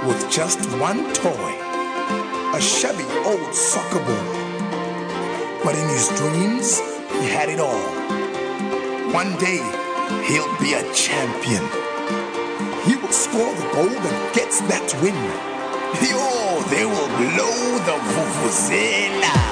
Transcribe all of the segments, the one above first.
with just one toy, a shabby old soccer ball. But in his dreams, he had it all. One day, he'll be a champion. He will score the goal that gets that win. Oh, they will blow the vuvuzela.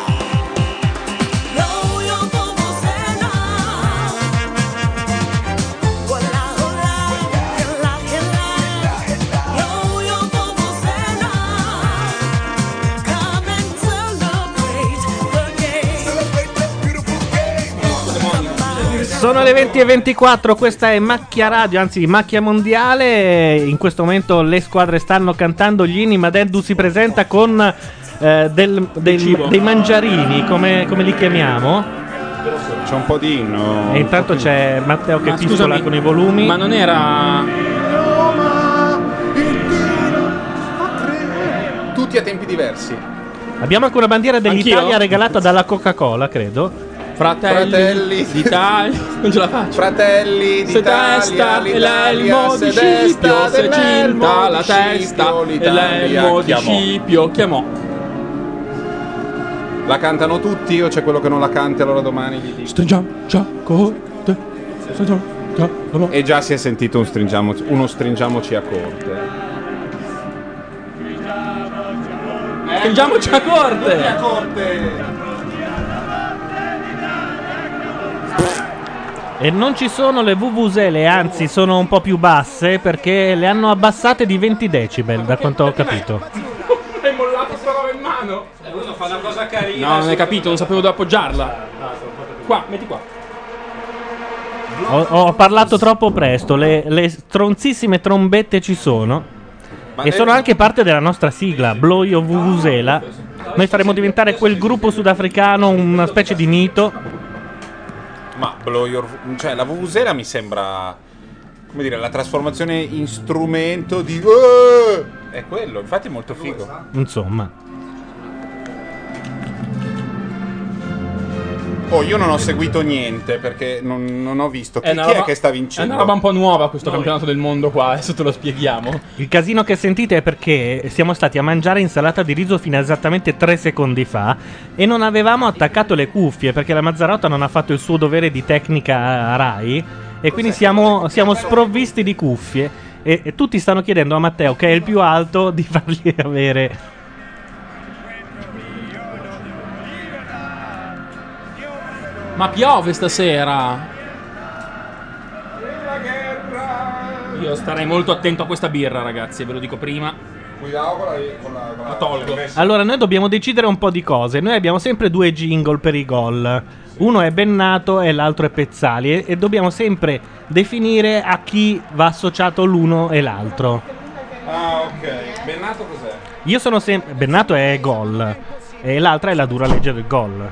Sono le 20:24, questa è Macchia Radio, anzi Macchia Mondiale. In questo momento le squadre stanno cantando, gli inni. Madeddu si presenta con dei mangiarini, come li chiamiamo? C'è un po' di inno. E intanto c'è Matteo che pistola con i volumi. Ma non era... Tutti a tempi diversi. Abbiamo anche una bandiera dell'Italia regalata dalla Coca-Cola, credo. Fratelli d'Italia, non ce la faccio. Fratelli d'Italia, se testa e l'elmo di Scipio, se cinta la testa e l'elmo di Scipio chiamò. La cantano tutti o c'è quello che non la canta, allora domani gli dico. Stringiamo già corte. E già si è sentito uno stringiamoci a corte. Stringiamoci a corte. E non ci sono le vuvuzele, anzi sono un po' più basse perché le hanno abbassate di 20 decibel, da quanto ho capito. Hai mollato sta roba in mano. Uno fa una cosa carina. No, non hai capito, non sapevo dove appoggiarla. Qua, metti qua. Ho parlato troppo presto, le stronzissime trombette ci sono. E sono anche parte della nostra sigla, Blow Your Vuvuzela. Noi faremo diventare quel gruppo sudafricano una specie di mito. Ma cioè la vuvuzela mi sembra, come dire, la trasformazione in strumento di è quello, infatti è molto figo. Insomma. Oh, io non ho seguito niente perché non ho visto chi è che sta vincendo. È una roba un po' nuova questo campionato del mondo qua, adesso te lo spieghiamo. Il casino che sentite è perché siamo stati a mangiare insalata di riso fino a esattamente 3 secondi fa e non avevamo attaccato le cuffie perché la Mazzarotta non ha fatto il suo dovere di tecnica a Rai e quindi siamo sprovvisti di cuffie e tutti stanno chiedendo a Matteo, che è il più alto, di fargli avere... Ma piove stasera. Io starei molto attento a questa birra, ragazzi, ve lo dico prima. La tolgo. Allora, noi dobbiamo decidere un po' di cose. Noi abbiamo sempre 2 jingle per i gol. Uno è Bennato e l'altro è Pezzali. E dobbiamo sempre definire a chi va associato l'uno e l'altro. Ah, ok. Bennato cos'è? Io sono sempre... Bennato è gol. E l'altra è la dura legge del gol.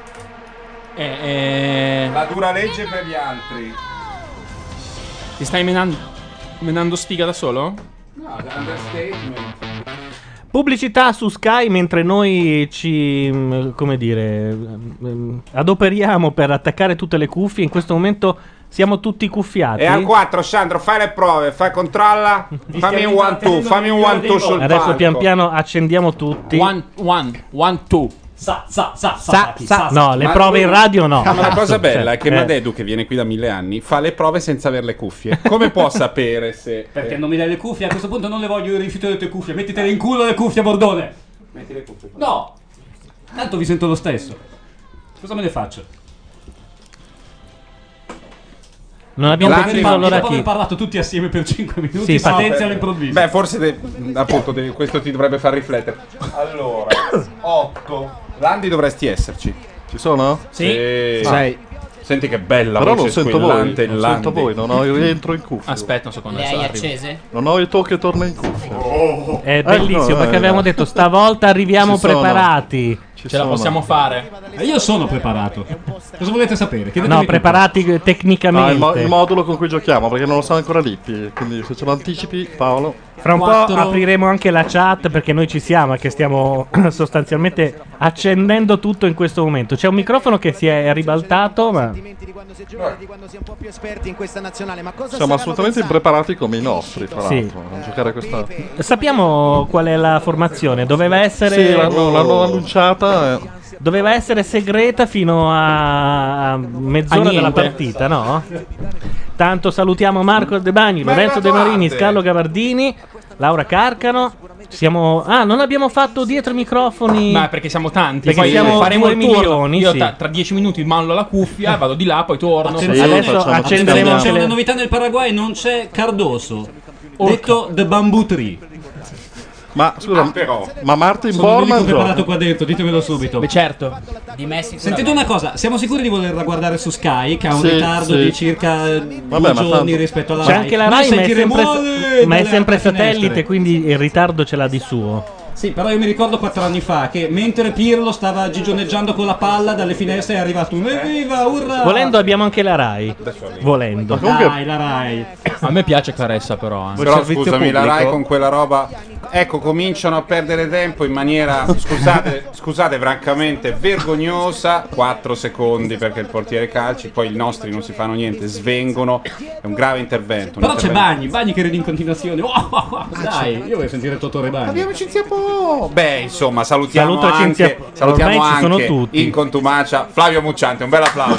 La dura legge per gli altri. Ti stai menando sfiga da solo? No, understatement. Pubblicità su Sky mentre noi ci, come dire, adoperiamo per attaccare tutte le cuffie. In questo momento siamo tutti cuffiati. E al 4, Sandro, fai le prove, controlla. Fammi un 1-2 sul Adesso palco. pian piano accendiamo tutti. 1-2. No, le prove in radio no. Ma la cosa bella è che Madeddu, che viene qui da 1000 anni, fa le prove senza avere le cuffie. Come può sapere se... Perché non mi dai le cuffie? A questo punto non le voglio, io rifiuto le tue cuffie. Mettitele in culo le cuffie, Bordone. Metti le cuffie. No, tanto vi sento lo stesso. Cosa me ne faccio? Non abbiamo deciso allora dopo chi. aver parlato tutti assieme per 5 minuti, Sì, silenzio all'improvviso. Beh, forse appunto questo ti dovrebbe far riflettere. Allora, 8. Landi, dovresti esserci. Ci sono? Sì. 6. Senti che bella però voce non sento voi, squillante, non Landi. sento voi, non ho il rientro in cuffia. Aspetta un secondo. Le hai accese? Non ho il to che torna in cuffia. È bellissimo perché avevamo detto stavolta arriviamo preparati. Ce la possiamo fare. Io sono preparato. Cosa volete sapere? No, preparati tecnicamente. Il modulo con cui giochiamo, perché non lo so ancora Lippi. Quindi se ce lo anticipi, Paolo. Fra un 4. po' apriremo anche la chat perché noi ci siamo e che stiamo sostanzialmente accendendo tutto in questo momento. C'è un microfono che si è ribaltato, ma Siamo assolutamente impreparati come i nostri, tra Sì. l'altro. A giocare a questa. sappiamo qual è la formazione? Doveva essere Sì, l'hanno annunciata. Doveva essere segreta fino a mezz'ora niente. della partita, no? Tanto salutiamo Marco De Bagni, Lorenzo De Marini, Scallo Gabardini, Laura Carcano. Non abbiamo fatto dietro i microfoni. Ma perché siamo tanti, Perché poi siamo faremo 2 il turno. milioni, Io sì. tra 10 minuti mallo la cuffia, vado di là, poi torno. Sì, Adesso facciamo accenderemo tutto. C'è una le... novità nel Paraguay, non c'è Cardoso. Detto The Bamboo Tree. Ma scusa, però. ma Martin Sono l'unico Bormann preparato gioca? qua dentro, ditemelo subito. Beh, certo. Di Messi Sentite una cosa, siamo sicuri di volerla guardare su Sky, che ha un Sì, ritardo sì. di circa 2 Vabbè, ma giorni tanto- rispetto alla C'è Rai. anche la Noi Rai, ma è sentiremo sempre, ma è dalle sempre altre satellite, finestre. quindi il ritardo ce l'ha di suo. Sì, però io mi ricordo 4 anni fa che mentre Pirlo stava gigioneggiando con la palla dalle finestre è arrivato un evviva, urra! Volendo abbiamo anche la Rai. Volendo. Dai, la Rai. A me piace Claressa, però. Però scusami, la Rai con quella roba. Ecco, cominciano a perdere tempo in maniera, scusate, francamente vergognosa. 4 secondi perché il portiere calci, poi i nostri non si fanno niente, svengono. È un grave intervento. Però c'è Bagni che ride in continuazione. Dai, io voglio sentire Totore Bagni. Abbiamo Cinzia Po. Beh, insomma, salutiamo Saluto Cinzia anche, Po. salutiamo Ormai ci sono anche tutti. in contumacia Flavio Mucciante, un bel applauso.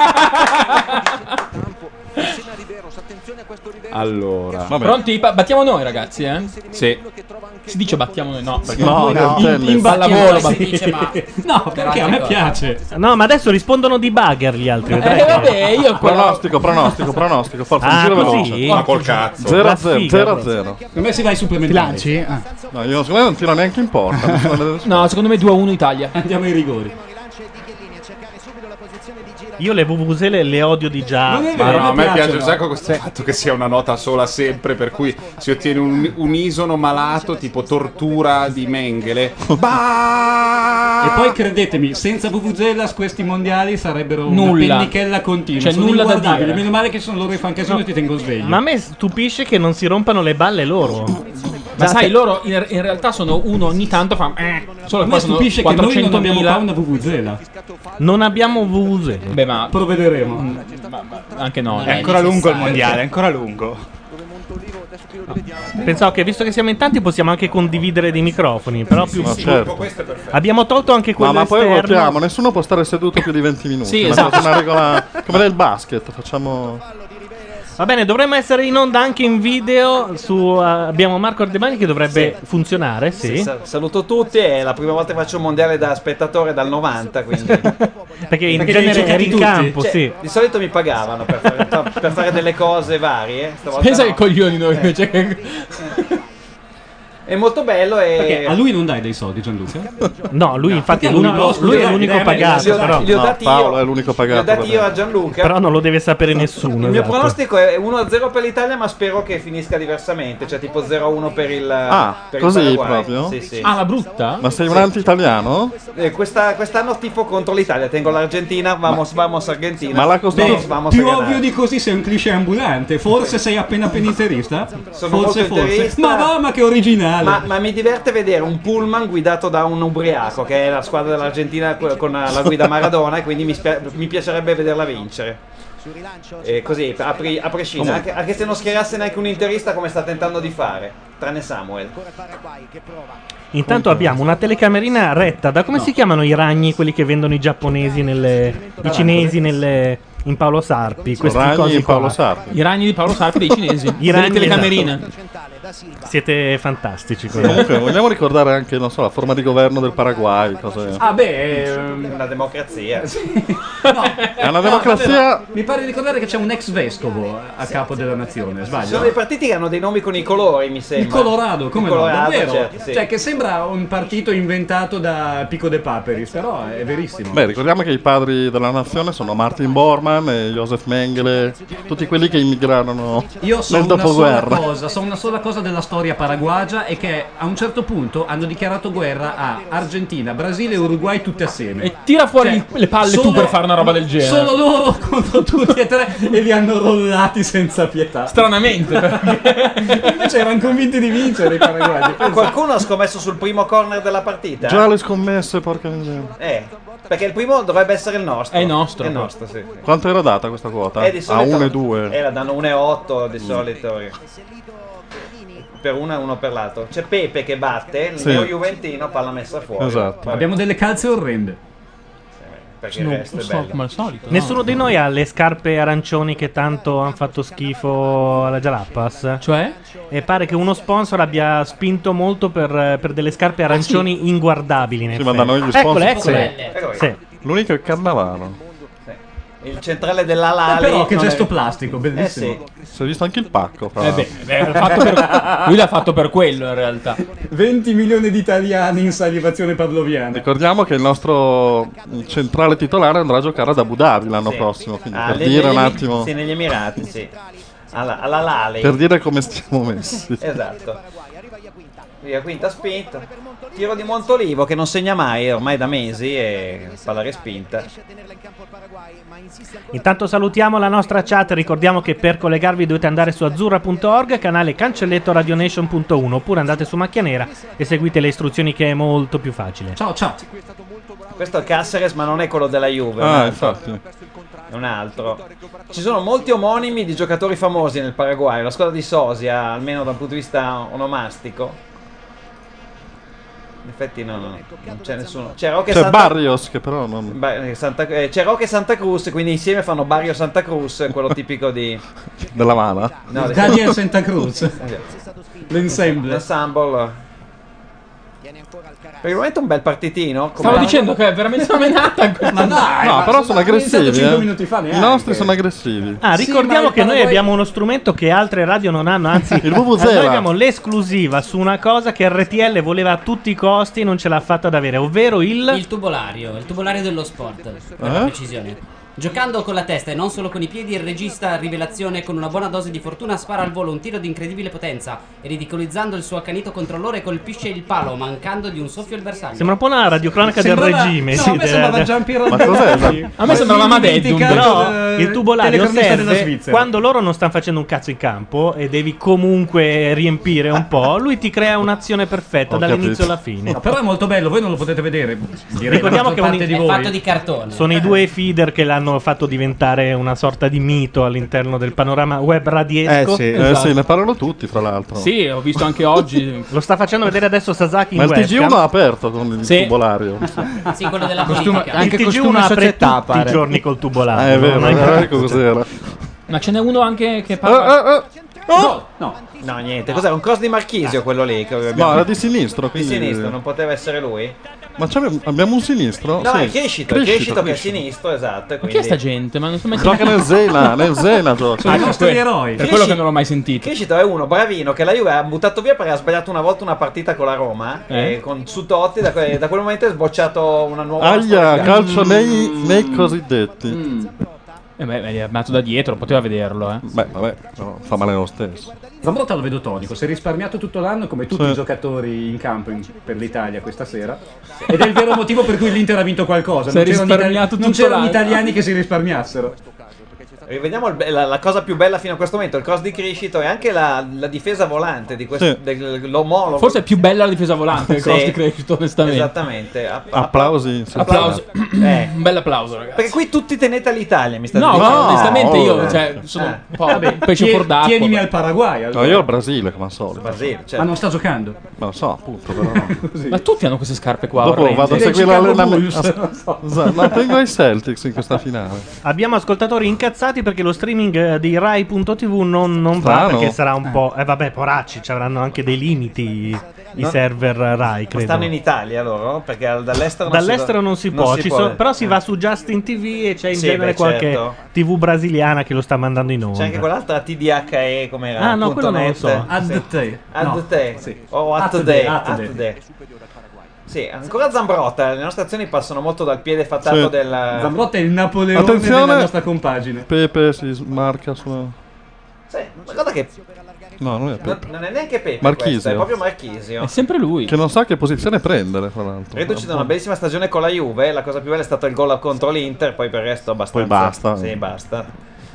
Allora, Vabbè. Pronti? Battiamo noi, ragazzi, eh? sì. Si dice battiamo noi, no? Perché No, No, del tennis. in pallavolo, si dice, ma No, perché a me piace. No, ma adesso rispondono di bugger gli altri. vedrai che- vabbè, io Pronostico, forza, un Ah, giro così? veloce. Ma col cazzo. 0-0, figa, 0-0. Per me si va ai supplementari. No, io secondo me non tiro neanche in porta. No, secondo me 2-1 Italia. Andiamo ai rigori. Io le vuvuzele le odio di già. Non è Ma vero, no, a me piace piacciono. un sacco questo fatto che sia una nota sola sempre, per cui si ottiene un unisono malato, tipo tortura di Mengele. E poi credetemi, senza Vuvuzelas questi mondiali sarebbero una Nulla. pennichella continua. C'è Sono nulla da inguardabili. dire. Meno male che sono loro i fancasino e ti tengo sveglio. Ma a me stupisce che non si rompano le balle loro. Ma sai, loro in realtà sono uno ogni tanto fa. Solo a che me poi sono stupisce che noi non abbiamo qua 400.000. una Vuvuzela. Non abbiamo vuvuzele. Beh, ma Provvederemo. anche no. È Ancora lungo il mondiale, ancora lungo. Pensavo che visto che siamo in tanti possiamo anche condividere dei microfoni. Però più. Ma certo. Abbiamo tolto anche quello Ma poi esterno. votiamo, nessuno può stare seduto più di 20 minuti. Sì, Ma esatto. è una regola come nel basket, facciamo. Va bene, dovremmo essere in onda anche in video. Abbiamo Marco Ardemani che dovrebbe funzionare. Sì. Saluto tutti, è la prima volta che faccio un mondiale da spettatore dal 90, quindi Perché in Perché genere li hai eri in giocati campo, Cioè, sì. di solito mi pagavano per fare delle cose varie. Stavolta Pensa no. che coglioni noi invece che. È molto bello Perché e a lui non dai dei soldi, Gianluca? No, lui infatti è Perché l'unico, lui lui è no, l'unico li ho pagato. Però, li ho No, dati Paolo io. è l'unico Li ho pagato. dati io a Gianluca. però non lo deve sapere nessuno. Il mio esatto. pronostico è 1-0 per l'Italia, ma spero che finisca diversamente, cioè tipo 0-1 per il per così il Paraguay. proprio? Sì, sì. Ah, la brutta? Ma sei un anti-italiano? Quest'anno tifo contro l'Italia, tengo l'Argentina, vamos Argentina. Ma la Costituzione- Vamos Più a ganar. ovvio di così sei un cliché ambulante. Forse sei appena peniterista? Sono molto Forse. interista. Ma va, ma che originale. Ma mi diverte vedere un pullman guidato da un ubriaco, che è la squadra dell'Argentina con la guida Maradona, e quindi mi piacerebbe vederla vincere. E così, a prescindere, anche se non schierasse neanche un interista come sta tentando di fare, tranne Samuel. Intanto abbiamo una telecamerina retta da come si chiamano i ragni, quelli che vendono i giapponesi i cinesi in Paolo Sarpi. Questi Ragni cosi in qua. Paolo Sarpi. I ragni di Paolo Sarpi dei cinesi. I Delle ragni, telecamerine. Siete fantastici. Comunque, vogliamo ricordare anche, non so, la forma di governo del Paraguay. Cose. Ah, beh. Una democrazia. È una democrazia. Mi pare di ricordare che c'è un ex vescovo a capo della nazione, Sono sbaglio? dei partiti che hanno dei nomi con i colori, mi Il sembra. Colorado, come Il Colorado, no? Davvero? certo, sì. Cioè, che sembra un partito inventato da Pico de Paperis, però è verissimo. Beh, ricordiamo che i padri della nazione sono Martin Bormann, Schumann e Joseph Mengele, tutti quelli che immigrarono Io so nel dopoguerra. so una sola cosa della storia paraguagia, è che a un certo punto hanno dichiarato guerra a Argentina, Brasile e Uruguay tutte assieme. E tira fuori le palle tu per fare una roba del genere. Solo loro contro tutti e tre e li hanno rollati senza pietà. Stranamente, perché invece erano convinti di vincere i paraguagi. Qualcuno ha scommesso sul primo corner della partita? Già le scommesse, porca miseria. Perché il primo dovrebbe essere il nostro. È il nostro. È il nostro, sì. Quanto era data questa quota? Di A solito 1,2. la danno 1,8 di solito. Per uno e uno per l'altro. C'è Pepe che batte, il neo Juventino, palla messa fuori. Esatto. Abbiamo delle calze orrende. Perché il resto è bello. come al solito. Nessuno di noi ha le scarpe arancioni che tanto hanno fatto schifo alla Jalapas. Cioè? E pare che uno sponsor abbia spinto molto per delle scarpe arancioni inguardabili. Sì, ma da noi gli sponsor. Eccole. Sì. L'unico è il Cannavaro. Il centrale dell'Alali. Però che non gesto è- plastico, bellissimo. sì. Si è visto anche il pacco. Fra Lui l'ha fatto per quello in realtà. 20 milioni di italiani in salivazione pavloviana. Ricordiamo che il nostro centrale titolare andrà a giocare ad Abu Dhabi l'anno prossimo. Quindi per dire un attimo. Sì, negli Emirati, sì. All'Alali. Per dire come stiamo messi. Esatto. Via quinta spinta. Tiro di Montolivo che non segna mai ormai da mesi e palla respinta. Intanto salutiamo la nostra chat. Ricordiamo che per collegarvi dovete andare su azzurra.org, canale cancelletto radionation.1, oppure andate su Macchia Nera e seguite le istruzioni, che è molto più facile. Ciao chat. Questo è Cáceres, ma non è quello della Juve. Infatti. È un altro. Ci sono molti omonimi di giocatori famosi nel Paraguay. La squadra di Sosia, almeno dal punto di vista onomastico. In effetti non c'è nessuno. C'è Roque C'è Barrios che però non. C'è Roque Santa Cruz, quindi insieme fanno Barrio Santa Cruz, quello tipico di Della Mala. no, Daniel Santa Cruz. L'ensemble. L'ensemble. Per il momento un bel partitino. Stavo dicendo che è veramente una menata. Ma dai, No, però sono aggressivi. 5 minuti fa I neanche. nostri sono aggressivi. Ricordiamo ma che il noi Paraguay- abbiamo uno strumento che altre radio non hanno, anzi Il VVZela. noi abbiamo l'esclusiva su una cosa che RTL voleva a tutti i costi e non ce l'ha fatta ad avere, ovvero Il tubolario dello sport, per la precisione. Giocando con la testa e non solo con i piedi, il regista rivelazione con una buona dose di fortuna spara al volo un tiro di incredibile potenza e ridicolizzando il suo accanito controllore colpisce il palo, mancando di un soffio il bersaglio. Sembra un po' una radiocronaca del regime. No, sì, a me sembrava Giampiero Ma cos'è? A me sembrava Madeddum. Però il tubolario telecronista della serve Svizzera. quando loro non stanno facendo un cazzo in campo e devi comunque riempire un po'. Lui ti crea un'azione perfetta Ho dall'inizio capito. alla fine. No, però è molto bello, voi non lo potete vedere. Direi Ricordiamo la che maggior parte di È voi. fatto di cartone. Sono i due feeder che l'hanno fatto diventare una sorta di mito all'interno del panorama web radiesco. Sì, ne parlano tutti, fra l'altro. Sì, ho visto anche oggi. Lo sta facendo vedere adesso Sasaki in Ma il webcam. TG1 ha aperto con il Sì. tubolario. Sì, quello della Costume- politica. anche il TG1 costume apre società, tutti i pare. giorni col tubolario. È vero, non hai ecco cos'era. Ma ce n'è uno anche che parla. No, niente, cos'era? Un cross di Marchisio quello lì che No, abbiamo... era di sinistro. di Quindi... sinistro, non poteva essere lui? Ma abbiamo un sinistro? No, Sì. è Crescito che è sinistro, esatto. Ma chi è sta gente? Ma non so mai Gioca nel Zena gioca. Sono i nostri eroi. Per quello che non l'ho mai sentito. Crescito è uno bravino che la Juve ha buttato via perché ha sbagliato una volta una partita con la Roma e con su Totti da quel momento è sbocciato una nuova Aglia, storia. calcio nei cosiddetti. Beh, è arrivato da dietro, poteva vederlo, Beh, vabbè, però fa male lo stesso. Zambrotta lo vedo tonico, si è risparmiato tutto l'anno come tutti Sì. i giocatori in campo per l'Italia questa sera. Ed è il vero motivo per cui l'Inter ha vinto qualcosa. Si è Non c'erano risparmiato non tutto c'erano l'anno. italiani che si risparmiassero. Rivediamo la cosa più bella fino a questo momento, il cross di Crescito e anche la difesa volante di questo, Sì. dell'omologo. Forse è più bella la difesa volante, il Sì. cross di Crescito, onestamente. Esattamente. Applausi. Sì. Applauso. Eh. Un bel applauso, ragazzi. Perché qui tutti tenete all'Italia, mi state No, dicendo. onestamente io oh. cioè, sono un po' Vabbè, pesce fuor d'acqua. tienimi al Paraguay. No, Allora. io al Brasile, come al solito. Brasile, cioè. Ma non sta giocando. Ma lo so, appunto, però no. Ma tutti hanno queste scarpe qua. Dopo orrende. vado a Dei seguire Chicago l'allenamento. Bulls, non so. No, tengo i Celtics in questa finale. Abbiamo ascoltatori incazzati perché lo streaming di Rai.tv non va, Strano. perché sarà un po'. Vabbè, poracci, ci avranno anche dei limiti i No. server Rai, Ma credo. stanno in Italia loro? Perché dall'estero Dall'estero si non si può, però si Eh. va su Justin TV e c'è in Sì, genere beh, qualche certo. TV brasiliana che lo sta mandando in onda. C'è anche quell'altra TDHE come era? Ah, no, quello non lo so. Ad te. Ad No. te. Sì. O At at the, the. at At the. the. Sì, ancora Zambrotta. Le nostre azioni passano molto dal piede fattato del. Zambrotta è il Napoleone Attenzione, della nostra compagine. Pepe si smarca su. Sì, ma guarda che. No, non è Pepe. Non è neanche Pepe, Marchisio. questo, è proprio Marchisio. È sempre lui. Che non sa che posizione prendere, fra l'altro. Reduci da una bellissima stagione con la Juve. La cosa più bella è stato il gol contro l'Inter. Poi per il resto abbastanza. Poi basta. Sì, basta.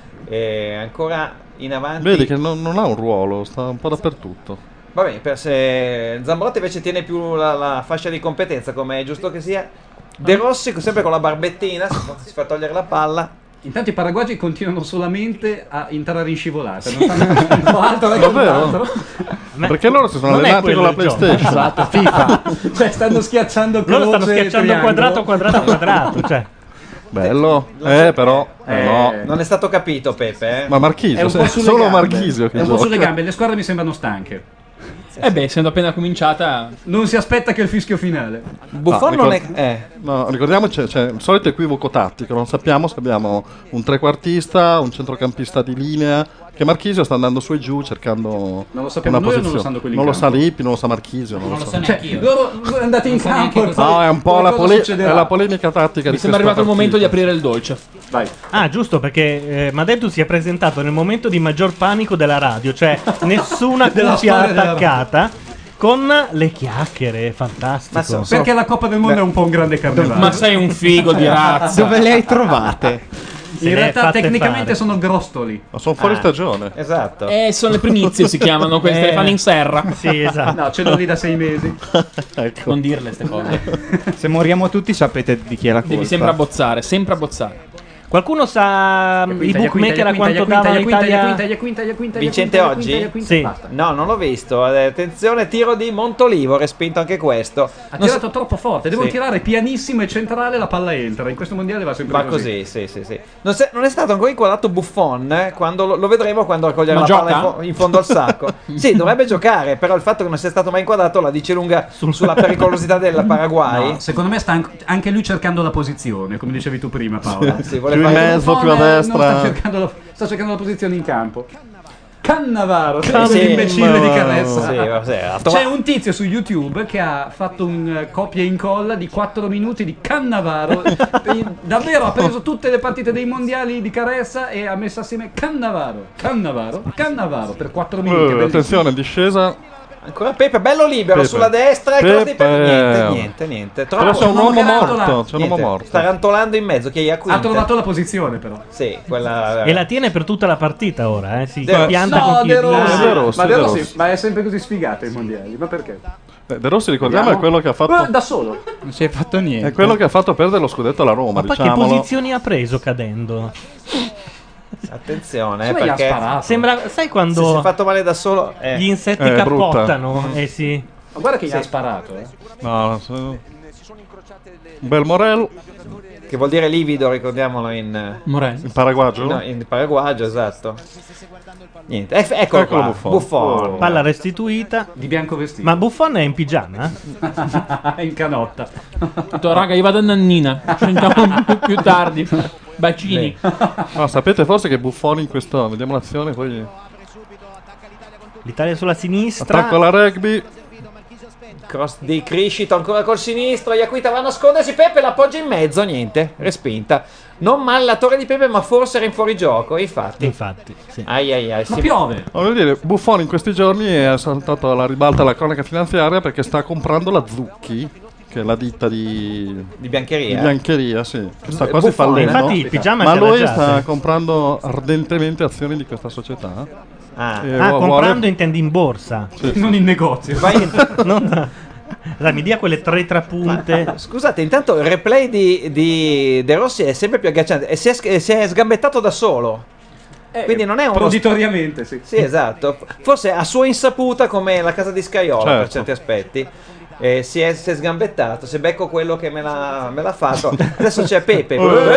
E ancora in avanti. Vedi che non ha un ruolo, sta un po' dappertutto. Va bene, per se Zambrotta invece tiene più la fascia di competenza, come è giusto che sia. De Rossi sempre con la barbettina, si fa togliere la palla. Intanto i paraguagi continuano solamente a entrare in scivolata, non fanno altro che Davvero? Perché loro si sono Non è allenati con la quello il gioco. PlayStation. Esatto, FIFA. Cioè stanno schiacciando croce, Loro stanno schiacciando triangolo. quadrato, cioè. Bello, però no. Non è stato capito Pepe, Ma Marchisio, È un po' sulle solo gambe. Marchisio che È un po' gioca. sulle gambe, le squadre mi sembrano stanche. Essendo appena cominciata. Non si aspetta che il fischio finale. Buffon non è. No, ricordiamoci, c'è il solito equivoco tattico. Non sappiamo se abbiamo un trequartista, un centrocampista di linea. Che Marchisio sta andando su e giù cercando Non lo sappiamo una noi o non posizione. lo sanno quelli in Non lo sa campo? Lippi, non lo sa Marchisio. Non lo so. Cioè, loro andate in campo e poi No, è un po' la, qualcosa succederà. è la polemica tattica Mi di sembra questa arrivato il momento di partita. aprire il dolce. Vai. Ah, giusto, perché Madeddu si è presentato nel momento di maggior panico della radio, cioè nessuna Della cuffia storia della attaccata, con le chiacchiere, fantastico. Perché la Coppa del Mondo è un po' un grande carnevale. Ma sei un figo di razza. Dove le hai trovate? In realtà tecnicamente sono grostoli. Ma sono fuori stagione. Esatto. Sono le primizie si chiamano queste, le fanno in serra. Sì, esatto. No, ce l'ho lì da 6 mesi. Ecco. Non dirle queste cose. Se moriamo tutti sapete di chi è la colpa. Devi sempre abbozzare, sempre abbozzare. Qualcuno sa i bookmaker a quanto davano Italia? Vincente oggi? Sì. No, non l'ho visto. Attenzione, tiro di Montolivo, respinto anche questo. Ha tirato troppo forte, devo Sì. tirare pianissimo e centrale, la palla entra. In questo mondiale va sempre Va così, sì. Non è stato ancora inquadrato Buffon, quando lo vedremo quando raccoglierà Ma la palla gioca? in fondo al sacco. Sì, dovrebbe giocare, però il fatto che non sia stato mai inquadrato la dice lunga sulla pericolosità del Paraguay. No, secondo me sta anche lui cercando la posizione, come dicevi tu prima, Paolo. Sì, vuole Più in fare- mezzo, più a Non destra. sta cercando la posizione in campo. Cannavaro, Sì, l'imbecille di Caressa. Sì, ha C'è trovato- un tizio su YouTube che ha fatto un copia e incolla di 4 minuti di Cannavaro. Davvero ha preso tutte le partite dei mondiali di Caressa e ha messo assieme Cannavaro per 4 minuti. bellissimo. Attenzione, discesa. Ancora Pepe, bello libero Pepe. sulla destra e cross di Pepe. Pepe. Niente. Però c'è un non uomo carantola. morto. C'è un uomo Niente. morto. Sta rantolando in mezzo, che è a Ha quinta. trovato la posizione però. Sì, quella. E la tiene per tutta la partita ora, si De Rossi. pianta No, con De Chiellini. Rossi. De Rossi, Ma De De Rossi, Rossi. ma è sempre così sfigato ai mondiali, ma perché? De Rossi, ricordiamo, è quello che ha fatto. Da solo. Non si è fatto niente. È quello che ha fatto perdere lo scudetto alla Roma, Ma poi che diciamolo. posizioni ha preso cadendo? Attenzione, Insomma, gli ha perché sparato. Sembra, sai se si è quando fatto male da solo. gli insetti È brutta. cappottano? Sì. Ma guarda che gli ha sparato, No, un bel Morel. Che vuol dire livido, ricordiamolo in In paraguagio? no, in paraguagio, esatto. Niente, eccolo qua, Buffon. Buffon. Palla restituita. Di bianco vestito. Ma Buffon è in pigiama? È in canotta. Detto, raga, io vado a Nannina. Ci sentiamo più tardi. Bacini. No, sapete forse che Buffon in questo. Vediamo l'azione, poi. L'Italia sulla sinistra. Attacco alla rugby. Cross di Criscito ancora col sinistro. Iaquita va a nascondersi. Pepe l'appoggia in mezzo. Niente, respinta. Non male la torre di Pepe, ma forse era in fuorigioco. Infatti, sì. Ai. Ma piove. Voglio dire, Buffon in questi giorni è saltato alla ribalta alla cronaca finanziaria perché sta comprando la Zucchi, che è la ditta di biancheria. Sì, che sta quasi Buffon, fallendo. infatti il pigiama Ma ce l'ha lui già, sta sì. comprando ardentemente azioni di questa società. E comprando intendi in borsa. Non in negozio. Dai, mi dia quelle 3 punte. Scusate, intanto il replay di De Rossi è sempre più agghiacciante. E si è sgambettato da solo. Quindi non è un Proditoriamente, sì. Sì, esatto. Forse a sua insaputa, come la casa di Scaiola per Certo. certi aspetti. Si è sgambettato. Se becco quello che me l'ha fatto. Adesso c'è Pepe.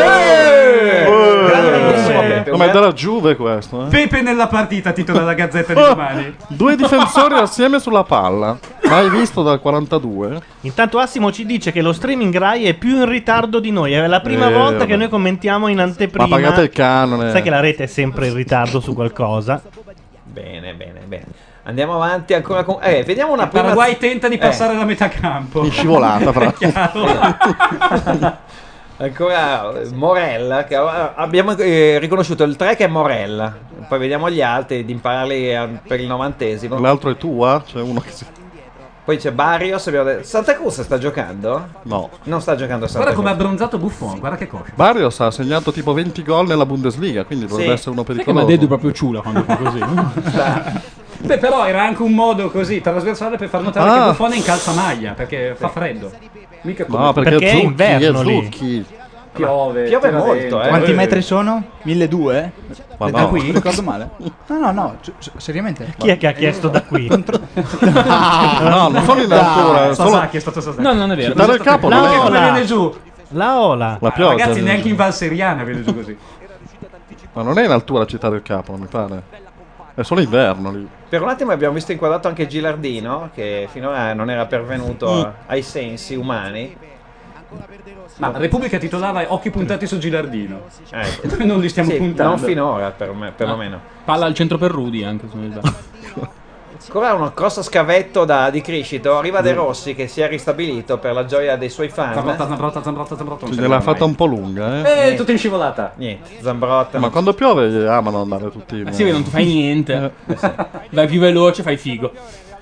Grandissimo Pepe. Ma è dalla Juve questo, Pepe nella partita, titola la Gazzetta di domani. 2 difensori assieme sulla palla. Mai visto dal 42. Intanto Assimo ci dice che lo streaming Rai è più in ritardo di noi. È la prima Vabbè. volta che noi commentiamo in anteprima. Ma pagate il canone. Sai che la rete è sempre in ritardo su qualcosa. Bene. Andiamo avanti ancora con... vediamo una Il Paraguay tenta di passare la metà campo. In scivolata, fra. È chiaro. Ancora Morella, che abbiamo riconosciuto il 3 che è Morella. Poi vediamo gli altri, di impararli per il 90esimo. L'altro è tua? C'è uno che si... Poi c'è Barrios. Santa Cruz sta giocando? No. Non sta giocando Santa Guarda come ha Cruz. abbronzato Buffon, guarda che coscia. Barrios ha segnato tipo 20 gol nella Bundesliga, quindi dovrebbe essere uno pericoloso. Ma Deddu è proprio ciula quando fa così. Beh, però era anche un modo così trasversale per far notare che Buffon è in calzamaglia, perché fa freddo. Mica come... No, perché è inverno lì. Piove Piove molto, Quanti metri sono? 1200? Ma Da no. qui? Ricordo male? No, seriamente. Chi è che ha chiesto da qui? No, non sono in altura. Sasaki, è stato Sasaki. No, non è vero. Città del Capo non Che è... come viene giù? La Ola. La pioggia. Ragazzi, neanche in Val Seriana viene giù così. Ma non è in altura Città del Capo, mi pare. È solo inverno lì. Per un attimo abbiamo visto inquadrato anche Gilardino, che finora non era pervenuto ai sensi umani. Ma Repubblica titolava Occhi puntati su Gilardino. Ecco. Noi non li stiamo puntando. Non finora, perlomeno. Palla al centro per Rudy anche se non sbaglio. Ancora uno grosso scavetto di Criscito. Arriva De Rossi che si è ristabilito per la gioia dei suoi fan. Zambrotta. Ce l'ha fatta un po' lunga, eh? Tutto in scivolata. Niente, Zambrotta. Ma quando piove amano andare tutti in... Sì, non ti fai niente. Vai più veloce, fai figo.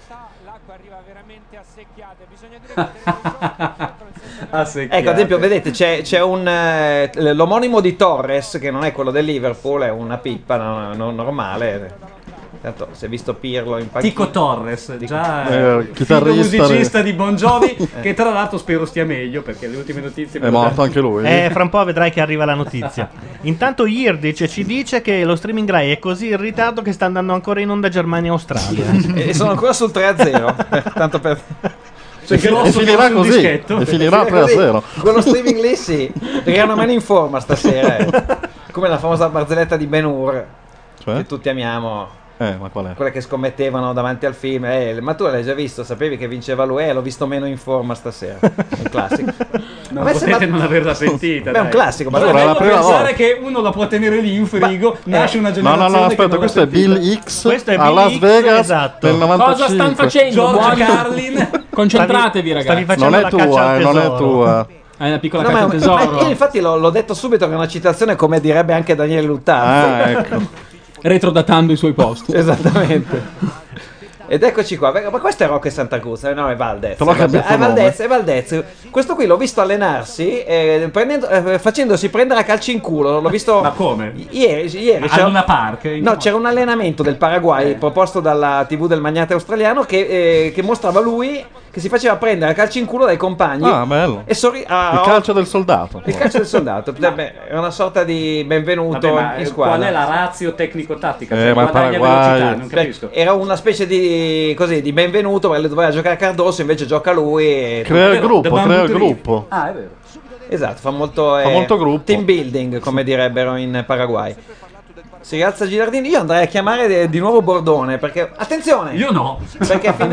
Ecco, ad esempio, vedete, c'è un l'omonimo di Torres, che non è quello del Liverpool, è una pippa normale. Tanto si è visto Pirlo in panchina. Tico Torres, già figlio chitarrista musicista di Bon Jovi, che tra l'altro spero stia meglio, perché le ultime notizie... È morto anche lui. Fra un po' vedrai che arriva la notizia. Intanto Irdic ci dice che lo streaming Rai è così in ritardo che sta andando ancora in onda Germania-Australia. E sono ancora sul 3-0. Tanto per... E finirà così. E finirà 3-0. Quello streaming lì sì. Perché erano meno in forma stasera. Come la famosa barzelletta di Ben Hur, che tutti amiamo. Ma qual è? Quelle che scommettevano davanti al film. Ma tu l'hai già visto? Sapevi che vinceva lui? L'ho visto meno in forma stasera. È un classico. Non potete non averla sentita. Beh, è un classico. Ma allora, la prima pensare volta che uno la può tenere lì in frigo, nasce una generazione. No, aspetta, questo è Bill X a Las Vegas del 95. Cosa stanno facendo? George Carlin. Concentratevi, ragazzi. Non è tua, non è tua. È una piccola carta tesoro. Io infatti l'ho detto subito che è una citazione, come direbbe anche Daniele Luttazzi. Ecco. Retrodatando i suoi post. Esattamente. Ed eccoci qua. Ma questo è Rocco Santa Cruz, no, è Valdez. È Valdez. Questo qui l'ho visto allenarsi facendosi prendere a calci in culo. L'ho visto. Ma come? Ieri a Luna Park? No, c'era un allenamento del Paraguay proposto dalla TV del magnate australiano che mostrava lui che si faceva prendere a calci in culo dai compagni. Ah, bello. E il calcio del soldato. Il calcio del soldato. È una sorta di benvenuto in squadra. Qual è la ratio tecnico-tattica? Ma velocità, non capisco. Era una specie di benvenuto, perché doveva giocare Cardoso, invece gioca lui. Crea il gruppo. Ah, è vero. Esatto, fa molto gruppo. Team building, come direbbero in Paraguay. Si rialza Gilardini. Io andrei a chiamare di nuovo Bordone, perché attenzione! Io no. Perché fino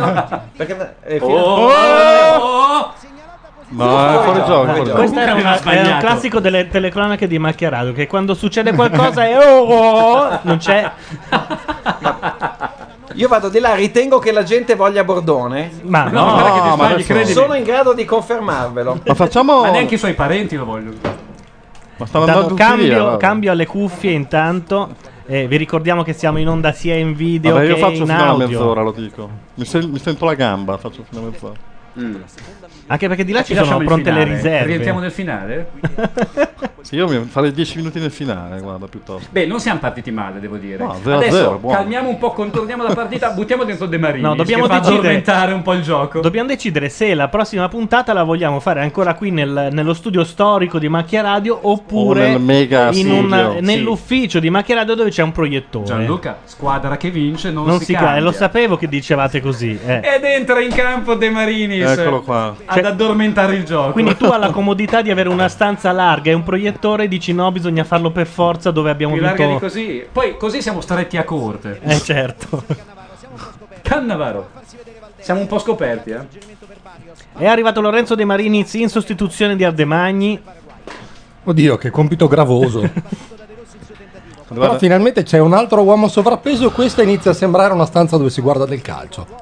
No, è fuori gioco. Questo è un classico delle telecronache di Macchiaradio, che quando succede qualcosa è non c'è. Io vado di là, ritengo che la gente voglia Bordone. Ma sono in grado di confermarvelo. Ma facciamo. Ma neanche i suoi parenti lo vogliono. Ma stanno andando cambio alle cuffie intanto. Vi ricordiamo che siamo in onda sia in video che in audio. Io faccio fino a mezz'ora, lo dico. Mi sento la gamba, faccio fino a mezz'ora. Anche perché di là ci sono pronte le riserve. Rientriamo nel finale? Sì, io mi farei 10 minuti nel finale, guarda, piuttosto. Beh, non siamo partiti male, devo dire. No, adesso calmiamo un po', contorniamo la partita, buttiamo dentro De Marinis. No, dobbiamo addormentare un po' il gioco. Dobbiamo decidere se la prossima puntata la vogliamo fare ancora qui nello studio storico di Macchia Radio oppure nell'ufficio di Macchia Radio dove c'è un proiettore. Gianluca, squadra che vince non si cambia. Lo sapevo che dicevate così. Ed entra in campo De Marinis. Eccolo qua. Ad addormentare il gioco. Quindi tu hai la comodità di avere una stanza larga e un proiettore e dici no, bisogna farlo per forza dove abbiamo più vinto. Larga di così. Poi così siamo stretti a corte. Certo. Cannavaro. Siamo un po' scoperti, È arrivato Lorenzo De Marinis in sostituzione di Ardemagni. Oddio, che compito gravoso. Però finalmente c'è un altro uomo sovrappeso. Questa inizia a sembrare una stanza dove si guarda del calcio.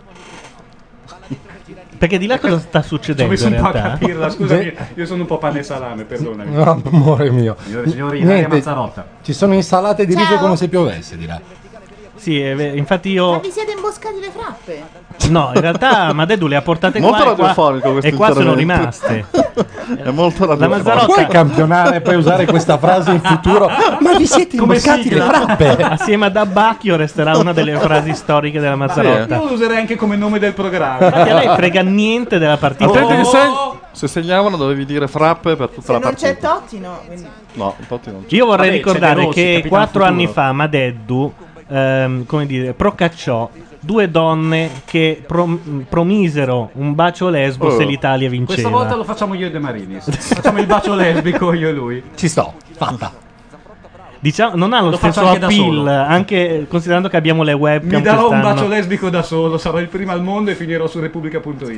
Perché di là cosa sta succedendo Ci ho messo in un po' a realtà? capirla, scusami, io sono un po' pane e salame, perdonami. No, amore mio. Signore e signori, Ilaria Mazzarotta. Ci sono insalate di riso Ciao. come se piovesse di là. Sì, infatti Ma io... vi siete imboscati le frappe? No, in realtà Madeddu le ha portate Molto qua e qua, radiofonico questo e qua sono intervento. rimaste. È molto La radiofonico. Mazzarotta... Puoi campionare per usare questa frase in futuro? Ma vi siete Come imboscati le sigla. frappe? Assieme ad Abbacchio resterà una delle frasi storiche della Mazzarotta. Io lo userei anche come nome del programma. Infatti a lei frega niente della partita. Attenti che se segnavano dovevi dire frappe per tutta Se la non partita. c'è Totti, no. Quindi... No, Totti non c'è. Io vorrei Vabbè, ricordare c'è De Rossi, che capitano 4 anni futuro. fa Madeddu come dire, procacciò due donne che promisero un bacio lesbo se l'Italia vinceva. Questa volta lo facciamo io e De Marinis. Facciamo il bacio lesbico io e lui. Ci sto, fatta. Diciamo, non ha lo faccio stesso anche da appeal, solo. anche considerando che abbiamo le webcam Mi darò un quest'anno. bacio lesbico da solo, sarò il primo al mondo e finirò su Repubblica.it.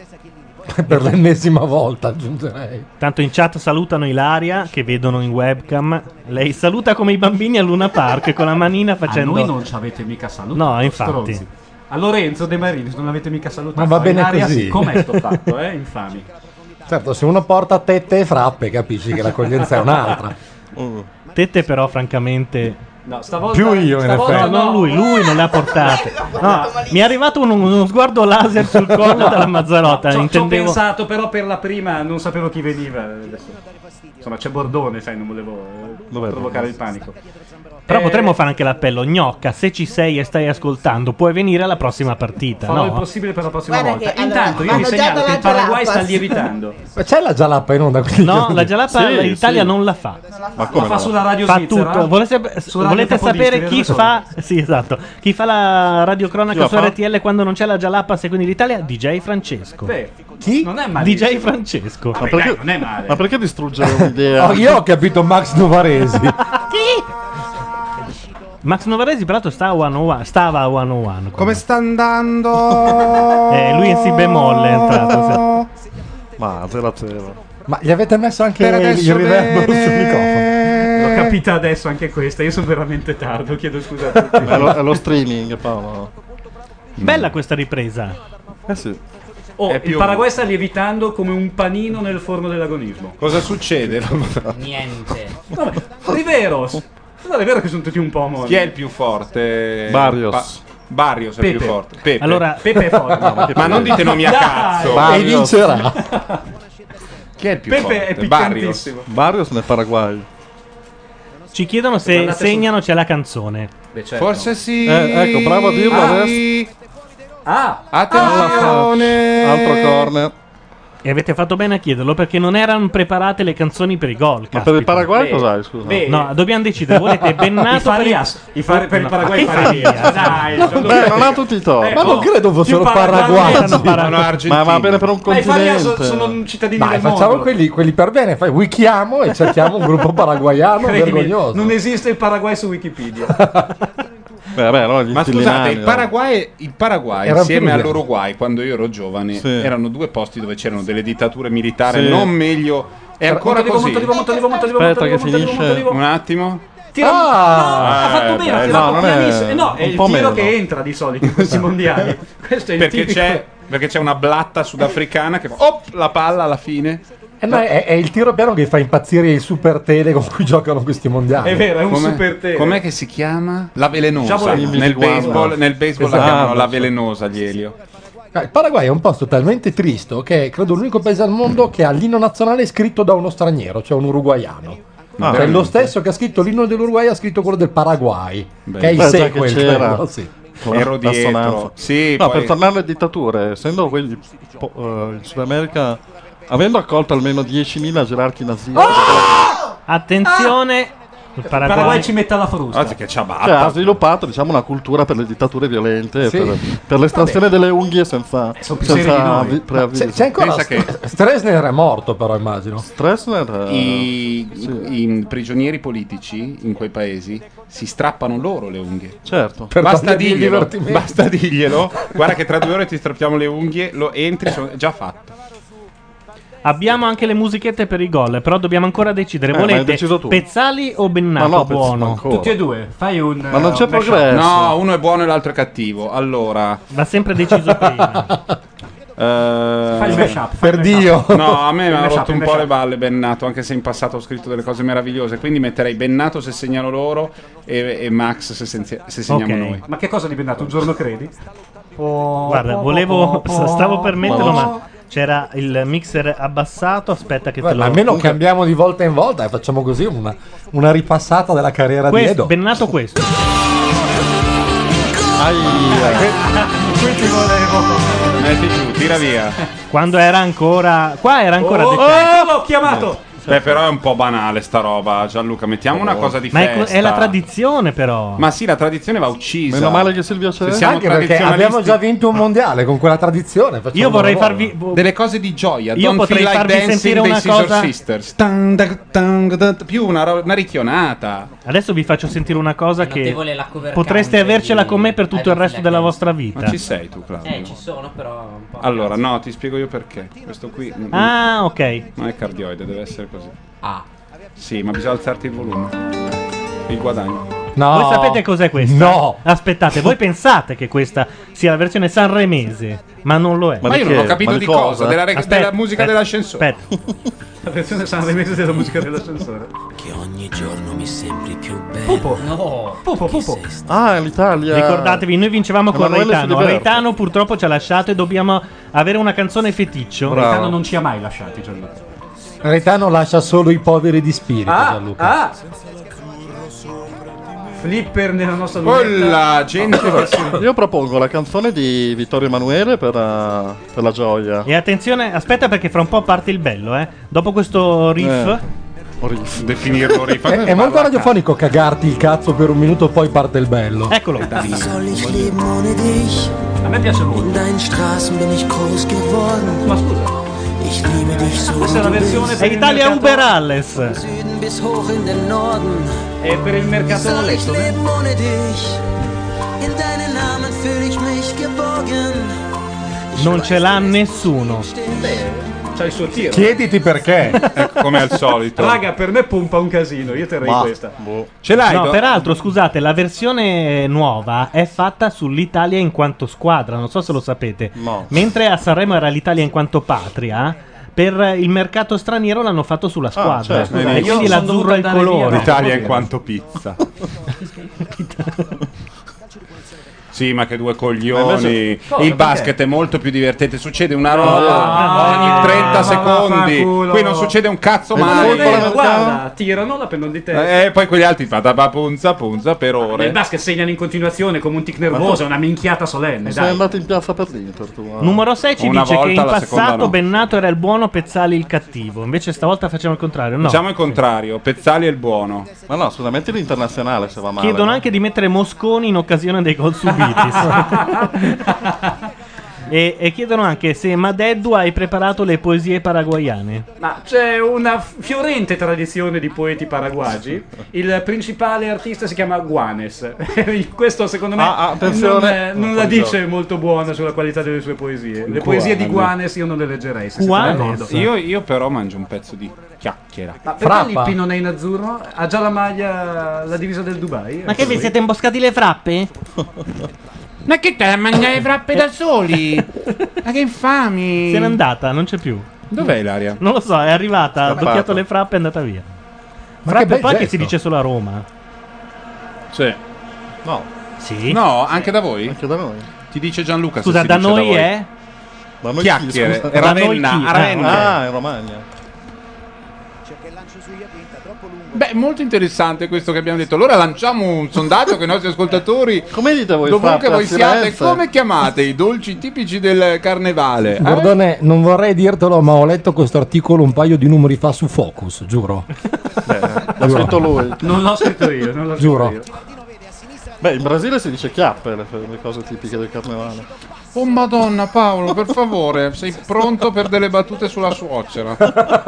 Per l'ennesima volta aggiungerei. Tanto in chat salutano Ilaria, che vedono in webcam. Lei saluta come i bambini a Luna Park con la manina facendo... A noi non ci avete mica salutato. No, infatti. stronzi. A Lorenzo De Marinis non avete mica salutato. Ma va bene Ilaria, così. sì. Com'è sto fatto, infami. Certo, se uno porta tette e frappe, capisci che l'accoglienza è un'altra. Tette però francamente... No, stavolta, Più io, in stavolta effetti. No, non lui non le ha portate. No, mi è arrivato uno sguardo laser sul collo dalla Mazzarotta. Ci ho Intendevo... pensato, però per la prima non sapevo chi veniva. Adesso. Insomma, c'è Bordone, sai, non volevo provocare il panico. Però potremmo fare anche l'appello. Gnocca, se ci sei e stai ascoltando, puoi venire alla prossima partita. Farò No? il possibile per la prossima Guarda volta. che, Intanto io allora, vi hanno già segnalo che il davanti Paraguay alla sta Paz. lievitando. Ma c'è la Jalappa in onda? No, la Jalappa Sì, l'Italia sì. non la fa. Ma La fa sulla radio Fa svizzera. tutto. Volete sapere chi fa? Sì, esatto. Chi fa la radiocronaca Chi la su fa? RTL quando non c'è la Jalappa seguendo l'Italia? DJ Francesco. Beh, Chi? non è malissimo. DJ Francesco. Vabbè, dai, non è male. Ma perché distruggere un'idea? Oh, io ho capito Max Novaresi. Max Novaresi, peraltro, stava a 101. Come sta andando? Lui in si bemolle è entrato. Ma 0-0. Ma gli avete messo anche Per adesso il riverbero bene. sul microfono? L'ho capita adesso anche questa. Io sono veramente tardo, chiedo scusa a tutti. È lo streaming, Paolo. Bella questa ripresa. Sì. Oh, È il più- Paraguay sta lievitando come un panino nel forno dell'agonismo. Cosa succede? Niente. Vabbè, Riveros. No, è vero che sono tutti un po' morti. Chi è il più forte? Barrios. Barrios è il Pepe. più forte. Pepe. Allora, Pepe è forte. ma non dite nomi a Dai! cazzo. E vincerà. Chi è il più Pepe forte? è Barrios. piccantissimo. Barrios nel Paraguay. ci chiedono se Guardate segnano c'è la canzone. Beh, certo. Forse sì. Ecco, bravo a dirlo adesso. Attenzione. Altro corner. E avete fatto bene a chiederlo perché non erano preparate le canzoni per i gol. Ma per il caspita. Paraguay Beh, cos'hai, scusa? beh. No, dobbiamo decidere. Volete Bennato I Farias. Per il Paraguay i No, Farias. Dai, Beh, non ha tutti i torti. Ma non credo fossero paraguayani. Ma va bene per un Ma i Farias continente. sono cittadini Dai, del facciamo mondo. quelli per bene. Fai, chiamo e cerchiamo un gruppo paraguayano Credimi, vergognoso. non esiste il Paraguay su Wikipedia. Beh, vabbè, no, gli Ma scusate, italiani, il no. Paraguay Era insieme Puglia. all'Uruguay, quando io ero giovane, Sì. erano due posti dove c'erano delle dittature militari Sì. non meglio. È ancora così. Aspetta che finisce. Un attimo. Ha fatto bene, ha bello. tirato No, non è- pianissimo. No, è un il po' tiro meno. che entra di solito in questi mondiali. Questo è il Perché tipico. c'è una blatta sudafricana che fa la palla alla fine. No, è il tiro piano che fa impazzire i super tele con cui giocano questi mondiali. È vero, è un Com'è- super tele. Com'è che si chiama? La velenosa. Diciamo Nel baseball la Esatto. chiamano la velenosa gli Elio. Il Paraguay è un posto talmente tristo che è credo l'unico paese al mondo che ha l'inno nazionale scritto da uno straniero, cioè un uruguaiano. Ah, Cioè lo stesso che ha scritto l'inno dell'Uruguay ha scritto quello del Paraguay, che è il Già che sequel. c'era. quello, sì. Ero La dietro. sonanza. Sì, No, poi- per tornare alle dittature, essendo quelli in Sud America, avendo accolto almeno 10.000 gerarchi nazisti, Attenzione, il Paraguay ci mette alla frusta. Oggi che ciabatta. cioè, ha sviluppato diciamo, una cultura per le dittature violente, Sì. per l'estrazione delle unghie senza, Sono più seri di senza noi. preavviso. C'è ancora Pensa che- Stroessner è morto però immagino. Stressner, I prigionieri politici in quei paesi si strappano loro le unghie. certo. Per Basta togliergli il dirglielo, divertimento. basta dirglielo. Guarda che tra 2 ore ti strappiamo le unghie, lo entri, è già fatto. Abbiamo anche le musichette per i gol, però dobbiamo ancora decidere. Ma hai Volete deciso tu. Pezzali o Bennato Ma no, buono? ancora. Tutti e due. Fai un. Ma non c'è un mashup. progresso. No, uno è buono e l'altro è cattivo. Allora, Va sempre deciso prima. Fai il mashup. Per Dio. No, a me mi ha mashup, rotto un il po' mashup. le balle Bennato, anche se in passato ho scritto delle cose meravigliose. Quindi metterei Bennato se segnalo loro e Max se segniamo Ok. noi. Ma che cosa di Bennato? Un giorno credi? Guarda, stavo per metterlo, ma c'era il mixer abbassato. Aspetta che te lo. Almeno cambiamo di volta in volta e facciamo così una ripassata della carriera di Edo. Bennato questo. Qui ti volevo. Metti giù, tira via. Quando era ancora. Qua era ancora decente. L'ho chiamato! Beh, però è un po' banale sta roba, Gianluca. Mettiamo una cosa di Ma festa. è la tradizione, però. Ma sì, la tradizione va uccisa. Meno male che Silvio c'è. Se siamo Anche perché tradizionalisti- abbiamo già vinto un mondiale con quella tradizione. facciamo Io vorrei un lavoro. farvi. delle cose di gioia. Io Don't potrei feel like farvi dancing sentire dei una Scissor cosa- Sisters. Più una ricchionata. Adesso vi faccio sentire una cosa che Notevole la cover potreste country avercela di con me per tutto I il Don't resto Feel della Like vostra vita. Ma ci sei tu, Claudio? Ci sono, però un po'. Allora, no, ti spiego io perché. Questo qui Ah, ok. non è cardioide, deve essere così. Ah. Sì, ma bisogna alzarti il volume. Il guadagno. No. Voi sapete cos'è questa? No. Aspettate, voi pensate che questa sia la versione sanremese, ma non lo è. Ma io non ho capito di cosa, della Aspetta, musica aspetta, dell'ascensore. Aspetta. La versione sanremese della musica dell'ascensore. Che ogni giorno mi sembri più bello. Pupo. No. Pupo. Ah, l'Italia. Ricordatevi, noi vincevamo con Emanuele Reitano. Filiberto. Reitano purtroppo ci ha lasciato e dobbiamo avere una canzone feticcio. Bravo. Gaetano non ci ha mai lasciati, Gianluca. Reitano lascia solo i poveri di spirito, Gianluca. Flipper nella nostra lunetta. Quella gente che si... Io propongo la canzone di Vittorio Emanuele per la gioia. E attenzione, aspetta perché fra un po' parte il bello, eh. Dopo questo riff. Riff. Definirlo riff. È molto radiofonico cagarti il cazzo per un minuto, poi parte il bello. Eccolo. Soll ich leben ohne dich? A me piace molto. In deinen Straßen bin ich groß geworden. Ma scusa. Ich liebe dich so. Questa è la versione È per il Italia mercato- Uber Alles. Süden bis hoch in den Norden. E per il mercato Soll ich all'estero. leben ohne dich? In deinen Namen fühle ich mich geborgen. Non ce l'ha nessuno. C'ha il suo tiro. Chiediti perché. Ecco, come al solito. Raga, per me pompa un casino. Io terrei questa. Ce l'hai? No, peraltro, scusate, la versione nuova è fatta sull'Italia in quanto squadra, non so se lo sapete. No. Mentre a Sanremo era l'Italia in quanto patria, per il mercato straniero l'hanno fatto sulla squadra. certo. E Io quindi sono l'azzurro è il dovuto andare via, colore. no. L'Italia in quanto pizza. Sì, ma che due coglioni. Cosa, Il basket perché? è molto più divertente. Succede una roba ogni 30 secondi. vaffanculo. Qui non succede un cazzo Ma mai. Guarda, tirano, la prendono di te. E poi quegli altri fanno punza per Nel ore. basket segnano in continuazione come un tic nervoso, è una minchiata solenne. Sei Dai. andato in piazza per l'Inter tu. Numero 6 ci Una dice che volta, in la seconda passato no. Bennato era il buono, Pezzali il cattivo. Invece stavolta facciamo il contrario. No. Facciamo il contrario. Pezzali è il buono. Ma no, scusa, metti l'internazionale se va male. Chiedono no? anche di mettere Mosconi in occasione dei gol subiti. E chiedono anche se Madeddu hai preparato le poesie paraguayane. Ma c'è una fiorente tradizione di poeti paraguagi. Il principale artista si chiama Guanes. Questo secondo me attenzione. non la dice molto buona sulla qualità delle sue poesie. Le poesie di Guanes io non le leggerei. se Guanes? siete d'accordo. Io però mangio un pezzo di chiacchiera. Ma perché Lippi non è in azzurro? Ha già la maglia, la divisa del Dubai? Ma che vi siete imboscati le frappe? Ma che te la mangiare frappe da soli? Ma che infami! Se n'è andata, non c'è più. Dov'è Ilaria? Non lo so, è arrivata, ha Scappato. doppiato le frappe e è andata via. Ma Frappe che bel poi che gesto. si dice solo a Roma. Sì. No. Sì? No, anche da voi? Anche da noi. Ti dice Gianluca. Scusa, se si da dice noi voi. è? Da noi Chiacchiere. chi, scusa? Era Ravenna. Da noi chi? A Ravenna. Ah, in Romagna. Beh, molto interessante questo che abbiamo detto. Allora lanciamo un sondaggio con i nostri ascoltatori. Come dite voi? Dovunque frappe a voi siate, Firenze? come chiamate i dolci tipici del carnevale? Gordone, non vorrei dirtelo, ma ho letto questo articolo un paio di numeri fa su Focus, giuro. L'ha scritto lui. Non l'ho scritto io, non l'ho Giuro. scritto io. Beh, in Brasile si dice chiappe, le cose tipiche del carnevale. Oh madonna Paolo, per favore, sei pronto per delle battute sulla suocera?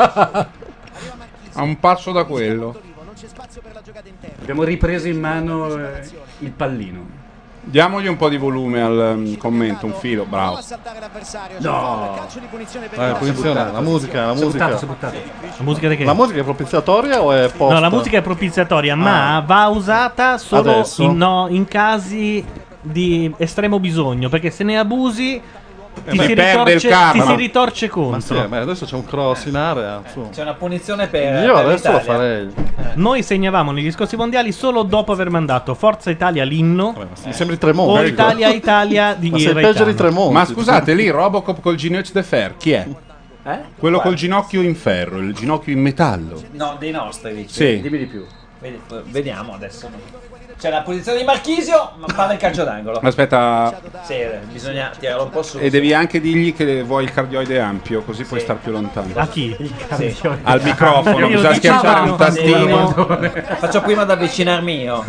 A un passo da quello. Abbiamo ripreso in mano il pallino. Diamogli un po' di volume al commento, un filo, bravo. No. Punizione, la musica. La musica di che? La musica è propiziatoria o è post? No, la musica è propiziatoria, ma va usata solo Adesso? in casi di estremo bisogno, perché se ne abusi ti si ritorce contro. Ma sì, adesso c'è un cross in area. Su. C'è una punizione per. Io per adesso lo l'Italia. farei. Noi segnavamo negli scorsi mondiali solo dopo aver mandato Forza Italia l'inno Mi sembri Tremonti. o Italia di Ma sei Gaetano. peggio di Tremonti. Ma scusate, lì Robocop col ginocchio de fer, chi è? Quello col ginocchio in ferro, il ginocchio in metallo. No, dei nostri, dici. Sì. Dimmi di più. Vediamo adesso. C'è la posizione di Marchisio, ma fa il calcio d'angolo. Aspetta, Sì, bisogna tirarlo un po' su. e devi anche dirgli che vuoi il cardioide ampio, così puoi star più lontano. A chi? Al microfono, bisogna schiacciare un tastino. Faccio prima ad avvicinarmi io.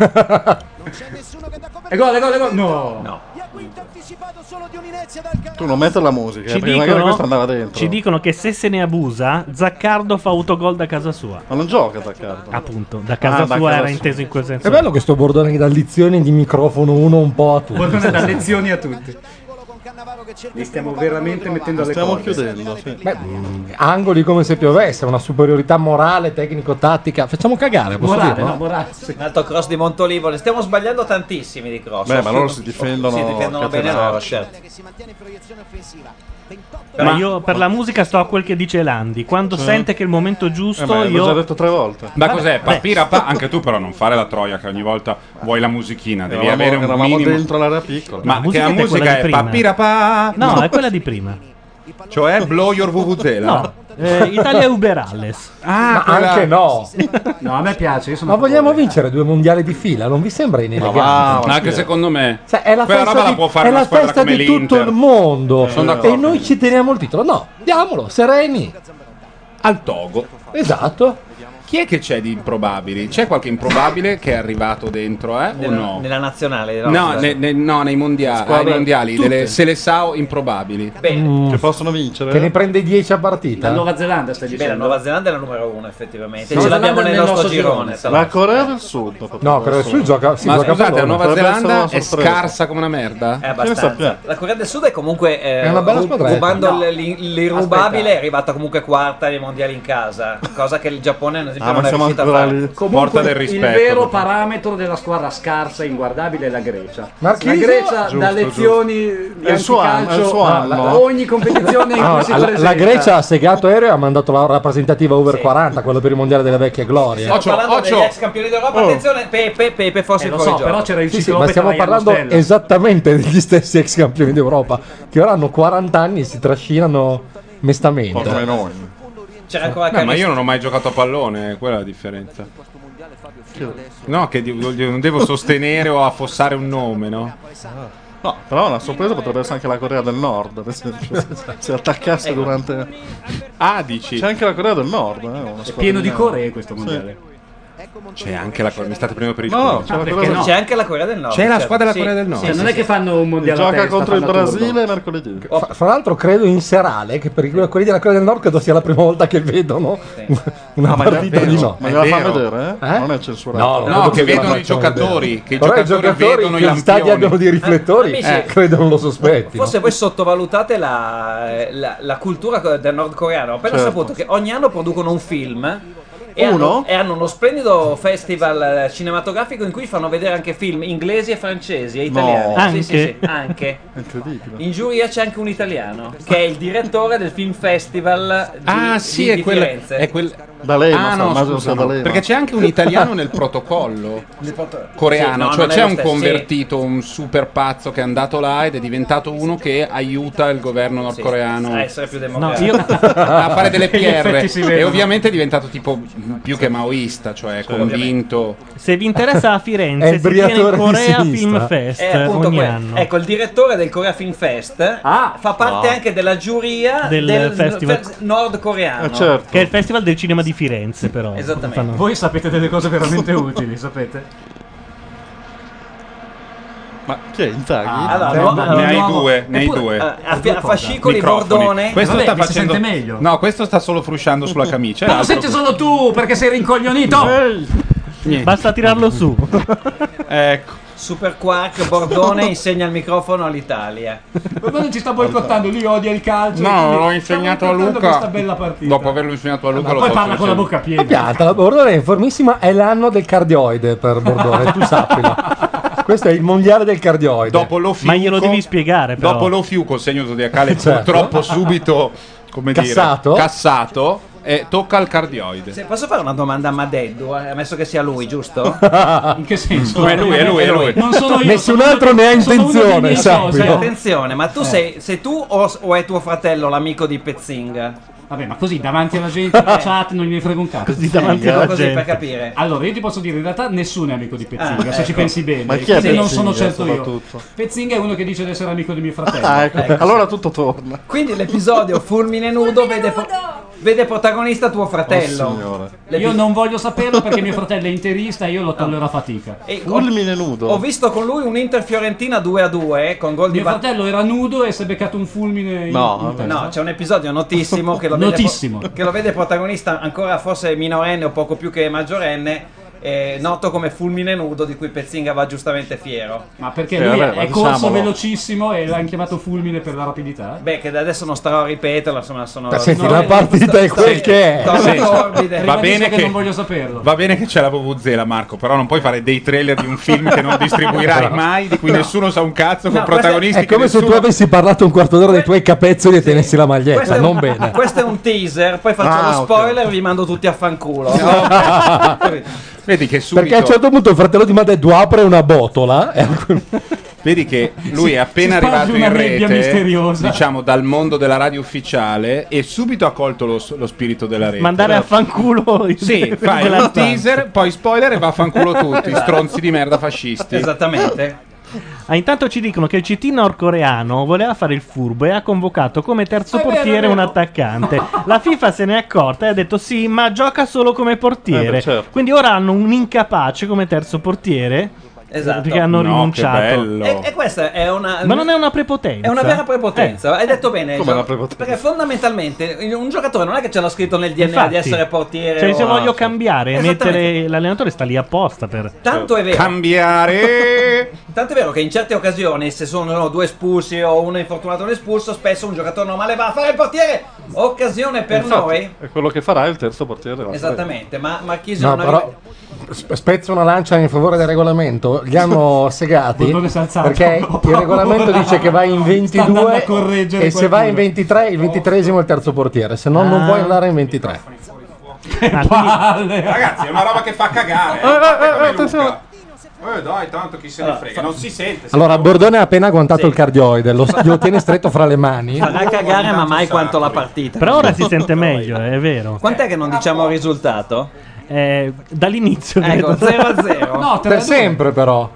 E gol, no. Tu non metti la musica, Ci perché magari questo andava dicono, dentro. ci dicono che se se ne abusa, Zaccardo fa autogol da casa sua. Ma non gioca Zaccardo. Appunto, da casa da sua casa era sua. inteso in quel senso. È bello questo bordone che dà lezioni di microfono uno un po' a tutti. Bordone da lezioni a tutti. Li stiamo veramente mettendo alle Stiamo corde. chiudendo, sì. Beh, angoli come se piovesse, una superiorità morale, tecnico-tattica. Facciamo cagare, posso Morale, dirlo? no, morale. Sì. Un altro cross di Montolivo. Ne stiamo sbagliando tantissimi di cross. Beh, ma loro si difendono. Si difendono bene loro, certo. Ma io per la musica sto a quel che dice Landi. Quando sente che è il momento giusto, ma l'ho io. già detto 3 volte. Ma cos'è? Papirapà? Anche tu però non fare la troia che ogni volta vuoi la musichina, devi avere un Eravamo minimo. dentro l'area piccola. Ma che la quella musica di è prima. papirapà? No, è quella di prima. Cioè Blow Your Vuvuzela? No, Italia Uberalles. Ma anche no. No, a me piace. Io sono Ma vogliamo vincere 2 mondiali di fila? Non vi sembra inelegante? Anche secondo me. Cioè, è la Quella festa, roba la di, può fare è una la squadra festa come di tutto l'Inter. il mondo. Sono d'accordo. E noi ci teniamo il titolo. No, diamolo, sereni. Al Togo. Esatto. Chi è che c'è di improbabili? C'è qualche improbabile che è arrivato dentro, o no? Nella nazionale. No, no, nei Squadre- mondiali, tutte. delle Seleção improbabili. Bene. Che possono vincere. Che ne prende 10 a partita. La Nuova Zelanda stai Beh, dicendo? la Nuova Zelanda è la numero 1 effettivamente. Nuova Ce l'abbiamo Zelanda nel nel nostro nostro girone. girone. La Corea del Sud. No, Corea del Sud gioca, si Ma gioca a scusate, la pallone. Nuova Potrebbe Zelanda essere è una sorpresa. scarsa come una merda? È abbastanza. sappiamo? La Corea del Sud è comunque È una bella squadretta. rubando No. l'irrubabile Aspetta. è arrivata comunque quarta ai mondiali in casa, cosa che il Giappone ad esempio Ah, ma non è siamo riuscito a ancora fare. lì. Comunque, Porta del il rispetto, vero dopo. parametro della squadra scarsa e inguardabile è la Grecia. Marchisio? La Grecia Giusto, dà lezioni di È il suo anno, anticalcio è il suo a anno. ogni competizione in No, cui si la presenta. Grecia ha segato aereo e ha mandato la rappresentativa over 40, quello per i mondiali delle vecchie glorie. Stiamo parlando Occhio. degli ex campioni d'Europa, attenzione, Pepe forse il Lo so, fuorigioco. però c'era il Sì, sì, ciclope ma stiamo Traiano parlando Stella. esattamente degli stessi ex campioni d'Europa che ora hanno 40 anni e si trascinano mestamente. Come noi. C'era ancora No, ma io non ho mai giocato a pallone, quella è la differenza. No, che non devo sostenere o affossare un nome, no? No, però una sorpresa potrebbe essere anche la Corea del Nord, ad esempio. Se attaccasse durante. Ah, dici? C'è anche la Corea del Nord, una È squadra pieno di di- Coree questo mondiale. C'è anche la mi state prendendo per il No, culo. c'è la perché Corea del no? C'è anche la Corea del Nord. C'è la certo. squadra della Sì, Corea del Nord. Cioè, non è che fanno un mondiale a Gioca testa, contro il fanno a turno. Brasile mercoledì. Fra l'altro credo in serale che per quelli della Corea del Nord credo sia la prima volta che vedono una ma è partita vero, di no. ma gliela fa vero. vedere? Eh? Non è censurato. No, No, credo che la vedono i facciano giocatori, vedere. che i Però giocatori vedono i che gli stadi lampioni. abbiano dei riflettori Amici, credo non lo sospetti. Forse voi sottovalutate la cultura del nordcoreano. Ho appena Certo. saputo che ogni anno producono un film. Uno? E hanno uno splendido festival cinematografico in cui fanno vedere anche film inglesi e francesi e italiani. No. Sì, sì, sì, anche. Incredibile. In giuria c'è anche un italiano che è il direttore del film festival di, Ah, sì, di è quel. Firenze. È quel... D'Alema, Ah, no, immagino scusa, sia no. D'Alema. Perché c'è anche un italiano nel protocollo coreano, Sì, no, cioè non è c'è lo un stesso, convertito, un super pazzo che è andato là ed è diventato uno che aiuta il governo nordcoreano a essere più No, democratico. io a fare delle Gli effetti si PR e vedono. ovviamente è diventato tipo più che maoista, cioè convinto. se vi interessa a È Firenze il si tiene il briatore di Corea sinistra. Film Fest È appunto ogni quello. anno. Ecco, il direttore del Korea Film Fest fa parte anche della giuria Del festival. nordcoreano. Certo. Che è il festival del cinema di Firenze, però. Esattamente. Fanno- Voi sapete delle cose veramente utili, sapete? Ma chi è Inzaghi? Allora, Ne hai nuovo- due, ne hai eppure, due. a fascicoli, Microfoni. Bordone. Questo Vabbè, sta mi si facendo sente meglio. No, questo sta solo frusciando sulla camicia. Ma lo l'altro- senti solo tu perché sei rincoglionito. Niente. Basta tirarlo su. Ecco. Super Quark Bordone insegna il microfono all'Italia. Bordone ci sta boicottando, lui odia il calcio. No, l'ho insegnato a Luca. Questa bella partita. Dopo averlo insegnato a Luca, lo poi posso parla con la insegnare. bocca piena. Pianta, la Bordone è informissima, è l'anno del cardioide per Bordone, tu sappilo. Questo è il mondiale del cardioide. Dopo lo fiuco, Ma glielo devi spiegare, però. Dopo lo fiuco, il segno zodiacale Certo. purtroppo subito, come Cassato? dire, cassato, e tocca al cardioide. Se posso fare una domanda a Madeddu, ammesso che sia lui, giusto? In che senso? È lui. Non sono io. Nessun altro ne ha intenzione, sappilo. Attenzione, ma tu sei tu o è tuo fratello l'amico di Pezzing? Vabbè, ma così davanti alla gente, alla chat, non gliene frega un cazzo. Così davanti alla Così gente. per capire. Allora, io ti posso dire, in realtà nessuno è amico di Pezzing, se ecco. ci pensi bene. Ma chi è Così non Pezzing, sono certo io. soprattutto? Pezzing è uno che dice di essere amico di mio fratello. Ah, ecco. Allora tutto torna. Quindi l'episodio Fulmine Nudo vede protagonista tuo fratello. Oh, signore. Io non voglio saperlo perché mio fratello è interista e io lo tollero a fatica. E Fulmine nudo. Ho visto con lui un Inter Fiorentina 2-2 con gol di Mio fratello era nudo e si è beccato un fulmine in testa. No, c'è un episodio notissimo che lo Notissimo. che lo vede protagonista ancora forse minorenne o poco più che maggiorenne, noto come Fulmine Nudo, di cui Pezzinga va giustamente fiero. Ma perché Sì, lui vabbè, ma è corso diciamolo. velocissimo e l'hanno chiamato fulmine per la rapidità? Beh, che da adesso non starò a ripeterlo, insomma, sono... Senti, No, la partita è quel che è. Torbide. Va bene che che non voglio saperlo. Va bene che c'è la VVZ, Marco, però non puoi fare dei trailer di un film che non distribuirai mai, di cui nessuno sa un cazzo, con No, protagonisti È come che se tu nessuno... avessi parlato un quarto d'ora dei tuoi capezzoli e tenessi la Questo maglietta, è non bene. Questo è un teaser, poi faccio Ah, lo ok. spoiler e vi mando tutti a fanculo. Vedi che subito... Perché a un certo punto il fratello di Madeddu apre una botola e Vedi che lui è appena si sparge arrivato una in nebbia rete, misteriosa. diciamo dal mondo della radio ufficiale, e subito ha colto lo spirito della rete. Mandare a fanculo Sì, fai quella un stanza. teaser, poi spoiler e va a fanculo tutti, stronzi di merda fascisti. Esattamente. Ah, intanto ci dicono che il CT nordcoreano voleva fare il furbo e ha convocato come terzo È vero, portiere è un vero. attaccante. La FIFA se n'è accorta e ha detto sì, ma gioca solo come portiere. beh, certo. Quindi ora hanno un incapace come terzo portiere. Esatto. Perché hanno No, rinunciato. che bello. E questa è una... Ma non è una prepotenza. È una vera prepotenza, hai detto bene. Come una prepotenza? Perché fondamentalmente un giocatore non è che ce l'ha scritto nel DNA Infatti. di essere portiere. Cioè, se o- voglio cambiare, Esattamente. mettere l'allenatore sta lì apposta per. Tanto è vero. Cambiare. Tanto è vero che in certe occasioni, se sono due espulsi o uno infortunato e uno espulso, spesso un giocatore normale va a fare il portiere. Occasione per Infatti, noi. è quello che farà il terzo portiere. Esattamente, ma Marchisio No, non però spezzo una lancia in favore del regolamento. Li hanno segati Bordone si è alzato. perché il regolamento dice che vai in Sta andando a 22 correggere e se vai in qualcuno. 23 il 23esimo è il terzo portiere, se no non puoi andare in 23. Palle. Ragazzi, è una roba che fa cagare. attenzione. Dai, tanto chi se ne frega, non si sente. Allora Bordone ha appena agguantato il cardioide, lo tiene stretto fra le mani. farà cagare, ma mai quanto la partita. Però ora si sente meglio, è vero. Quant'è che non diciamo il risultato? Dall'inizio. Ecco, credo. 0-0. No, Per sempre però.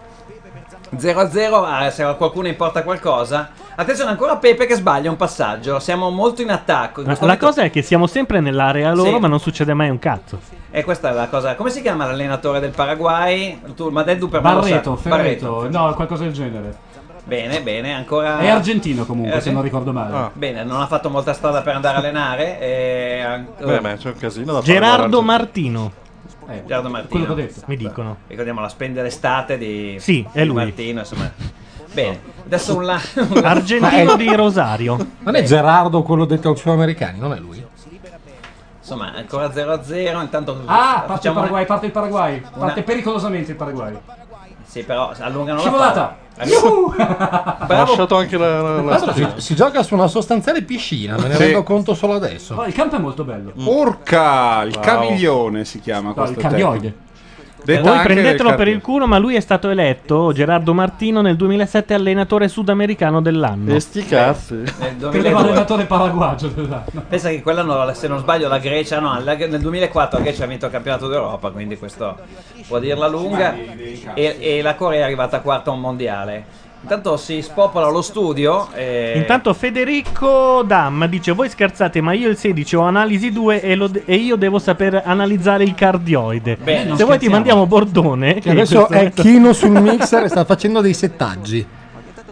0-0, se a qualcuno importa qualcosa. Attenzione, ancora Pepe che sbaglia un passaggio. Siamo molto in attacco. In questo La momento- cosa è che siamo sempre nell'area loro, Sì. ma non succede mai un cazzo. E questa è la cosa. Come si chiama l'allenatore del Paraguay? Tu, Madeddu per me lo sa. Barreto, Ferreto, no, qualcosa del genere. Bene, bene, ancora. È argentino comunque, se sì? non ricordo male. Bene, non ha fatto molta strada per andare a allenare. Beh, ma c'è un casino da fare. Gerardo guarda. Martino, Gerardo Martino. Quello che ho detto. mi dicono. Ricordiamo la spende l'estate di, Sì, è di lui. Martino, insomma. Bene, adesso un Argentino di Rosario. Non è Gerardo quello dei talk show americani, non è lui? Insomma, ancora 0-0. Intanto Ah, parte il facciamo Paraguay, parte il Paraguay. Una- Parte pericolosamente il Paraguay. Sì, però allungano Scivolata! la palla. Ha Bravo. lasciato anche Si gioca su una sostanziale piscina, me ne Sì. rendo conto solo adesso. Oh, il campo è molto bello. Urca, il caviglione si chiama No, questo il cardioide. Detta Voi anche prendetelo del per il culo, ma lui è stato eletto, Gerardo Martino, nel 2007 allenatore sudamericano dell'anno. E sti cazzi. Nel Credevo 2002. allenatore paraguagio dell'anno. Pensa che quell'anno, se non sbaglio, la Grecia, no, nel 2004 la Grecia ha vinto il campionato d'Europa, quindi questo può dirla lunga. E la Corea è arrivata quarta a un mondiale. Intanto si spopola lo studio. Intanto Federico Dam dice: voi scherzate, ma io il 16 ho analisi 2 e io devo saper analizzare il cardioide. Beh, non se vuoi ti scherziamo. mandiamo Bordone, Che adesso è chino sul mixer e sta facendo dei settaggi.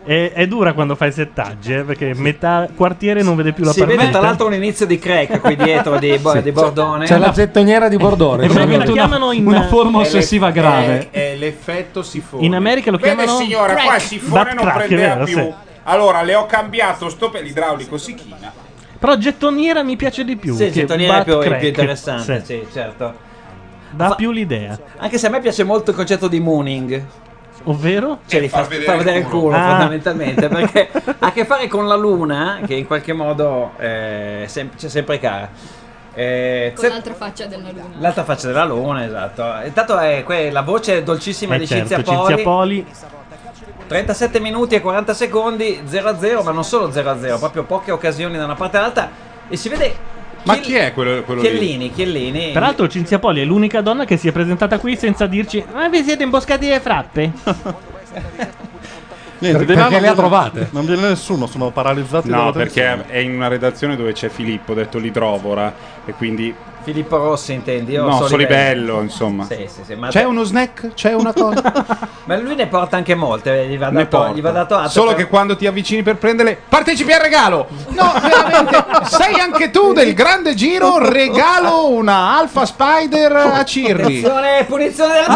È dura quando fai settaggi, perché metà quartiere non vede più la Si partita. vede tra l'altro un inizio di crack qui dietro di Bordone. C'è la gettoniera di Bordone. Una forma ossessiva grave. È l'effetto sifone. In America lo Vede, chiamano signora, qua il sifone butt non crack, prendeva vero? più. Sì. Allora le ho cambiato sto per l'idraulico si china. Però gettoniera mi piace di più. Sì, che gettoniera è più butt crack. interessante, Sì. sì, certo. Dà più l'idea. Anche se a me piace molto il concetto di mooning. Ovvero? Cioè di far vedere il culo Ah. fondamentalmente, perché ha a che fare con la luna, che in qualche modo c'è sempre cara. Con l'altra faccia della luna. L'altra faccia della luna, esatto. Intanto è la voce dolcissima di certo, Cinzia Cinzia Poli. 37 minuti e 40 secondi, 0-0, ma non solo 0-0, proprio poche occasioni da una parte all'altra. E si vede. Ma chi è quello lì? Chiellini. Peraltro Cinzia Poli è l'unica donna che si è presentata qui senza dirci: ma vi siete imboscati le frappe? Niente, Perché di là non le ha viene- trovate? Non viene nessuno, sono paralizzati No, dall'attenzione. perché è in una redazione dove c'è Filippo, detto l'idrovora, e quindi Filippo Rossi intendi? O no, Solibello, insomma. Sì, ma C'è uno snack? C'è una cosa? Ma lui ne porta anche molte, gli va Ne dato, porta. gli va dato atto. Solo per- che quando ti avvicini per prenderle, partecipi al regalo. No, veramente, sei anche tu del grande giro. Regalo una Alpha Spider a Cirri. Punizione del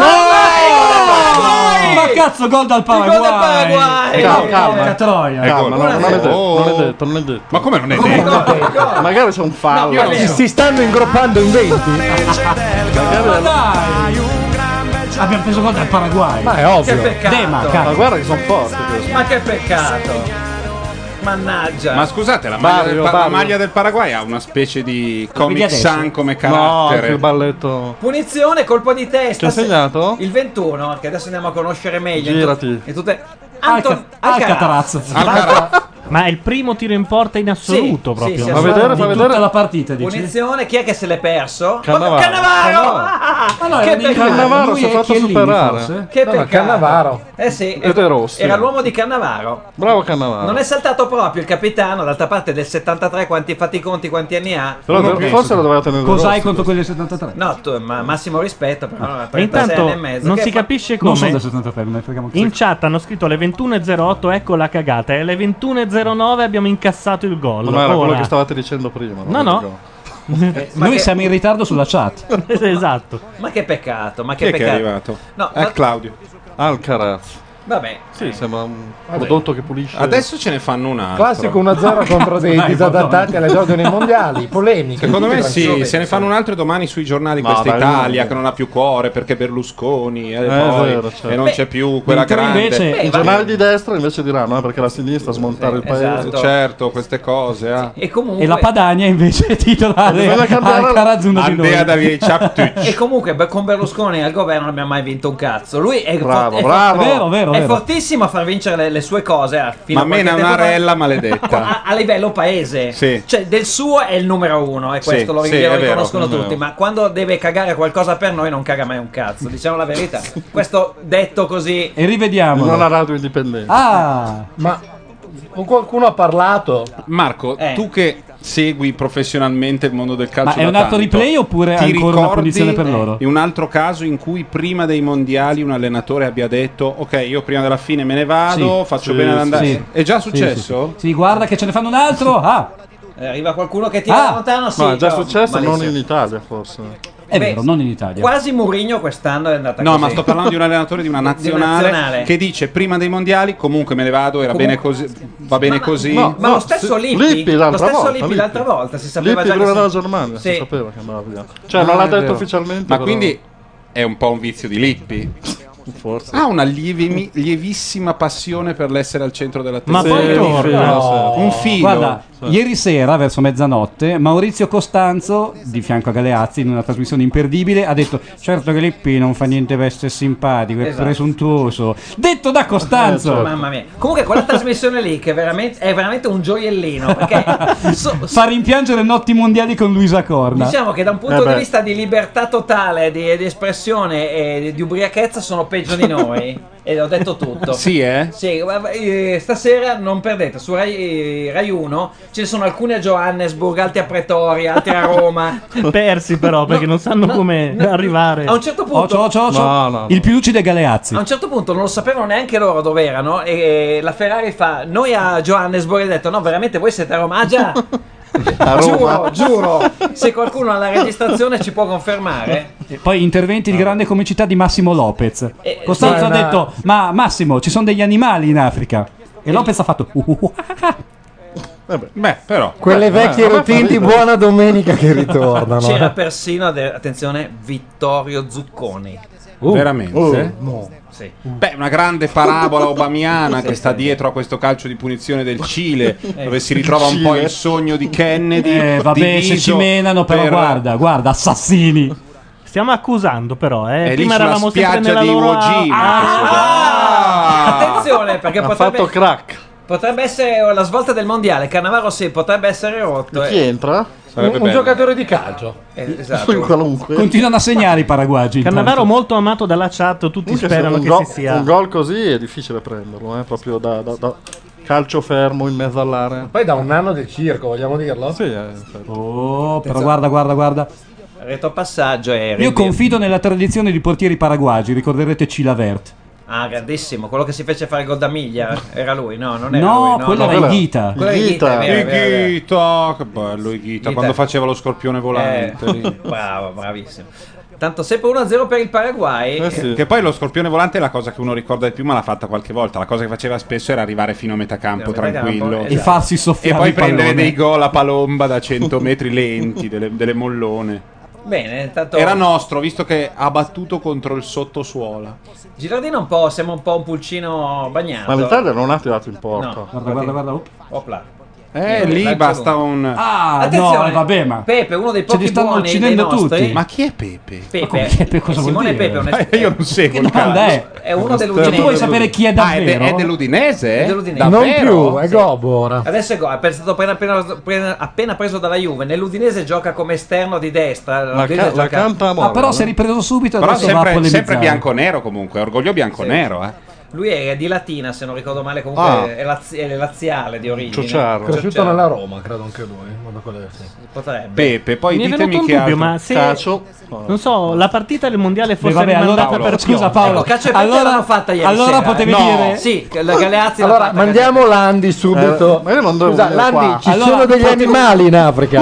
Ma cazzo, gol dal Paraguay! Gol del Paraguay! Calma, Troia. Calma, non è detto, Oh. non è detto, non è detto. Ma come non è detto? Magari c'è un fallo. Si stanno ingroppando in 20. Ma dai! Abbiamo preso gol dal Paraguay. Ma è Che ovvio. peccato! Dema, Ma cazzo. guarda che sono forti questi. Ma che peccato! Mannaggia! Ma scusate, la maglia del Paraguay ha una specie di Comic adesso? Sans come No, carattere. che balletto. Punizione, colpo di testa. Chi ha segnato? Il 21, che adesso andiamo a conoscere meglio. Girati. E tutte. Anton Alcaraz. Ma è il primo tiro in porta in assoluto, Sì, proprio. sì, Fa vedere, fa Di vedere. tutta la partita, dici? Punizione, chi è che se l'è perso? Cannavaro. Cannavaro! Ma no, Che era di peccato! Cannavaro lui si è e fatto Chiellini, superare. forse? Che No, ma peccato! Cannavaro. Eh sì, Ed è Rossi. era l'uomo di Cannavaro. Bravo Cannavaro. Non è saltato proprio il capitano, d'altra parte del 73, fatti i conti, quanti anni ha? Però Uno forse lo doveva tenere Cos'hai Rossi. contro quelli del 73? No, massimo rispetto, però a E 36 intanto anni e mezzo. non Che si fa? capisce Non sono come. del 73, non ne freghiamo In chat hanno scritto alle 21.08, ecco la cagata. E alle 21.09 abbiamo incassato il gol. Non era quello Ora. che stavate dicendo prima. No, no. Ma Noi che- siamo in ritardo sulla chat. Esatto. Ma che peccato, ma Chi che è che è peccato. arrivato? No, Claudio. Alcaraz. Vabbè. Sì, sembra un prodotto che pulisce. Adesso ce ne fanno un altro. Classico 1-0 contro dei disadattati all'esordio nei mondiali. Polemiche. Secondo me tutti sì, tranquilli. se ne fanno un altro domani sui giornali. No, Questa dai, Italia no. che non ha più cuore perché Berlusconi poi, vero, certo. e non c'è più quella Mentre grande. invece- I giornali di destra invece diranno perché la sinistra smontare il paese. esatto. Certo, queste cose. E comunque E la Padania invece è titolare Bisogna cambiare- Alcaraz uno di noi. Andrea Davide Ciaptucci. E comunque con Berlusconi al governo non abbiamo mai vinto un cazzo. Lui è, Bravo, è bravo. Vero. è fortissimo a far vincere le sue cose. Fino Ma a qualche mena tempo una fa. rella maledetta. A livello paese, Sì. cioè del suo è il numero uno, e Sì, questo lo sì, è vero. riconoscono tutti. Ma quando deve cagare qualcosa per noi, non caga mai un cazzo. Diciamo la verità. Questo detto così. E rivediamo. In una radio indipendente. Ah, Ma qualcuno ha parlato? Marco, tu che segui professionalmente il mondo del calcio, ma è da un altro tanto, replay oppure ti ancora una ricordi punizione per loro? in un altro caso in cui prima dei mondiali un allenatore abbia detto ok, io prima della fine me ne vado, Sì. faccio Sì, bene ad andare. sì. È già Sì, successo? sì. Sì, guarda che ce ne fanno un altro. Ah, Arriva qualcuno che tira Ah! lontano. Sì, No, è già però successo, non malissimo. in Italia forse. è Beh, vero, non in Italia. Quasi Mourinho quest'anno è andata No, così. ma sto parlando di un allenatore di una nazionale, che dice prima dei mondiali comunque me ne vado, era bene così, va bene così. No, Ma lo stesso Lippi l'altra lo stesso volta, Lippi l'altra volta si sapeva Lippi già prima che della Germania, Sì. si sapeva che andava via. Cioè non l'ha è detto vero. ufficialmente. Ma però- quindi è un po' un vizio di Lippi. Forse. Ha una lievissima passione per l'essere al centro Ma dell'attenzione. poi torna. No. Un filo. Guarda, ieri sera verso mezzanotte Maurizio Costanzo di fianco a Galeazzi in una trasmissione imperdibile ha detto certo che Lippi non fa niente per essere simpatico, è Esatto. presuntuoso, detto da Costanzo. Mamma mia. Comunque quella trasmissione lì che è veramente un gioiellino, perché fa rimpiangere notti mondiali con Luisa Corna. diciamo che da un punto di vista di libertà totale, di espressione e di ubriachezza sono peggio di noi. E ho detto tutto. Sì, Sì, stasera non perdete, su Rai 1 ce ne sono alcuni a Johannesburg, altri a Pretoria, altri a Roma. Persi però, perché non sanno come arrivare. A un certo punto Il più lucido è Galeazzi. A un certo punto non lo sapevano neanche loro dove erano e la Ferrari fa noi a Johannesburg, ha detto no veramente voi siete a Roma? Ah già. Giuro, se qualcuno alla registrazione ci può confermare. E poi interventi di grande comicità di Massimo Lopez. Costanzo ha detto ma Massimo ci sono degli animali in Africa e Lopez ha fatto Beh, però quelle vecchie routine di Buona Domenica che ritornano. C'era persino, attenzione, Vittorio Zucconi. Veramente? No. Sì. Beh, una grande parabola obamiana che sta dietro a questo calcio di punizione del Cile, dove si ritrova un po' il sogno di Kennedy. Vabbè, se ci menano, però guarda, assassini. Stiamo accusando però, È lì prima sulla eravamo sempre spiaggia nella di loro Iwo Jima. Attenzione, perché Ha potrebbe fatto crack. Potrebbe essere la svolta del mondiale. Cannavaro sì, potrebbe essere rotto. Chi entra? Un giocatore di calcio. Esatto. Qualunque. Continuano a segnare i paraguagi. Cannavaro molto amato dalla chat, tutti sperano che si sia. Un gol così è difficile prenderlo, proprio da calcio fermo in mezzo all'area. Poi da un anno del circo, vogliamo dirlo? Sì, però guarda. Retropassaggio e Io confido nella tradizione di portieri paraguagi, ricorderete Cilavert. Ah, grandissimo, quello che si fece fare il gol da miglia era lui, no? Non era No, lui, quello era Higuita. Quello era Higuita, è vero. Higuita, che bello Higuita, quando faceva lo scorpione volante. Bravo, bravissimo. Tanto sempre 1-0 per il Paraguay. Sì. Che poi lo scorpione volante è la cosa che uno ricorda di più, ma l'ha fatta qualche volta. La cosa che faceva spesso era arrivare fino a metà campo tranquillo E farsi soffiare e poi il pallone. prendere dei gol a palomba da 100 metri lenti, delle mollone. Bene, intanto Era nostro, visto che ha battuto contro il sottosuola. Gilardino sembra un po' un pulcino bagnato. Ma l'Italia non ha tirato in porta. No, Guarda. Opla. Lì basta un... Attenzione, no, vabbè, ma Pepe, uno dei ce li pochi stanno buoni uccidendo dei nostri. tutti. Ma chi è Pepe? Pepe, cosa vuol Simone dire? Pepe, Io non seguo Che il domanda calcio. è uno Cioè, dell'Udinese. tu vuoi sapere chi è davvero? È dell'Udinese? È dell'Udinese. Non Davvero? più, è Gobor. Adesso è è stato appena preso dalla Juve. Nell'Udinese gioca come esterno di destra. La canta a Ma però si è ripreso subito, Però adesso va a polemizzare. sempre bianco-nero comunque, orgoglio bianco-nero, Lui è di Latina, se non ricordo male, comunque è laziale di origine. Cresciuto nella Roma, credo anche lui. Potrebbe. Pepe, poi Mi è ditemi venuto un che dubbio, altro. ma se Calcio. non so, la partita del mondiale fosse vabbè, allora, rimandata per scusa pioggia. Paolo, Calcio e Pepe l'hanno fatta ieri allora sera, potevi No. dire Sì, la Galeazzi l'ha Allora, fatta. mandiamo Landi subito. ma io non devo Scusa, venire Landi, qua. ci Allora, sono degli animali in Africa.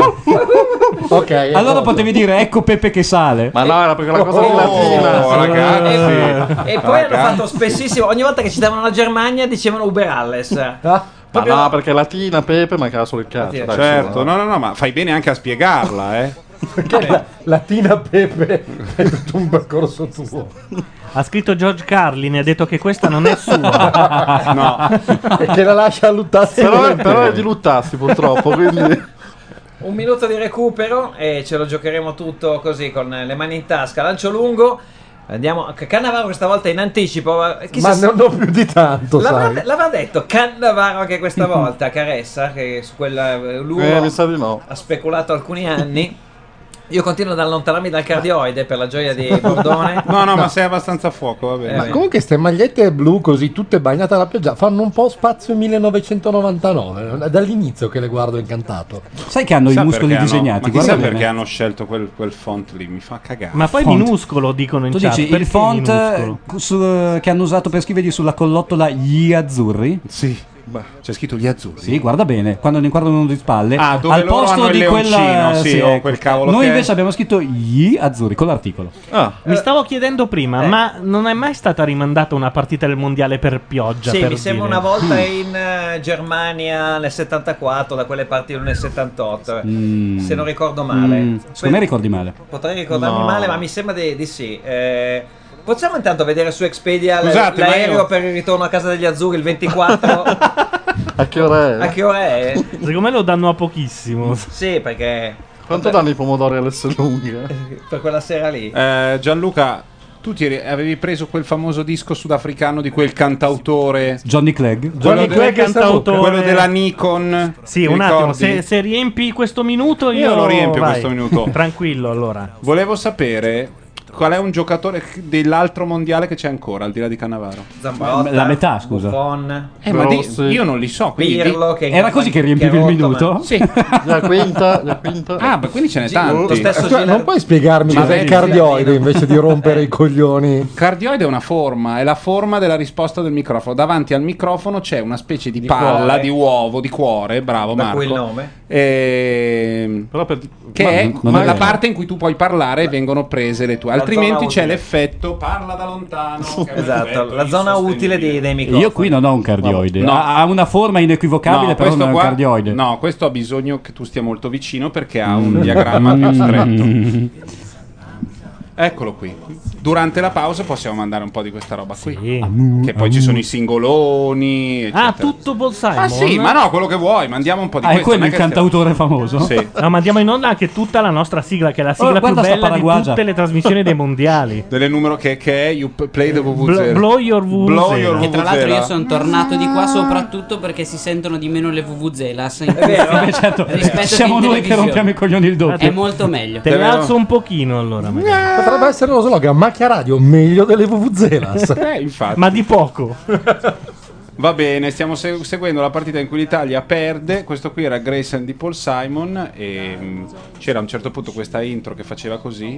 Ok. allora potevi dire ecco Pepe che sale. Ma no, era perché la cosa di Latina. Ragazzi. E poi hanno fatto spessissimo, ogni volta che citavano la Germania dicevano Uber Alles. Ma no, perché Latina, Pepe, mancava solo il calcio. Dai, Certo, su, no, ma fai bene anche a spiegarla, Perché Latina Pepe è tutto un percorso tuo. Ha scritto George Carlin e ha detto che questa non è sua. No. E che la lascia a Luttassi. Però è di Luttassi purtroppo, quindi... Un minuto di recupero e ce lo giocheremo tutto così con le mani in tasca. Lancio lungo. Andiamo. Cannavaro questa volta in anticipo. Ma non più di tanto, sai. L'avrà detto Cannavaro anche questa volta. Caressa, che su quella mi sa di no. ha speculato alcuni anni. Io continuo ad allontanarmi dal cardioide per la gioia di Bordone. No, ma sei abbastanza a fuoco, va bene. Ma comunque ste magliette blu così, tutte bagnate alla pioggia, fanno un po' spazio 1999. È dall'inizio che le guardo incantato. Sai che hanno i muscoli disegnati? Ma Guarda chissà bene. perché hanno scelto quel font lì, mi fa cagare. Ma poi Font. minuscolo dicono in Tu chat. dici il Perché font minuscolo? che hanno usato per scrivergli sulla collottola gli azzurri? Sì. C'è scritto gli azzurri. Sì, guarda bene, quando ne inquadrano uno di spalle. Ah, dove al loro posto hanno il di leoncino, quella sì, o quel cavolo Noi che è. invece abbiamo scritto gli azzurri con l'articolo. Mi stavo chiedendo prima, ma non è mai stata rimandata una partita del mondiale per pioggia? Sì, per mi sembra dire? una volta in Germania nel 74, da quelle parti nel 78, se non ricordo male. Secondo me ricordi male. Potrei ricordarmi No. male, ma mi sembra di sì. Possiamo intanto vedere su Expedia Scusate, ma l'aereo io- per il ritorno a casa degli azzurri il 24? A che ora è? A che ora è? Secondo me lo danno a pochissimo. Sì, perché Quanto danno i pomodori all'Esselunga? per quella sera lì. Gianluca, tu avevi preso quel famoso disco sudafricano di quel cantautore Johnny Clegg? Johnny Clegg è cantautore. quello della Nikon. Sì, ti un attimo, ricordi? se riempi questo minuto Io lo riempio vai. questo minuto. Tranquillo allora. Volevo sapere qual è un giocatore dell'altro mondiale che c'è ancora al di là di Cannavaro? Zambrotta, La metà, scusa. Buffon, Ma io non li so. Quindi Pirlo, che Era così che riempivi il minuto? Sì. La quinta. Ah, beh, quindi ce n'è tanti. Non puoi spiegarmi cos'è il cardioide invece di rompere i coglioni? Cardioide è una forma, è la forma della risposta del microfono. Davanti al microfono c'è una specie di palla, cuore. di uovo, di cuore, bravo Da Marco. cui il nome. Però Che è non è la vero. parte in cui tu puoi parlare e vengono prese le tue. La Altrimenti zona c'è utile. l'effetto parla da lontano. che è un Esatto, effetto la zona utile dei microfoni. Io qui non ho un cardioide. No. Ha una forma inequivocabile, però questo non è un qua- cardioide. No, questo ha bisogno che tu stia molto vicino perché ha un diagramma più stretto. Eccolo qui. Durante la pausa possiamo mandare un po' di questa roba qui. Che poi ci sono i singoloni. Eccetera. Ah, tutto Paul Simon? Ah sì, ma no, quello che vuoi, mandiamo un po' di Ah, è questo. quello non il è che stiamo- cantautore famoso? Sì. No, mandiamo in onda anche tutta la nostra sigla, che è la sigla più guarda sta bella di paraguagia. tutte le trasmissioni dei mondiali. Delle numero che è You Play the Vuvuzela. Blow Your Vuvuzela. Che tra l'altro io Vuvuzela. sono tornato di qua soprattutto perché si sentono di meno le vuvuzelas in Vabbè, certo. rispetto Siamo che in noi che televisione. rompiamo i coglioni il doppio. È molto meglio. Te le alzo un pochino allora. magari. Potrebbe essere lo slogan Macchia Radio meglio delle vuvuzelas. Infatti. Ma di poco. Va bene, stiamo seguendo la partita in cui l'Italia perde. Questo qui era Grayson di Paul Simon. E c'era a un certo punto questa intro che faceva così.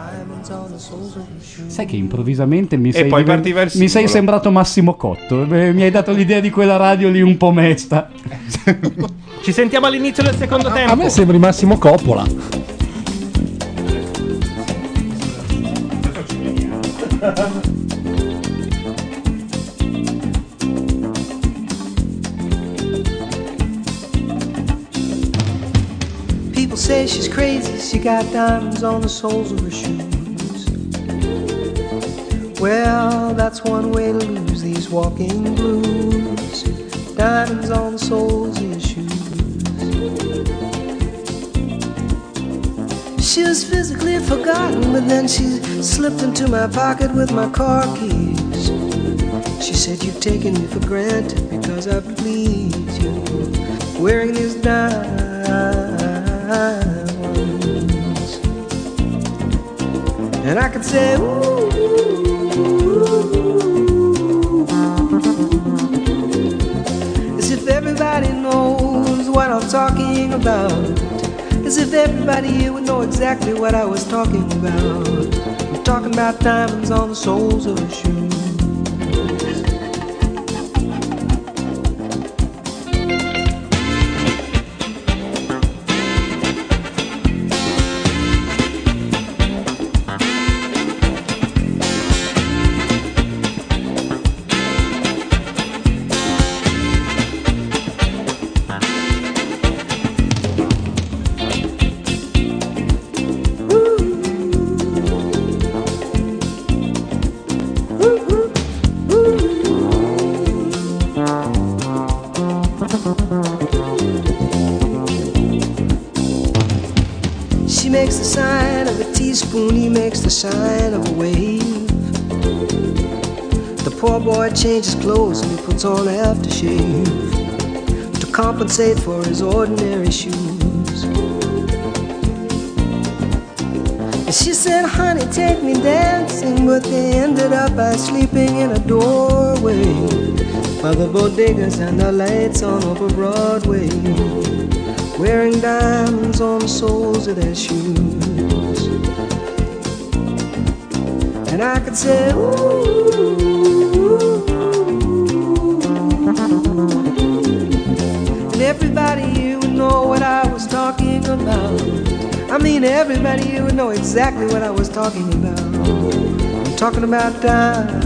Sai che improvvisamente mi E sei, poi partiva il mi sei singolo. sembrato Massimo Cotto. Mi hai dato l'idea di quella radio lì un po' mesta. Ci sentiamo all'inizio del secondo tempo. A me sembri Massimo Coppola. People say she's crazy, she got diamonds on the soles of her shoes. Well, that's one way to lose these walking blues. Diamonds on the soles of your shoes. She was physically forgotten, but then she slipped into my pocket with my car keys. She said, "You've taken me for granted because I please you, wearing these diamonds." And I could say, ooh, as if everybody knows what I'm talking about. As if everybody here would know exactly what I was talking about. I'm talking about diamonds on the soles of her shoes. She makes the sign of a teaspoon, he makes the sign of a wave. The poor boy changes clothes and he puts on aftershave to compensate for his ordinary shoes. And she said, honey, take me dancing, but they ended up by sleeping in a doorway by the bodegas and the lights on over Broadway, wearing diamonds on the soles of their shoes. And I could say, ooh, and everybody here would know what I was talking about. I mean, everybody here would know exactly what I was talking about. I'm talking about diamonds.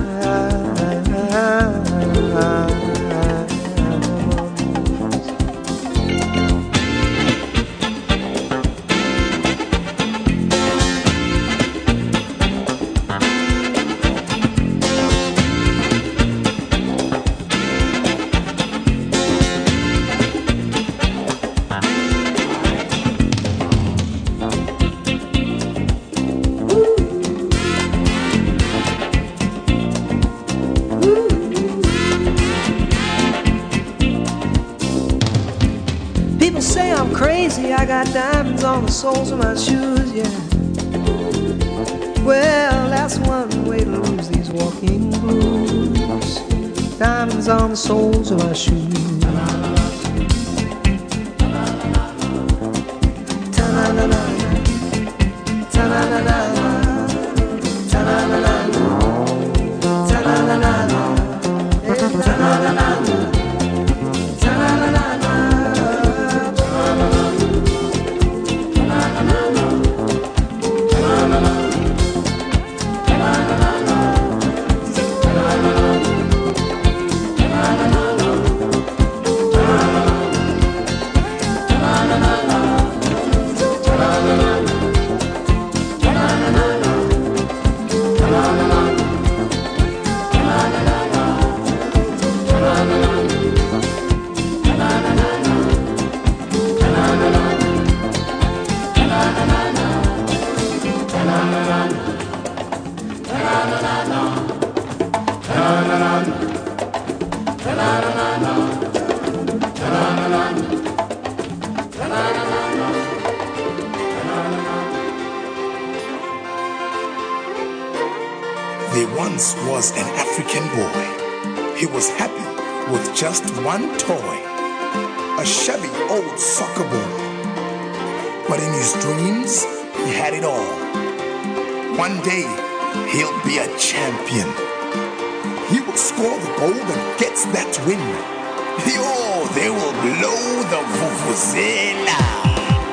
People say I'm crazy, I got diamonds on the soles of my shoes, yeah. Well, on the soles of our shoes. Ta-na-na-na, ta-na-na-na, ta-na-na-na, ta-na-na-na, ta-na-na-na, ta-na-na-na. There once was an African boy. He was happy with just one toy, a shabby old soccer ball. But in his dreams, he had it all. One day, he'll be a champion. He will score the goal that gets that win. Oh, they will blow the vuvuzela.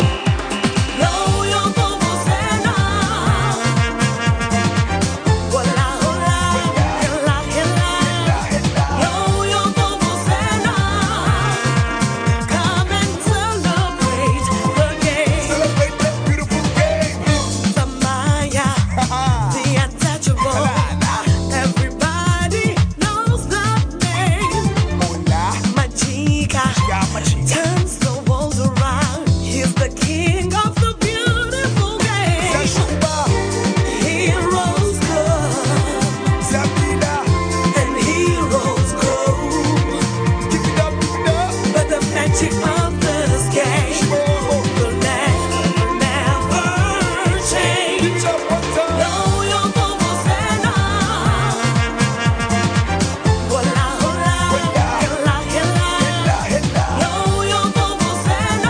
Turns the walls around. He's the king of the beautiful game. Heroes come and heroes go. But the magic of this game will never change. Know your vuvuzela. Hola, hola, hola, hola. Know your vuvuzela.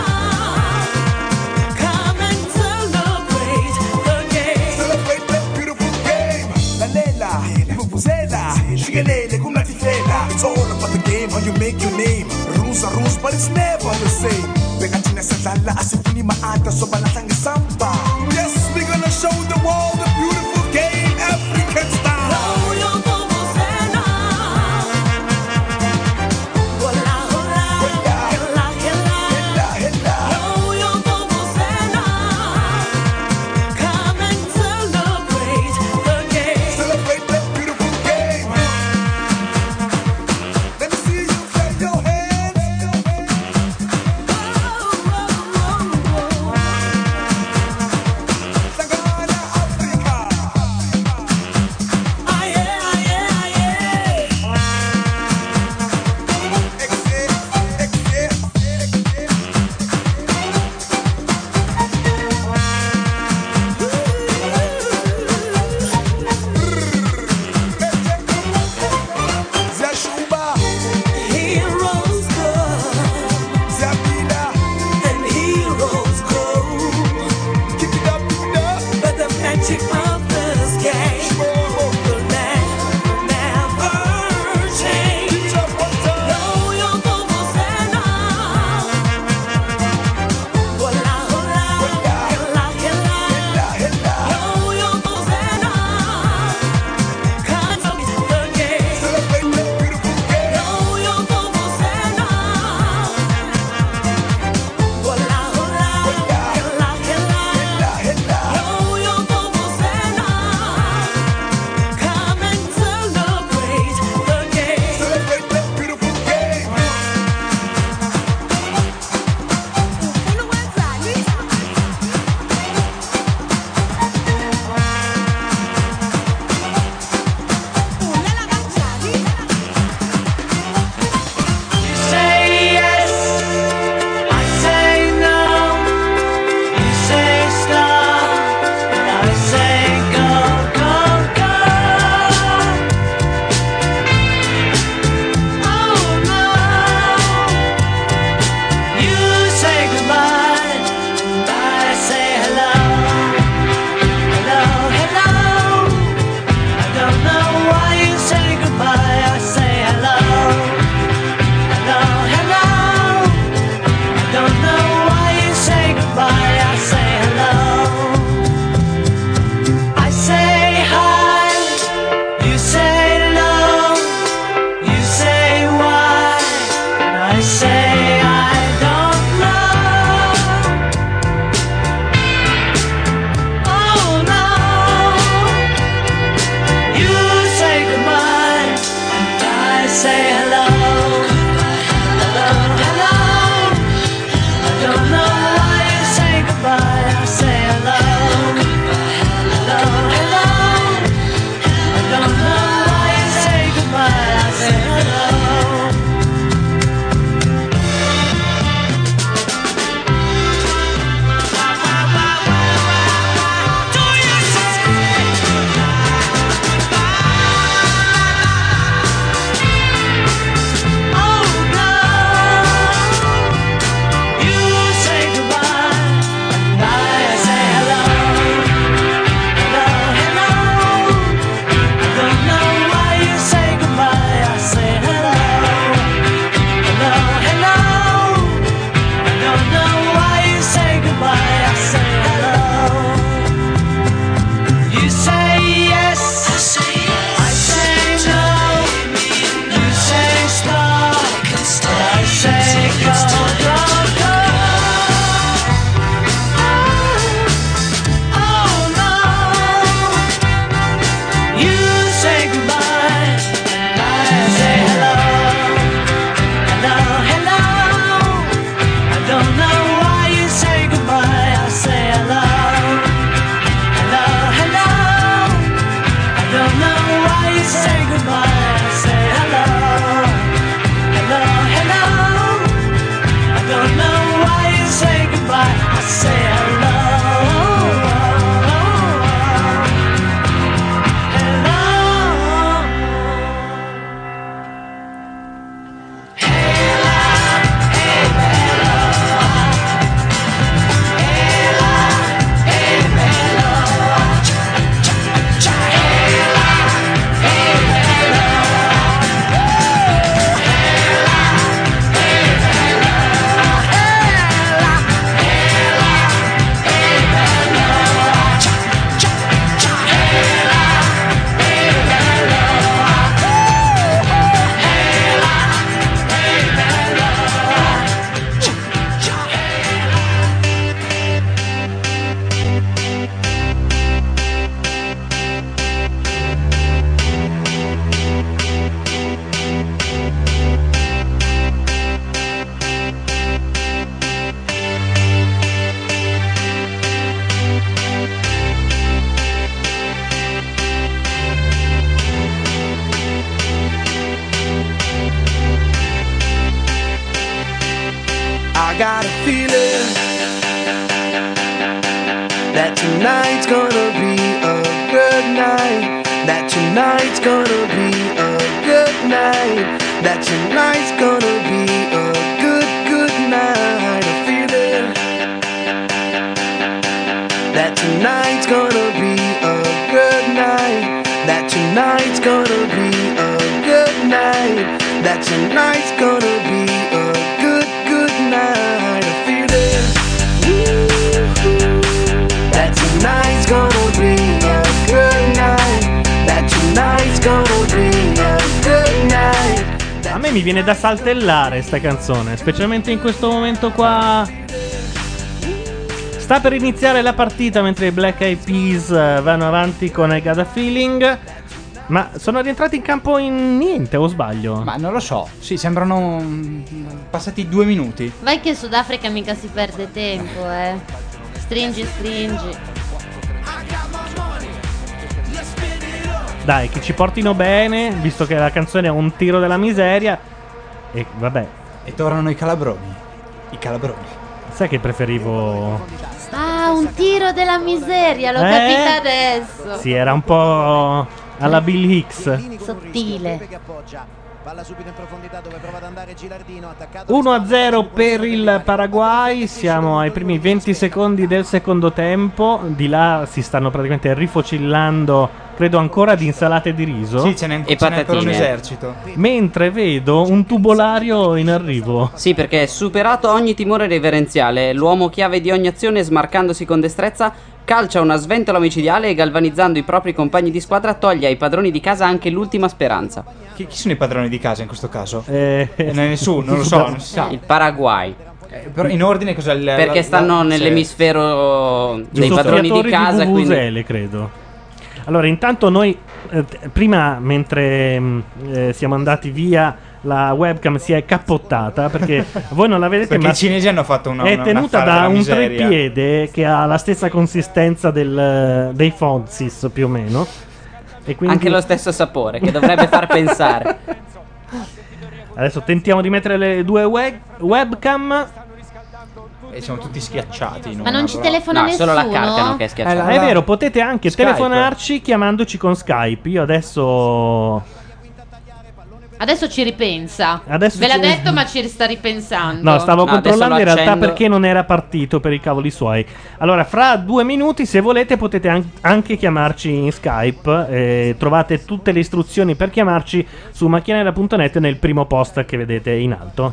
Come and celebrate the game. Celebrate the beautiful game. La lela, vuvuzela, shigelele kunatifela. It's all about the game, how you make your name. Rules are rules, but it's never the same. Bekatina sadala asifuni maata so balatang samba. Yes, we're gonna show the world the beautiful game, African style. Know your vuvuzela. Hola, hola, hola, hola. Know your vuvuzela. Come and celebrate the game. Celebrate the beautiful game. Let me see you clap your hands. tonight's gonna be a good night. That tonight's gonna be a good night. That tonight's gonna be a good night. I feel it. That tonight's gonna be a good night. That tonight's gonna be a good night. That tonight's gonna be a good night. I feel it. That tonight's gonna be a good night. That tonight's gonna be a good night. A me mi viene da saltellare sta canzone, specialmente in questo momento qua. Sta per iniziare la partita mentre i Black Eyed Peas vanno avanti con I Got a Feeling. Ma sono rientrati in campo in niente, o sbaglio? Ma non lo so. Sì, sembrano passati 2 minuti. Vai che in Sudafrica mica si perde tempo, Stringi. Dai, che ci portino bene, visto che la canzone è un tiro della miseria. E vabbè. E tornano i calabroni. I calabroni. Sai che preferivo... Ah, un tiro della miseria, l'ho capita adesso. Sì, era un po' alla Bill Hicks. Sottile. 1-0 per il Paraguay. Siamo ai primi 20 secondi del secondo tempo. Di là si stanno praticamente rifocillando, credo ancora di insalate di riso. Sì, ce n'è per un esercito. Mentre vedo un tubolario in arrivo. Sì, perché superato ogni timore reverenziale, l'uomo chiave di ogni azione, smarcandosi con destrezza, calcia una sventola micidiale e, galvanizzando i propri compagni di squadra, toglie ai padroni di casa anche l'ultima speranza. Chi sono i padroni di casa in questo caso? Nessuno, non lo so, non si sa. Il Paraguay. Però in ordine cos'è il... Perché stanno nell'emisfero dei padroni di casa, di quindi... credo. Allora, intanto noi prima, mentre siamo andati via, la webcam si è cappottata perché voi non la vedete, perché ma i cinesi hanno fatto è tenuta da un treppiede che ha la stessa consistenza dei Fonzis più o meno, e quindi... anche lo stesso sapore, che dovrebbe far pensare. Adesso tentiamo di mettere le due webcam. E siamo tutti schiacciati. Ma non ci telefona nessuno? Solo la carcano che è schiacciata. È vero, potete anche Skype. telefonarci chiamandoci con Skype. Io Adesso ci ripensa. Adesso Ve l'ha ci- detto, ma ci sta ripensando. No, stavo controllando in adesso lo realtà accendo. perché non era partito per i cavoli suoi. Allora, fra 2 minuti, se volete, potete anche chiamarci in Skype. Trovate tutte le istruzioni per chiamarci su macchinera.net nel primo post che vedete in alto.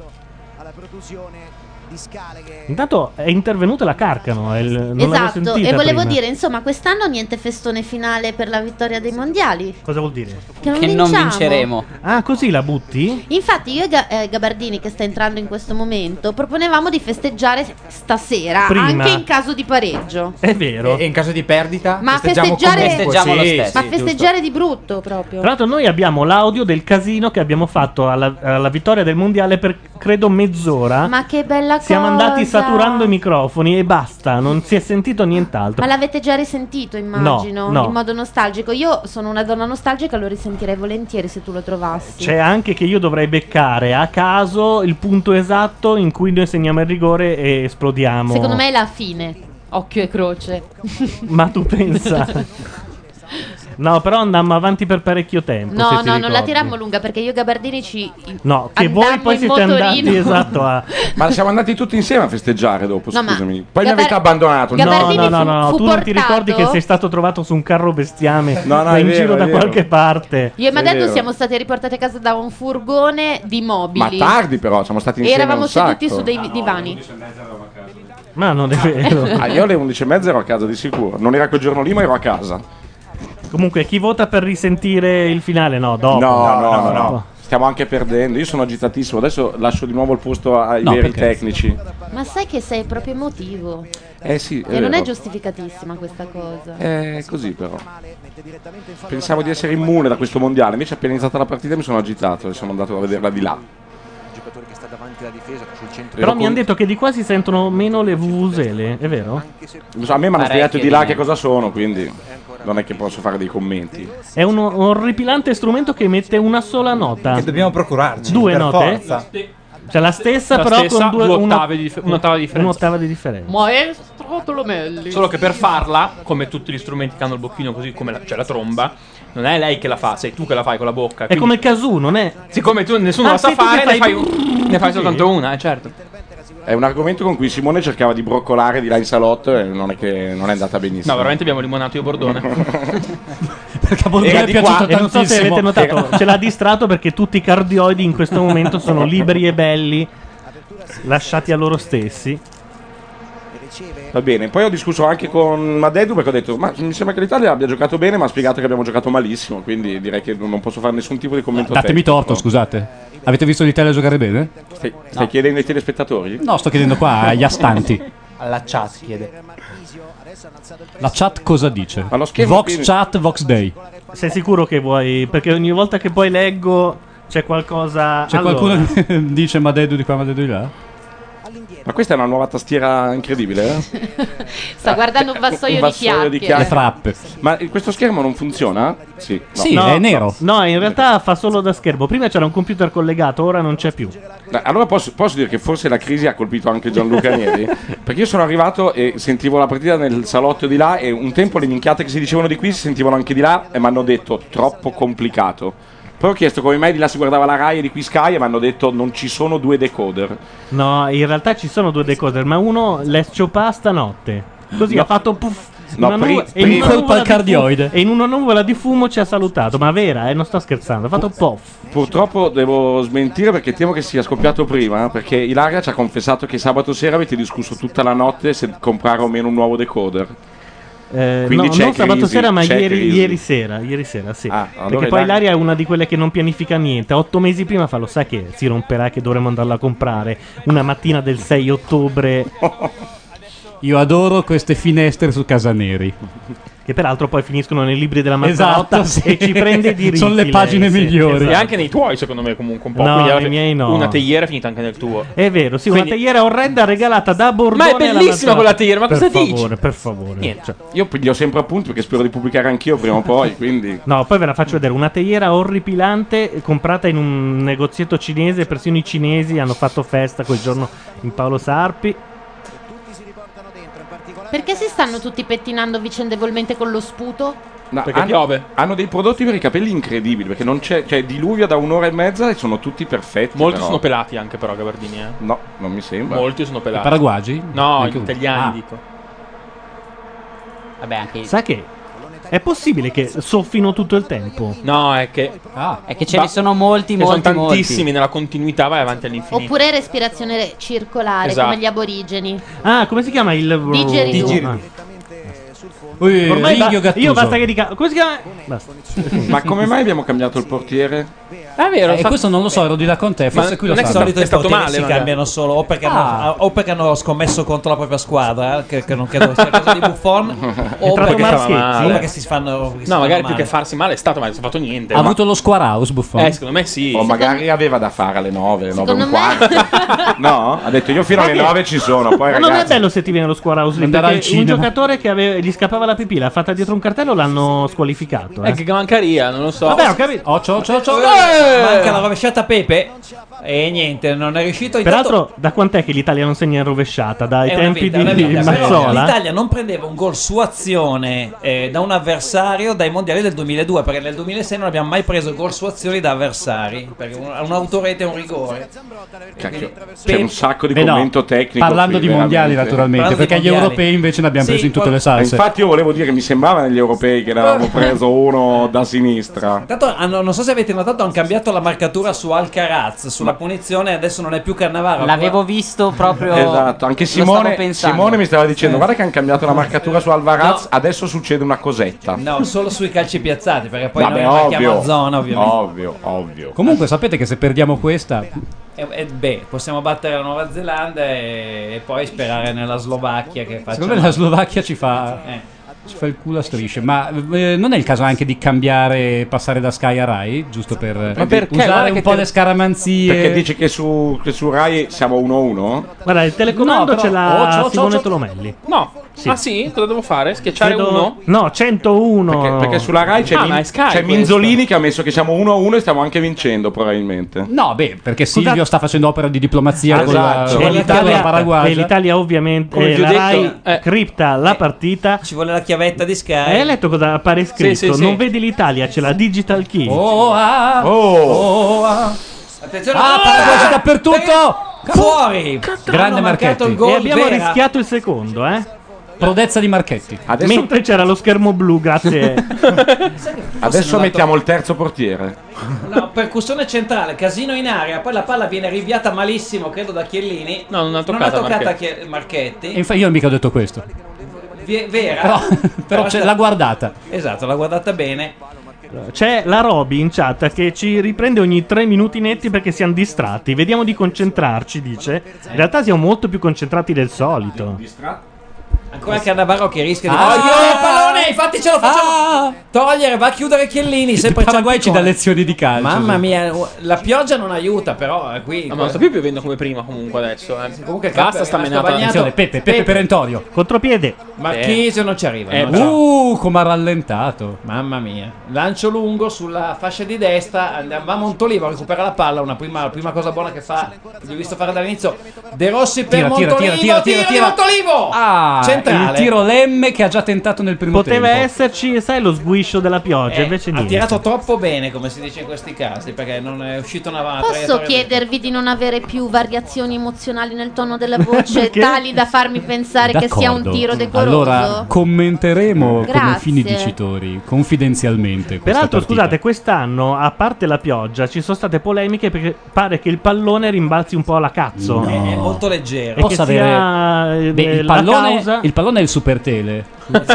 Intanto è intervenuta la Carcano. Non l'avevo Esatto, sentita e volevo prima. dire, insomma, quest'anno niente festone finale per la vittoria dei mondiali. Cosa vuol dire? Che non vinciamo. Ah, così la butti? Infatti io e Gabardini, che sta entrando in questo momento, proponevamo di festeggiare stasera, Prima. anche in caso di pareggio. È vero. E in caso di perdita? Ma festeggiamo festeggiare, comunque. ma festeggiare di brutto proprio. Tra l'altro noi abbiamo l'audio del casino che abbiamo fatto alla vittoria del mondiale per credo mezz'ora. Ma che bella cosa. Siamo andati saturando i microfoni e basta, non si è sentito nient'altro. Ma l'avete già risentito, immagino, No. in modo nostalgico. Io sono una donna nostalgica, lo risentirei volentieri se tu lo trovassi. C'è anche che io dovrei beccare a caso il punto esatto in cui noi segniamo il rigore e esplodiamo. Secondo me è la fine. Occhio e croce. Ma tu pensa? No, però andammo avanti per parecchio tempo. No, se ti no, non la ricordi. tirammo lunga perché io e Gabardini ci No, che voi andammo poi in siete andati motorino. esatto a... Ma siamo andati tutti insieme a festeggiare dopo, No, ma scusami. Poi mi avete abbandonato. No, Gabardini no, fu tu non ti ricordi portato? che sei stato trovato su un carro bestiame No, no, è in vero, giro è da vero. qualche parte. Io e È Madeddu vero. siamo stati riportati a casa da un furgone di Ma mobili. tardi però, siamo stati E insieme eravamo un sacco. seduti su dei divani. Ma non è vero. Io alle 11:30 ero a casa di sicuro. Non era quel giorno lì, ma ero a casa. Comunque, chi vota per risentire il finale? No, dopo. No. Stiamo anche perdendo. Io sono agitatissimo. Adesso lascio di nuovo il posto ai No, veri perché? tecnici. Ma sai che sei proprio emotivo. Sì, E non è vero. giustificatissima questa cosa. È così però. Pensavo di essere immune da questo mondiale. Invece appena iniziata la partita mi sono agitato e sono andato a vederla di là. Però mi hanno detto che di qua si sentono meno le vuvuzele, è vero? A me mi hanno spiegato di là Parecchie, che cosa sono, quindi non è che posso fare dei commenti. È un orripilante strumento che emette una sola nota. Che dobbiamo procurarci. Due per note? forza. Cioè la stessa, La però stessa, con un'ottava di differenza. Un'ottava di differenza. Maestro Tolomelli. Solo che per farla, come tutti gli strumenti che hanno il bocchino, così come c'è la tromba, non è lei che la fa, sei tu che la fai con la bocca. È come il kazoo, non è? Siccome tu nessuno la sa sì, tu fare, che ne fai Sì. soltanto una, certo. È un argomento con cui Simone cercava di broccolare di là in salotto e non è andata benissimo. No, veramente abbiamo limonato io Bordone. Perché a Bordone Era è di piaciuto qua, E non so se avete tantissimo. notato, ce l'ha distratto perché tutti i cardioidi in questo momento sono liberi e belli, lasciati a loro stessi. Va bene, poi ho discusso anche con Madeddu perché ho detto ma mi sembra che l'Italia abbia giocato bene ma ha spiegato che abbiamo giocato malissimo, quindi direi che non posso fare nessun tipo di commento Datemi tecnico. torto, scusate. Avete visto l'Italia giocare bene? Stai chiedendo ai telespettatori? No, sto chiedendo qua agli astanti. Alla chat chiede. La chat cosa dice? Ma lo schermo Vox quindi- chat, Vox Day. Sei sicuro che vuoi? Perché ogni volta che poi leggo c'è qualcosa. C'è Allora, qualcuno che dice Madeddu di qua, Madeddu di là? Ma questa è una nuova tastiera incredibile, Sta guardando un vassoio, Un vassoio di chiacchiere. Le frappe. Ma questo schermo non funziona? Sì. No. Sì, è nero. No, in realtà fa solo da schermo. Prima c'era un computer collegato, ora non c'è più. Allora posso dire che forse la crisi ha colpito anche Gianluca Neri? Perché io sono arrivato e sentivo la partita nel salotto di là e un tempo le minchiate che si dicevano di qui si sentivano anche di là e mi hanno detto troppo complicato. Poi ho chiesto come mai di là si guardava la Rai e di qui Sky e mi hanno detto non ci sono 2 decoder. No, in realtà ci sono 2 decoder, ma uno l'è sciopà stanotte. Così No. ha fatto puff. No, una nuvola- prima- in una colpa nuvola al di cardioide. fumo- E in una nuvola di fumo ci ha salutato. Ma vera, non sto scherzando. Ha fatto puff. Purtroppo devo smentire perché temo che sia scoppiato prima, perché Ilaria ci ha confessato che sabato sera avete discusso tutta la notte se comprare o meno un nuovo decoder. Quindi No, c'è non sabato crisi, sera, ma c'è ieri, crisi. ieri sera, sì. allora Perché poi Ilaria- Ilaria è una di quelle che non pianifica niente. 8 mesi prima fa, lo sai che si romperà che dovremmo andarla a comprare una mattina del 6 ottobre. Io adoro queste finestre su Casaneri. Che peraltro poi finiscono nei libri della Mazzarotta Esatto, sì. e ci prende i diritti. Sono le pagine lei, sì, migliori. E esatto. anche nei tuoi, secondo me, comunque un po'. No, Quindi alla nei fine miei no. Una teiera è finita anche nel tuo. È vero, sì, Quindi- una teiera orrenda regalata da Bordone. Ma è alla bellissima Mazzarotta. quella teiera, ma cosa per dici? favore, per favore. Niente. Cioè, Io piglio sempre appunti perché spero di pubblicare anch'io prima o poi, quindi... no, poi ve la faccio vedere. Una teiera orripilante comprata in un negozietto cinese. Persino i cinesi hanno fatto festa quel giorno in Paolo Sarpi. Perché si stanno tutti pettinando vicendevolmente con lo sputo? No, Perché piove. Hanno dei prodotti per i capelli incredibili, perché non c'è, cioè diluvia da 1 ora e mezza e sono tutti perfetti. Molti però. sono pelati anche, però, Gabardini. No, non mi sembra. Molti sono pelati. I paraguagi? No, Anche gli uno. italiani, Ah. dico. Vabbè, anche. Sa che è possibile che soffino tutto il tempo? No, è che. È che ce ne sono molti, Ce ne sono molti, molti. tantissimi nella continuità, vai avanti all'infinito. Oppure respirazione circolare, Esatto. come gli aborigeni. Ah, come si chiama il Digeridoo. Ah. Ui, Ormai Ringhio Gattuso. io basta che dica. Come si chiama? Basta. Ma come mai abbiamo cambiato il portiere? È vero, questo non lo so, ero di là con te, forse qui lo Di sa. solito è i stato portieri male, si magari. cambiano solo o perché hanno scommesso contro la propria squadra, che non credo sia cosa di Buffon, o proprio perché, Marchetti. o perché si fanno. No, magari più che farsi male è stato, ma non si è fatto niente. Ha avuto lo square house, Buffon? Secondo me sì. O magari aveva da fare alle 9, 9 e un Secondo quarto. No? Ha detto io fino alle 9 ci sono, poi Ma non è ragazzi... bello se ti viene lo square house lì, Andare al perché un cinema. giocatore che gli scappava la pipì, l'ha fatta dietro un cartello, l'hanno squalificato. È che mancaria, non lo so. Vabbè, ho capito. Manca la rovesciata a Pepe e niente, non è riuscito. Intanto Peraltro, da quant'è che l'Italia non segna in rovesciata? Dai è una tempi vita, è una di vita. Però Mazzola? l'Italia non prendeva un gol su azione da un avversario dai mondiali del 2002, perché nel 2006 non abbiamo mai preso gol su azioni da avversari, perché un'autorete è un rigore. Cacchio, c'è un sacco di Beh, no, commento tecnico. parlando qui, di mondiali, veramente. naturalmente, Parlando perché di gli mondiali. europei invece ne abbiamo Sì, preso in tutte le Ma salse. infatti io volevo dire che mi sembrava negli europei che ne avevamo preso uno da sinistra. Tanto non so se avete notato, hanno cambiato la marcatura su Alcaraz, sulla punizione, adesso non è più Cannavaro. L'avevo visto proprio. Esatto, anche lo stavo Simone, pensando. Simone mi stava dicendo guarda che hanno cambiato la marcatura su Alvaraz, No. adesso succede una cosetta. No, solo sui calci piazzati, perché poi Vabbè, noi marchiamo ovvio, a zona, ovviamente. ovvio. Comunque sapete che se perdiamo questa Beh, possiamo battere la Nuova Zelanda e poi sperare nella Slovacchia che faccia. secondo me la Slovacchia ci fa il culo a strisce. Ma non è il caso anche di cambiare, passare da Sky a Rai, giusto per perché? usare Guarda un che po' te- le scaramanzie? Perché dici che su Rai siamo 1-1? Guarda, il telecomando No, però- ce l'ha Oh, Simone Tolomelli. No, Sì. Ah sì? Cosa devo fare? Schiacciare Credo- uno? No, 101. Perché sulla Rai c'è, ma è Sky questo. Minzolini che ha messo che siamo 1-1 e stiamo anche vincendo probabilmente. No, beh, perché Silvio sta facendo opera di diplomazia con la, Esatto. con l'Italia Paraguay. E l'Italia ovviamente Come vi ho la detto, Rai cripta la partita. Ci vuole la chiavetta di Sky. Hai letto cosa appare scritto? Sì, sì, sì. Non vedi l'Italia, c'è la Digital Key. Attenzione, Paraguay dappertutto! Fuori! Grande Marchetti. Il gol, E abbiamo Vera. rischiato il secondo, Prodezza di Marchetti. Mentre c'era lo schermo blu, grazie. Adesso mettiamo il terzo portiere. No, percussione centrale, casino in area, poi la palla viene rinviata malissimo, credo da Chiellini. No, non ha toccata Marchetti. E infatti io non mica ho detto questo. Vera. Però l'ha guardata. Esatto, l'ha guardata bene. C'è la Roby in chat che ci riprende ogni 3 minuti netti perché siamo distratti. Vediamo di concentrarci, dice. In realtà siamo molto più concentrati del solito. Ancora Cannavaro che rischia di Ah! togliere il pallone, infatti ce lo facciamo togliere, va a chiudere Chiellini, sempre Paraguay ci dà Ciampicone. lezioni di calcio. Mamma mia, la pioggia non aiuta però qui. Ma non sta più piovendo come prima comunque adesso. Comunque il basta campo sta è rimasto menata. bagnato. Attenzione, Pepe Perentorio. Contropiede. Marchisio non ci arriva. Come ha rallentato. Mamma mia. Lancio lungo sulla fascia di destra. Va Montolivo, recupera la palla. Una prima cosa buona che fa. L'ho visto fare dall'inizio. De Rossi per Montolivo. Tiro di Montolivo. Centrale. Il tiro Lemme che ha già tentato nel primo Poteva tempo. esserci, sai, lo sguiscio della pioggia, invece ha niente. tirato troppo bene, come si dice in questi casi, perché non è uscito una Posso traiettoria. chiedervi di non avere più variazioni emozionali nel tono della voce Perché? tali da farmi pensare che sia un D'accordo. tiro decoroso? Allora commenteremo come Grazie. fini dicitori, confidenzialmente. questa Peraltro, partita. scusate, quest'anno, a parte la pioggia, ci sono state polemiche perché pare che il pallone rimbalzi un po' alla cazzo. È molto leggero. E che sia il la pallone, causa. il pallone è il super tele.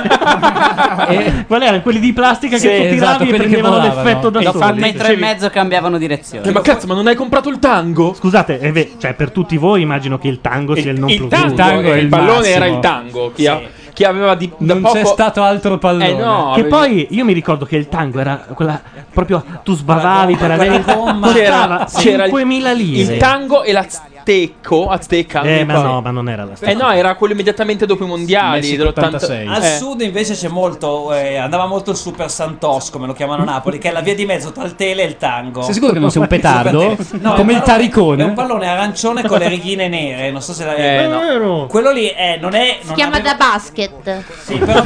Qual erano quelli di plastica Sì, che tu tiravi esatto, e quelli che prendevano volavano. l'effetto da Dopo soli? un metro e mezzo cambiavano direzione. Ma cazzo, ma non hai comprato il tango? Scusate, cioè per tutti voi immagino che il tango sia il non plus tango, ultra. il pallone era il tango. Chi aveva da Non poco... c'è stato altro pallone. no, Che poi io mi ricordo che il tango era quella proprio tu sbavavi per avere costava 5.000 lire. il tango e l'azteca. Ma non era la stessa. No, era quello immediatamente dopo i mondiali dell'86. Al sud invece c'è molto, andava molto il Super Santos, come lo chiamano a Napoli, che è la via di mezzo tra il tele e il tango. Sei sicuro che non sia un petardo? No, Come il taricone? È un pallone arancione con le righine nere, non so se l'hai no. Quello lì non è... Si chiama da basket. Sì, però...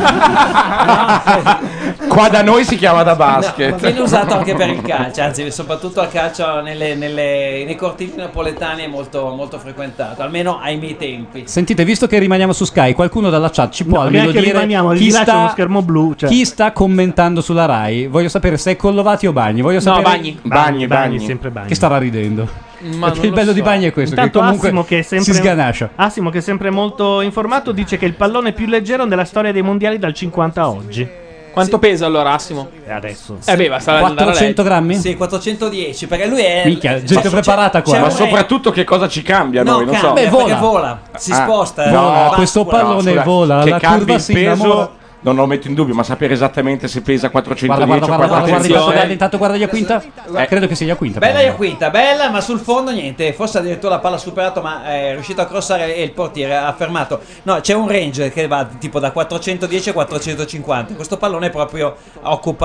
Qua da noi si chiama da basket. Viene usato anche per il calcio, anzi soprattutto al calcio nei cortili napoletani è molto frequentato, almeno ai miei tempi. Sentite, visto che rimaniamo su Sky, qualcuno dalla chat ci può No, almeno neanche dire rimaniamo, gli lascio uno schermo blu, cioè. chi sta commentando sulla Rai? Voglio sapere se è Collovati o Bagni. Voglio sapere Bagni, sempre Bagni. Che starà ridendo. Ma Perché non il lo bello so. di Bagni è questo, Intanto che comunque Assimo, che è sempre, si sganascia. Assimo, che è sempre molto informato, dice che il pallone più leggero nella storia dei mondiali dal 50 a oggi. Quanto pesa allora Assimo? E adesso? Basta andare a 400 letto. grammi? Sì, 410, perché lui è... Minchia, gente preparata qua. c'è Ma un- soprattutto che cosa ci cambia No, noi, non so. cambia, Beh, perché vola, si sposta. vola, va, questo pallone scusa, vola, che la cambi curva il si peso, innamora. non lo metto in dubbio, ma sapere esattamente se pesa 410 Guarda, o guarda, 406. intanto guarda Iaquinta. Credo che sia Iaquinta. Bella però. Iaquinta, bella, ma sul fondo niente. Forse addirittura la palla ha superato, ma è riuscito a crossare e il portiere ha fermato. No, c'è un range che va tipo da 410 a 450. Questo pallone proprio occupa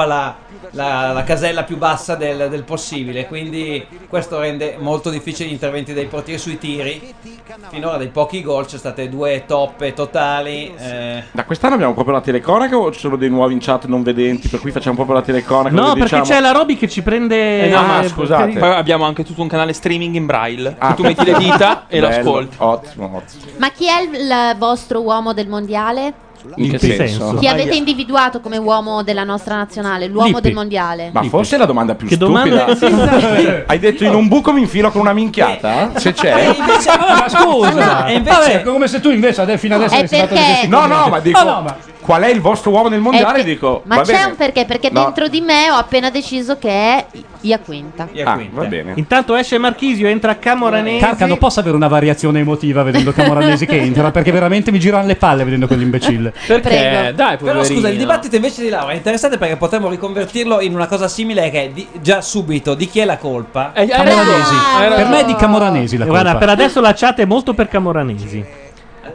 la casella più bassa del possibile. Quindi questo rende molto difficile gli interventi dei portieri sui tiri. Finora dei pochi gol, c'è state 2 toppe totali. Da quest'anno abbiamo proprio la telecronaca o ci sono dei nuovi in chat non vedenti per cui facciamo proprio la telecronaca? No, dove perché diciamo... c'è la Roby che ci prende. no, ma scusate. Poi abbiamo anche tutto un canale streaming in braille. Ah, Tu metti le dita e lo bello, ascolti. Ottimo. Ma chi è il vostro uomo del mondiale? In che senso? Chi avete individuato come uomo della nostra nazionale? L'uomo Lippi. del mondiale? Ma forse è la domanda più Che stupida. domanda- Hai detto in un buco mi infilo con una minchiata? Se c'è? Ma scusa, E invece- vabbè, come se tu invece fino adesso È avessi dato perché- dei consigli. No, ma dico, no, ma- qual è il vostro uomo nel mondiale? Dico, Ma va c'è bene. un perché? Perché No. dentro di me ho appena deciso che è Iaquinta. Va bene. Intanto esce Marchisio, entra Camoranesi. Carca, non posso avere una variazione emotiva vedendo Camoranesi che entra, perché veramente mi girano le palle vedendo quell'imbecille. Perché? Dai, Però scusa, il dibattito invece di Laura è interessante perché potremmo riconvertirlo in una cosa simile che è già subito di chi è la colpa. Camoranesi. Per me è di Camoranesi la colpa. Guarda, per adesso la chat è molto per Camoranesi.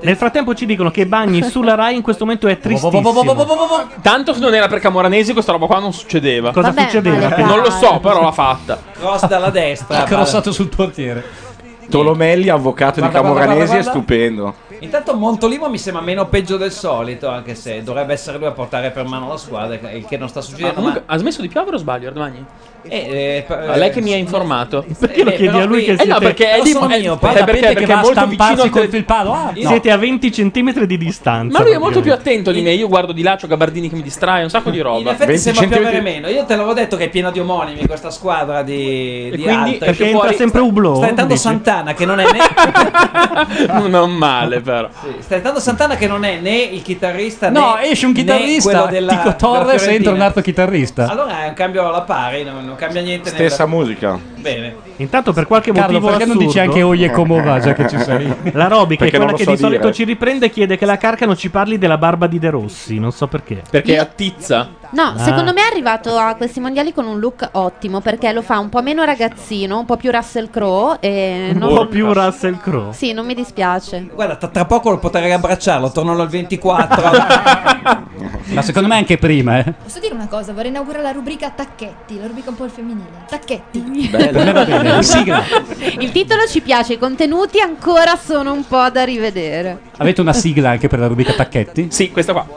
Nel frattempo ci dicono che Bagni sulla Rai in questo momento è tristissimo. Tanto se non era per Camoranesi questa roba qua non succedeva. Cosa succedeva? Non lo so, però l'ha fatta. Cross dalla destra. Ha crossato sul portiere. Tolomelli, avvocato Guarda, di Camoranesi, guarda. è stupendo. Intanto Montolivo mi sembra meno peggio del solito, anche se dovrebbe essere lui a portare per mano la squadra, il che non sta succedendo. Comunque, ha smesso di piovere o sbaglio, Ardmagni? A lei che mi ha informato. Perché lo chiedi a lui che no, perché è sono mio, poi perché è molto vicino contro il palo. Siete a 20 centimetri di distanza. Ma lui è molto più attento di me. Io guardo di là, c'ho Gabardini che mi distrae, un sacco di roba. In effetti sembra piovere meno. Io te l'avevo detto che è piena di omonimi questa squadra di quindi altri. perché entra sempre Hublot, Sta entrando dici? Santana che non è né non male però. sta entrando Santana che non è né il chitarrista No, né esce un né chitarrista, quello della Tico Torres della Fiorentina. entra un altro chitarrista. Allora è un cambio alla pari, non cambia niente. Stessa musica. Bene. Intanto per qualche Carlo, motivo perché non dici assurdo- anche Oye come va, già che ci sei? La Roby, che è Perché quella non che lo di so solito dire. ci riprende, chiede che la Carcano ci parli della barba di De Rossi. Non so perché. Perché attizza. No, Ah. secondo me è arrivato a questi mondiali con un look ottimo perché lo fa un po' meno ragazzino, un po' più Russell Crowe e Un non... po' più Russell Crowe. Sì, non mi dispiace. Guarda, tra poco lo potrei abbracciarlo, tornano al 24. Ma secondo me anche prima, Posso dire una cosa? Vorrei inaugurare la rubrica Tacchetti, la rubrica un po' il femminile. Tacchetti. Per me va bene, sigla. Il titolo ci piace, i contenuti ancora sono un po' da rivedere. Avete una sigla anche per la rubrica Tacchetti? Sì, questa qua.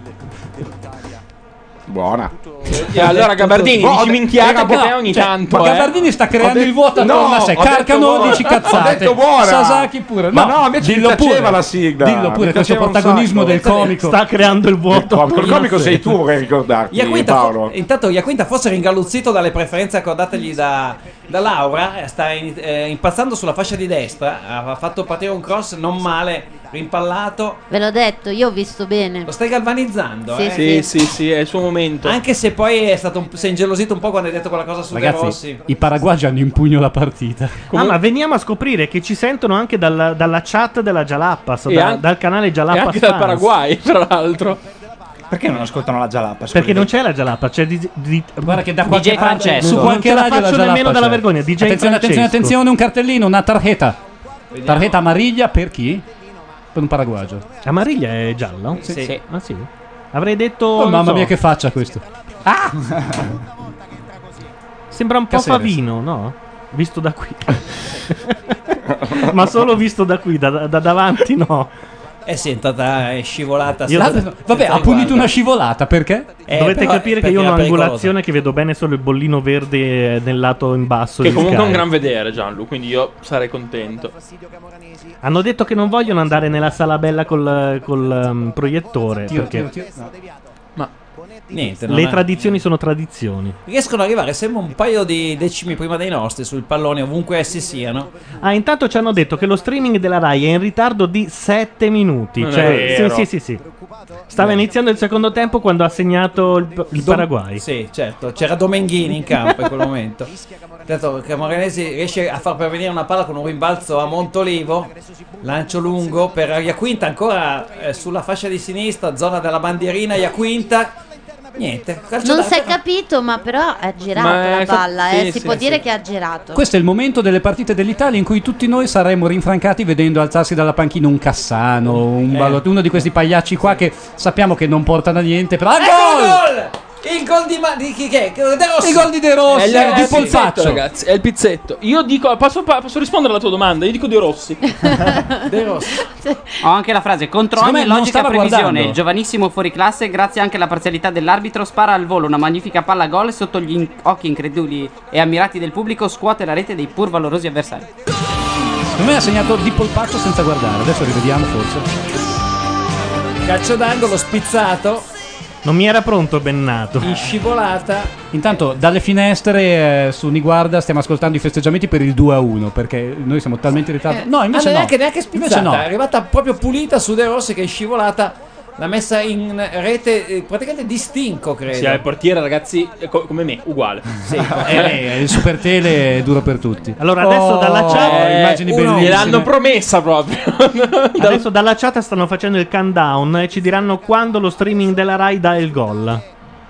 Buona. E allora Gabardini, No, dici minchiate era che buona. te ogni Cioè, tanto. ma Gabardini sta creando il vuoto attorno a sé. ho detto Carcano, buona. dici cazzate. Ho detto buona. Sasaki pure. Ma no, invece mi dillo piaceva pure. la sigla. Dillo pure, Mi questo piaceva un protagonismo sacco. del comico. Sta creando il vuoto. Col comico sei tu, vorrei ricordarti, Paolo. Intanto Iaquinta, forse ringalluzzito dalle preferenze accordategli da Laura, sta impazzando sulla fascia di destra. Ha fatto partire un cross non male, rimpallato. Ve l'ho detto, io ho visto bene. Lo stai galvanizzando, Sì, Sì, è il suo momento. Anche se poi si è ingelosito un po' quando hai detto quella cosa su De Ragazzi, Rossi. i paraguagi hanno in pugno la partita. Ah, ma veniamo a scoprire che ci sentono anche dalla chat della Jalappas, E anche- dal canale E Jalappas anche dal Fans. Paraguay, tra l'altro. Perché non ascoltano la Jalappas? Perché non c'è la Jalappas, c'è Guarda che da qualche DJ parte, Francesco. su qualche Non ce la radio la faccio nemmeno Jalappas dalla c'è. vergogna, DJ Attenzione, attenzione, Francesco. attenzione, un cartellino, una tarjeta. Tarjeta amariglia per chi? Per un paraguagio. La Mariglia è giallo? Sì. Ah sì? Avrei detto... Oh, non mamma so. mia che faccia questo. Sembra un po' Caceres. Favino, no? Visto da qui. Ma solo visto da qui, da davanti no. Sì, è entrata, è scivolata. Vabbè, ha punito una scivolata, perché? Dovete però- capire che perché io ho era un'angolazione che vedo bene solo il bollino verde nel lato in basso. Che di comunque è un Sky. gran vedere, Gianlu, quindi io sarei contento. Hanno detto che non vogliono andare nella sala bella col proiettore. perché Niente, le tradizioni sono tradizioni. riescono ad arrivare sempre un paio di decimi prima dei nostri sul pallone, ovunque essi siano. Ah, intanto ci hanno detto che lo streaming della Rai è in ritardo di 7 minuti. Non è Cioè, vero. sì. Stava iniziando il secondo tempo quando ha segnato il Paraguay. Sì, certo, c'era Domenghini in campo in quel momento. Intanto Camoranesi riesce a far pervenire una palla con un rimbalzo a Montolivo, lancio lungo per Iaquinta ancora sulla fascia di sinistra, zona della bandierina. Iaquinta, niente, calcio Non si è d'angolo. capito, ma però ha girato Ma la è palla, sì, si sì, può sì. dire che ha girato. Questo è il momento delle partite dell'Italia in cui tutti noi saremo rinfrancati vedendo alzarsi dalla panchina un Cassano, un Ballotti, uno di questi pagliacci qua che sappiamo che non portano a niente, però Gol! Il gol di chi che è? De Rossi. Il gol di De Rossi, È il di pizzetto, Polpaccio. ragazzi, è il pizzetto. Io dico, posso rispondere alla tua domanda? Io dico De Rossi. De Rossi. Ho anche la frase contro Secondo ogni me non logica stava previsione. guardando. Il giovanissimo fuoriclasse, grazie anche alla parzialità dell'arbitro, spara al volo una magnifica palla gol e sotto gli occhi increduli e ammirati del pubblico scuote la rete dei pur valorosi avversari. Secondo me ha segnato Di Polpaccio senza guardare, adesso rivediamo forse. Calcio d'angolo spizzato Non mi era pronto Bennato. in scivolata. Intanto dalle finestre su Niguarda stiamo ascoltando i festeggiamenti per il 2-1 perché noi siamo talmente in ritardo. No, invece no. neanche spizzata, Invece no. è arrivata proprio pulita su De Rossi che è scivolata. L'ha messa in rete praticamente di stinco, credo. Sì, il portiere, ragazzi, come me, uguale. Sì, il super tele è duro per tutti. Allora adesso dalla chat immagini bellissime. Gliel'hanno promessa proprio. Adesso dalla chat stanno facendo il countdown e ci diranno quando lo streaming della Rai dà il gol.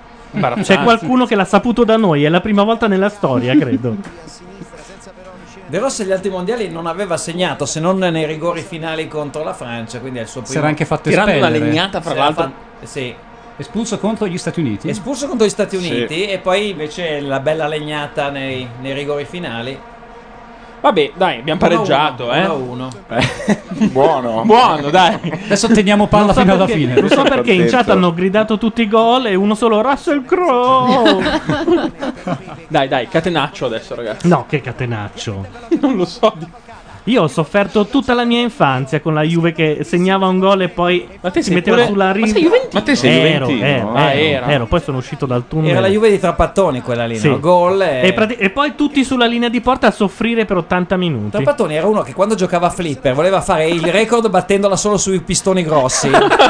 C'è qualcuno che l'ha saputo da noi, è la prima volta nella storia, credo. De Rossi agli altri mondiali non aveva segnato se non nei rigori finali contro la Francia, quindi è il suo primo. Si era anche fatto tirando espellere. una legnata, fra Si era l'altro. sì. Espulso contro gli Stati Uniti? Espulso contro gli Stati Sì. Uniti e poi invece la bella legnata nei rigori finali. Vabbè, dai, abbiamo pareggiato, 1-1. Buono, dai. Adesso teniamo palla Non so fino alla perché- fine. Non so perché in chat hanno gridato tutti i gol e uno solo Russell Crowe. Dai, catenaccio adesso, ragazzi. No, che catenaccio. Non lo so. Io ho sofferto tutta la mia infanzia con la Juve che segnava un gol e poi te si sei metteva pure- sulla ma riva. sei juventino? Ma te sei Ero, juventino? ero, poi sono uscito dal tunnel. Era la Juve di Trapattoni quella lì, Sì. no? Gol e... E poi tutti sulla linea di porta a soffrire per 80 minuti. Trapattoni era uno che quando giocava a flipper voleva fare il record battendola solo sui pistoni grossi.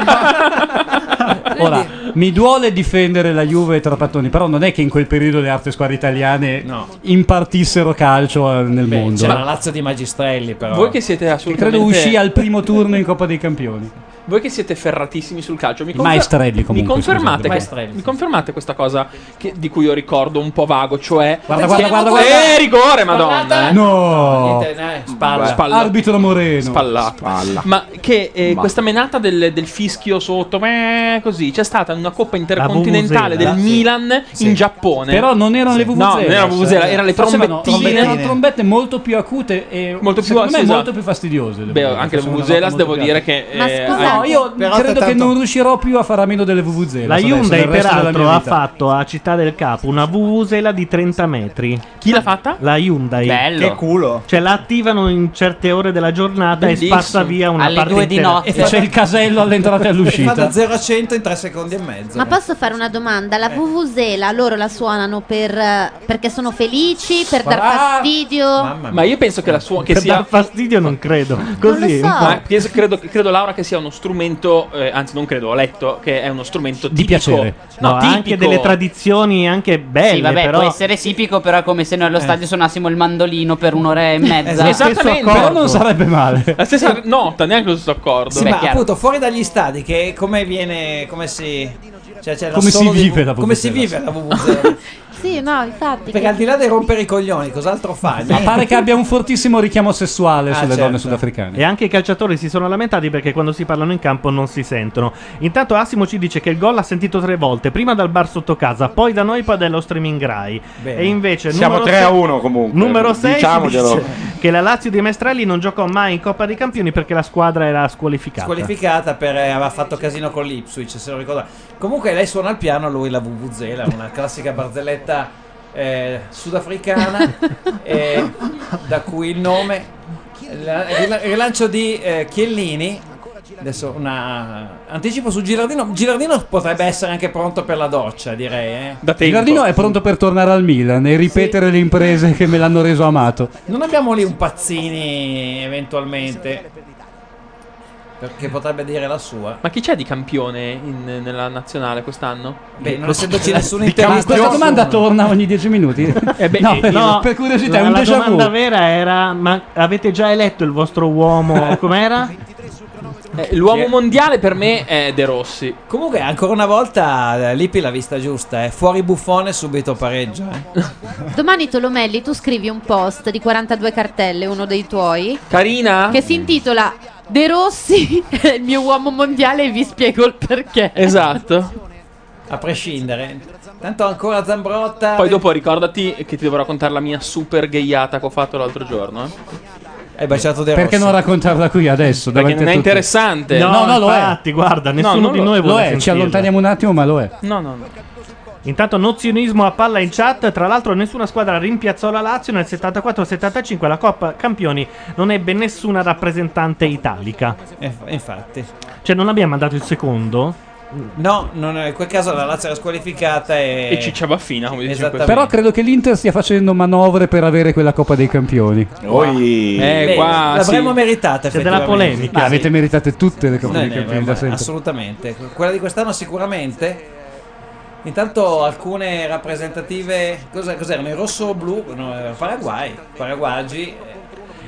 Ora, mi duole difendere la Juve e Trapattoni, però non è che in quel periodo le altre squadre italiane impartissero calcio nel mondo. C'era la Lazio di Magistrelli, però. Voi che siete Che assolutamente... credo uscì al primo turno in Coppa dei Campioni. Voi che siete ferratissimi sul calcio, Maestrelli comunque, confermate, scusate. mi confermate questa cosa di cui io ricordo un po' vago, cioè Guarda. rigore, madonna, No! Niente, spalla. Arbitro Moreno. Spallato. Ma che questa menata del fischio sotto, così, c'è stata una Coppa Intercontinentale del Vuvuzela. Milan in Giappone. Però non erano le Vuvuzela. No, non erano Vuvuzela, erano le Facevano trombettine. erano trombette molto più acute e Molto più- secondo me sì, esatto. molto più fastidiose. Beh, anche le Vuvuzelas devo dire che No, io Però credo che tanto- non riuscirò più a fare a meno delle Vuvuzela. La adesso, Hyundai nel resto della peraltro mia ha vita. fatto a Città del Capo una Vuvuzela di 30 metri. Chi l'ha fatta? La Hyundai. Bello. Che culo. Cioè la attivano in certe ore della giornata Bellissimo. e spazza via una Alle parte 2 di intera. notte. E c'è il casello all'entrata e E fa all'uscita. da 0 a 100 in 3 secondi e mezzo. Ma posso fare una domanda? La Vuvuzela loro la suonano perché sono felici, per dar fastidio? Ma io penso che la sua che Per sia dar fastidio non credo. Così. Non lo so. Ma credo Laura che sia uno strumento, anzi non credo, ho letto che è uno strumento Di tipico. piacere. No, ha tipico. anche delle tradizioni anche belle, Sì, vabbè, però può essere tipico, però è come se noi allo stadio suonassimo il mandolino per un'ora e mezza. Esattamente. Però non sarebbe male. La stessa nota, neanche lo stesso accordo. Sì, Beh, ma chiaro. appunto fuori dagli stadi che come viene, come si, cioè, c'è Come l'assolo si di vive la come si Vuvuzela? vive la Vuvuzela? Sì, no, infatti. Perché al di là di rompere i coglioni, cos'altro fa? Ma pare che abbia un fortissimo richiamo sessuale sulle certo. donne sudafricane. e anche i calciatori si sono lamentati perché quando si parlano in campo non si sentono. Intanto Assimo ci dice che il gol l'ha sentito 3 volte, prima dal bar sotto casa, poi da noi, poi dallo streaming Rai. Bene. E invece Siamo numero 3-1 comunque. Numero 6 Diciamogelo. che la Lazio di Maestrelli non giocò mai in Coppa dei Campioni perché la squadra era squalificata. Squalificata aveva fatto casino con l'Ipswich, se lo ricorda. Comunque lei suona al piano, lui la Vuvuzela, una classica barzelletta sudafricana, da cui il nome. Il rilancio di Chiellini. Adesso anticipo su Gilardino. Gilardino potrebbe essere anche pronto per la doccia, direi. Da tempo. Gilardino è pronto per tornare al Milan e ripetere le imprese che me l'hanno reso amato. Non abbiamo lì un Pazzini eventualmente, perché potrebbe dire la sua. Ma chi c'è di campione nella nazionale quest'anno? Beh, non essendoci nessun Ma intervista. questa domanda torna ogni 10 minuti? No, per curiosità, è un la déjà vu. domanda vera era: ma avete già eletto il vostro uomo? Com'era? L'uomo mondiale per me è De Rossi. Comunque, ancora una volta, Lippi l'ha vista giusta. Fuori Buffone, subito pareggio. Domani Tolomelli, tu scrivi un post di 42 cartelle, uno dei tuoi, Carina? che si intitola De Rossi è il mio uomo mondiale e vi spiego il perché. Esatto. A prescindere. Tanto ancora Zambrotta. Poi dopo ricordati che ti devo raccontare la mia super gayata che ho fatto l'altro giorno. Hai baciato De Perché Rossi. non raccontarla qui adesso? Perché davanti non a è tutti? interessante. No, lo è. infatti, guarda, nessuno non di lo- noi Lo vuole è, ci sentirla. allontaniamo un attimo, ma lo è. No. Intanto nozionismo a palla in chat. Tra l'altro nessuna squadra rimpiazzò la Lazio nel 74-75. La Coppa Campioni non ebbe nessuna rappresentante italica. Infatti. Cioè non abbiamo mandato il secondo. No, in quel caso la Lazio era squalificata E Ciccia Baffina, come dice questo. Però credo che l'Inter stia facendo manovre per avere quella Coppa dei Campioni. Qua l'avremmo meritata. C'è della effettivamente. polemica. Ma avete meritate tutte le Coppe No, dei Campioni da sempre. assolutamente. Quella di quest'anno sicuramente. Intanto alcune rappresentative. Cos'erano? Il rosso-blu? No, Paraguay. Paraguagi.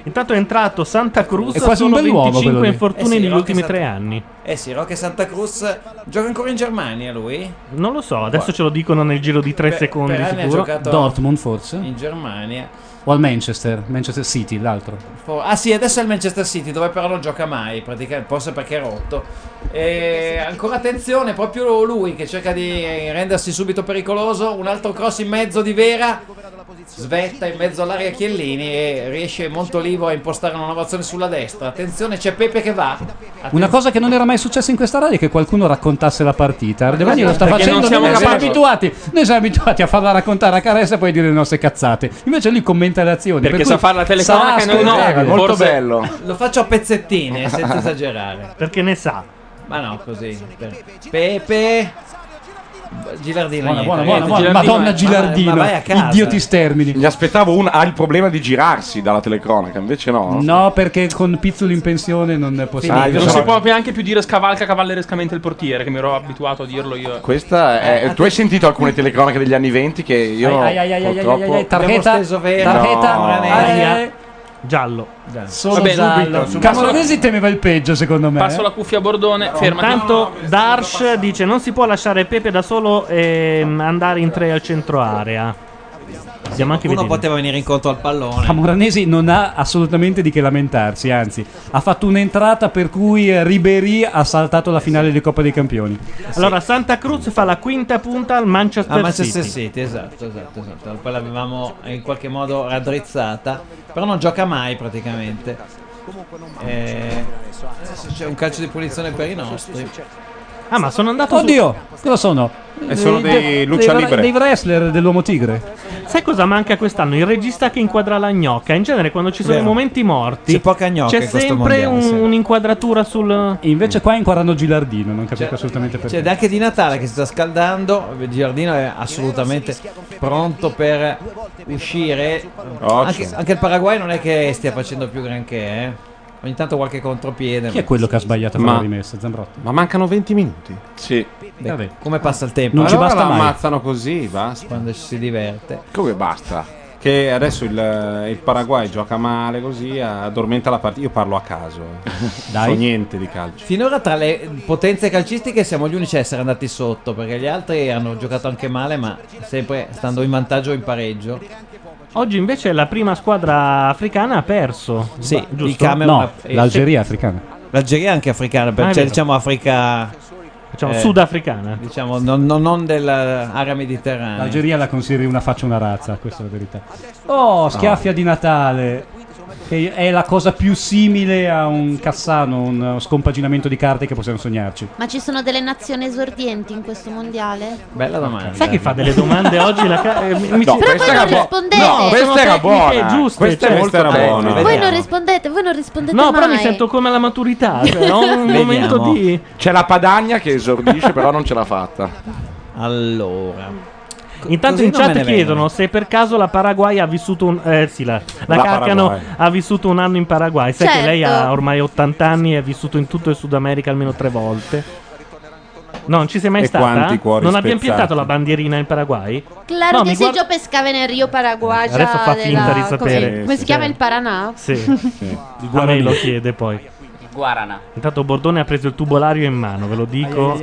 Intanto è entrato Santa Cruz, È quasi un solo bell'uomo 25 quello lì. infortuni Sì, negli Roque ultimi Santa- 3 anni. sì, Roque Santa Cruz gioca ancora in Germania lui? Non lo so, adesso ce lo dicono nel giro di 3 secondi per anni ha sicuro. giocato Dortmund forse? in Germania. O al Manchester City, l'altro. Sì, adesso è il Manchester City, dove però non gioca mai, praticamente, forse perché è rotto. E ancora attenzione, proprio lui che cerca di rendersi subito pericoloso. Un altro cross in mezzo di Vera, svetta in mezzo all'area Chiellini e riesce Montolivo a impostare una nuova azione sulla destra. Attenzione, c'è Pepe che va. Una cosa che non era mai successa in questa radio è che qualcuno raccontasse la partita. Ardevani lo sta Perché facendo, non siamo noi siamo capaci. abituati. Noi siamo abituati a farla raccontare a Caressa e poi dire le nostre cazzate. Invece lui commenta le azioni. Perché per sa cui fare la telecronaca sa e noi no. ascoltare. Molto Forse- bello. Lo faccio a pezzettine, senza esagerare. Perché ne sa. Ma no, così. Pepe. Gilardino. Buona, niente, buona, niente. buona. Madonna Gilardino. Ma vai a casa. Idioti stermini. Gli aspettavo ha il problema di girarsi dalla telecronaca, invece no. No, perché con Pizzoli in pensione non è possibile. io Non sono- si può neanche più dire scavalca cavallerescamente il portiere, che mi ero abituato a dirlo io. Questa è. Tu hai sentito alcune telecronache degli anni 20 che io. purtroppo- Tarjeta, steso Vera. tarjeta, No. Aia. Giallo. Solo Vabbè, giallo. subito. Camoranesi temeva il peggio, secondo me. Passo la cuffia a Bordone, fermati. Intanto Darsh dice non si può lasciare Pepe da solo e andare in 3 al centro area. Abbiamo anche Uno vedere. poteva venire incontro al pallone. Camoranesi non ha assolutamente di che lamentarsi, anzi, ha fatto un'entrata per cui Ribéry ha saltato la finale di Coppa dei Campioni. Allora Santa Cruz fa la quinta punta al Manchester, A Manchester City. City, esatto. Poi l'avevamo in qualche modo raddrizzata, però non gioca mai praticamente. Adesso c'è un calcio di punizione per i nostri. Ah, ma sono andato Oddio, cosa sono? sono dei lucha libre. Dei wrestler dell'uomo tigre. Sai cosa manca quest'anno? Il regista che inquadra la gnocca. In genere quando ci sono Vero. i momenti morti C'è poca gnocca c'è in questo sempre mondiale, sì. un'inquadratura sul... Invece qua inquadrano Gilardino, non capisco assolutamente perché. C'è anche Di Natale che si sta scaldando. Giardino è assolutamente pronto per uscire. Anche il Paraguay non è che stia facendo più granché, eh. Ogni tanto qualche contropiede. Chi è quello che ha sbagliato a fare la rimessa? Zambrotta. Ma mancano 20 minuti. Sì. Beh, Vabbè. come passa il tempo? Non ci Allora basta la mai. ammazzano così, basta. Quando ci si diverte. Come basta? Che adesso il Paraguay gioca male così, addormenta la partita. Io parlo a caso. Dai. So niente di calcio. Finora tra le potenze calcistiche siamo gli unici a essere andati sotto, perché gli altri hanno giocato anche male, ma sempre stando in vantaggio o in pareggio. Oggi invece la prima squadra africana ha perso. Sì, giusto? il Camerun. No, l'Algeria è africana. L'Algeria è anche africana, Ah, è cioè vero. diciamo Africa. Diciamo sudafricana. Diciamo non dell'area mediterranea. L'Algeria la consideri una faccia, una razza, questa è la verità. Oh, schiaffia di Natale. Che è la cosa più simile a un Cassano, un scompaginamento di carte che possiamo sognarci. Ma ci sono delle nazioni esordienti in questo mondiale? Bella domanda. Sai che fa delle domande oggi? No, Però questa voi era non buona. rispondete. No, questa era buona. giuste, Questa cioè, era buona. Voi non rispondete, voi non rispondete No, mai. però mi sento come alla maturità. Cioè, ho un momento di... C'è la Padagna che esordisce, però non ce l'ha fatta. Allora. Intanto Così in non chat me ne chiedono vengono. se per caso la Paraguay ha vissuto un... la La Carcano Paraguay. ha vissuto un anno in Paraguay. Sai Certo. che lei ha ormai 80 anni e ha vissuto in tutto il Sud America almeno 3 volte. No, non ci sei mai E stata? quanti cuori Non abbiamo spezzati. piantato la bandierina in Paraguay? Claro No, che mi se guarda- yo pescava nel Rio Paraguay. Adesso fa finta di sapere. Come si chiama il Paraná? Sì. A me lo chiede poi. Guarana. Intanto Bordone ha preso il tubolario in mano, ve lo dico.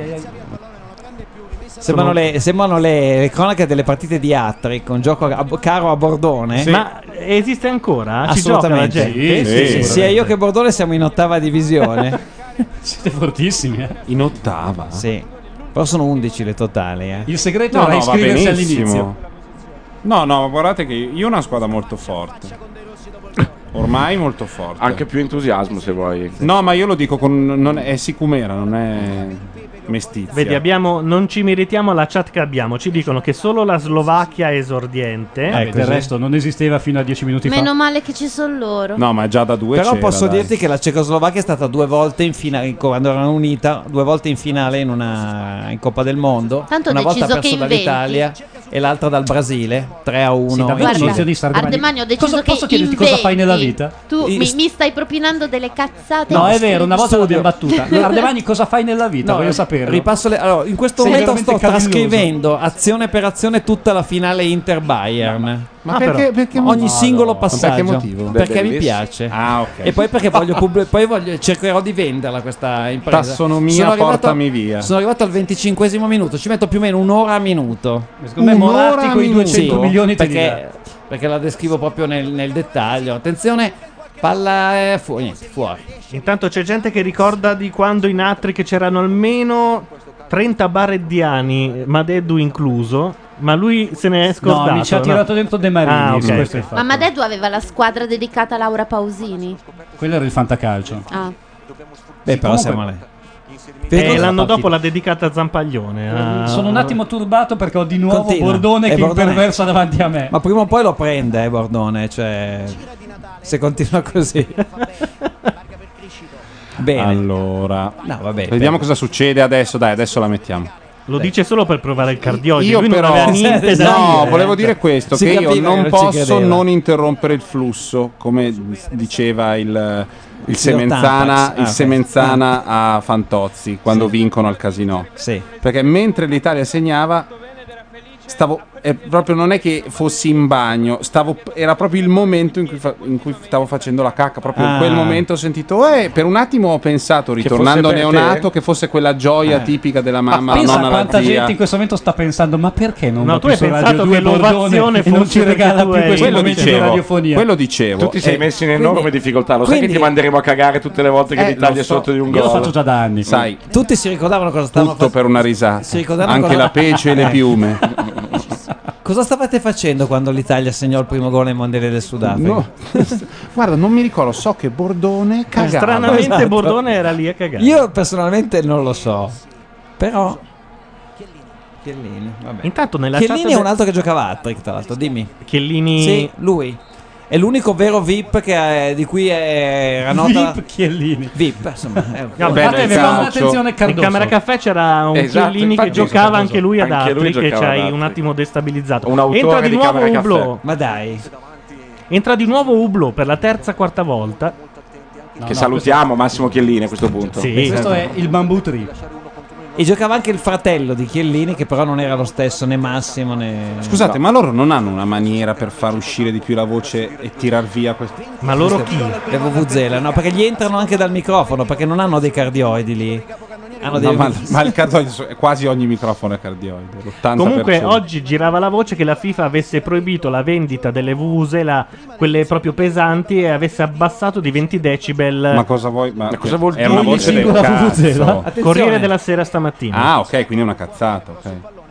Sembrano le cronache delle partite di Atri con gioco caro a Bordone. Ma esiste ancora? Ci gioca la Assolutamente. gente? Sì, sia io che Bordone siamo in ottava divisione. Siete fortissimi, eh? In ottava? Sì. Però sono 11 le totali, eh. Il segreto No, era no, va iscriversi benissimo. all'inizio. No, ma guardate che io ho una squadra molto forte. Ormai molto forte. Anche più entusiasmo se vuoi. No, ma io lo dico con... è sicumera, non è mestizia. Vedi, non ci meritiamo la chat che abbiamo. Ci dicono che solo la Slovacchia è esordiente. Del resto non esisteva fino a 10 minuti fa. Meno male che ci sono loro. No, ma già da 2 Però c'era, posso dai. dirti che la Cecoslovacchia è stata 2 volte in finale, quando erano unita, 2 volte in finale in Coppa del Mondo. Tanto ho una volta ha deciso perso che inventi. dall'Italia e l'altra dal Brasile, 3-1. Sì, davvero, nozionista Ardemagno, ho deciso che posso chiederti cosa fai nella vita? Tu mi stai propinando delle cazzate. No, è vero, una volta l'abbiamo battuta. Ardemagni, cosa fai nella vita? No, voglio sapere. Ripasso allora, in questo Sei momento veramente sto cavilloso. trascrivendo azione per azione tutta la finale Inter-Bayern. Ma perché ogni singolo passaggio? Per che motivo? Perché mi Bellissimo. piace. Ah, ok. E poi perché cercherò di venderla questa impresa. Tassonomia, portami via. Sono arrivato al 25esimo minuto, ci metto più o meno un'ora a minuto. Secondo me Moratti con i 200 milioni ti perché la descrivo proprio nel dettaglio. Attenzione, palla fuori. Intanto c'è gente che ricorda di quando in Atri che c'erano almeno 30 bareddiani, Madeddu incluso, ma lui se ne è scordato. No, mi ci ha tirato dentro De Marini, ok. questo è il fatto. Ma Madeddu aveva la squadra dedicata a Laura Pausini. Quello era il fantacalcio. Ah. Beh, però Comunque- siamo lì. E l'anno dopo l'ha dedicata a Zampaglione. Sono un attimo turbato perché ho di nuovo Continua. Bordone E che Bordone. imperversa davanti a me. Ma prima o poi lo prende, Bordone. Cioè, se continua così. Bene. Allora, No, vabbè, vediamo cosa succede adesso. Dai, adesso la mettiamo. Lo dice solo per provare il cardioide. Io lui però non aveva niente da no, dire. volevo dire questo, Si che io capiva che non non ci posso credeva. non interrompere il flusso, come diceva il signor Semenzana, Tampax. il Semenzana a Fantozzi quando vincono al Casinò. Sì. Perché mentre l'Italia segnava proprio non è che fossi in bagno, era proprio il momento in cui stavo facendo la cacca, proprio in quel momento ho sentito per un attimo ho pensato, ritornando fosse per neonato, te? che fosse quella gioia tipica della mamma, la Pensa nonna, a la quanta zia. gente in questo momento sta pensando: ma perché non No, va tu più hai su Radio pensato 2 che Bordone l'ovazione e non fosse ci regala perché tu più eri- questi Quello momenti di dicevo, radiofonia? quello dicevo. Tu ti sei messo in enorme quindi- difficoltà. Lo sai che quindi- ti manderemo a cagare tutte le volte che l'Italia è sotto di un Io lo gol. faccio già da anni. Sai, Tutti si ricordavano cosa stavano tutto per una risata. Si ricordavano Anche cosa- la pece e le piume. Cosa stavate facendo quando l'Italia segnò il primo gol ai mondiali del Sudafrica? No. Guarda, non mi ricordo, so che Bordone cagava. Stranamente Esatto. Bordone era lì a cagare. Io personalmente non lo so. Però Chiellini, vabbè. Intanto nella Chiellini chat è un altro che giocava a Hat-trick, tra l'altro, dimmi. Chiellini Sì, lui. È l'unico vero VIP di cui era nota. VIP Chiellini. VIP, insomma. Vabbè, nel calcio. in camera caffè c'era un Esatto, Chiellini infatti che giocava anche lui ad anche lui altri, che ci giocava ad hai altri. un attimo destabilizzato. Un autore Entra di di nuovo Camera Caffè. Hublot. Ma dai. Entra di nuovo Hublot per la quarta volta. Che salutiamo Massimo Chiellini a questo punto. Sì. Questo è il Bamboo Tree. E giocava anche il fratello di Chiellini, che però non era lo stesso, né Massimo né. Scusate, ma loro non hanno una maniera per far uscire di più la voce e tirar via questi. Ma loro chi? Le Vuvuzela, no, perché gli entrano anche dal microfono, perché non hanno dei cardioidi lì. Hanno dei. No, ma il cardioide, quasi ogni microfono è cardioide. L'80%. Comunque oggi girava la voce che la FIFA avesse proibito la vendita delle Vuvuzela, quelle proprio pesanti, e avesse abbassato di 20 decibel. Ma cosa vuoi? Ma cosa vuol È una dire? voce del Singola cazzo. Vuvuzela? Attenzione. Corriere della Sera stamattina. Ah, ok, quindi è una cazzata, ok.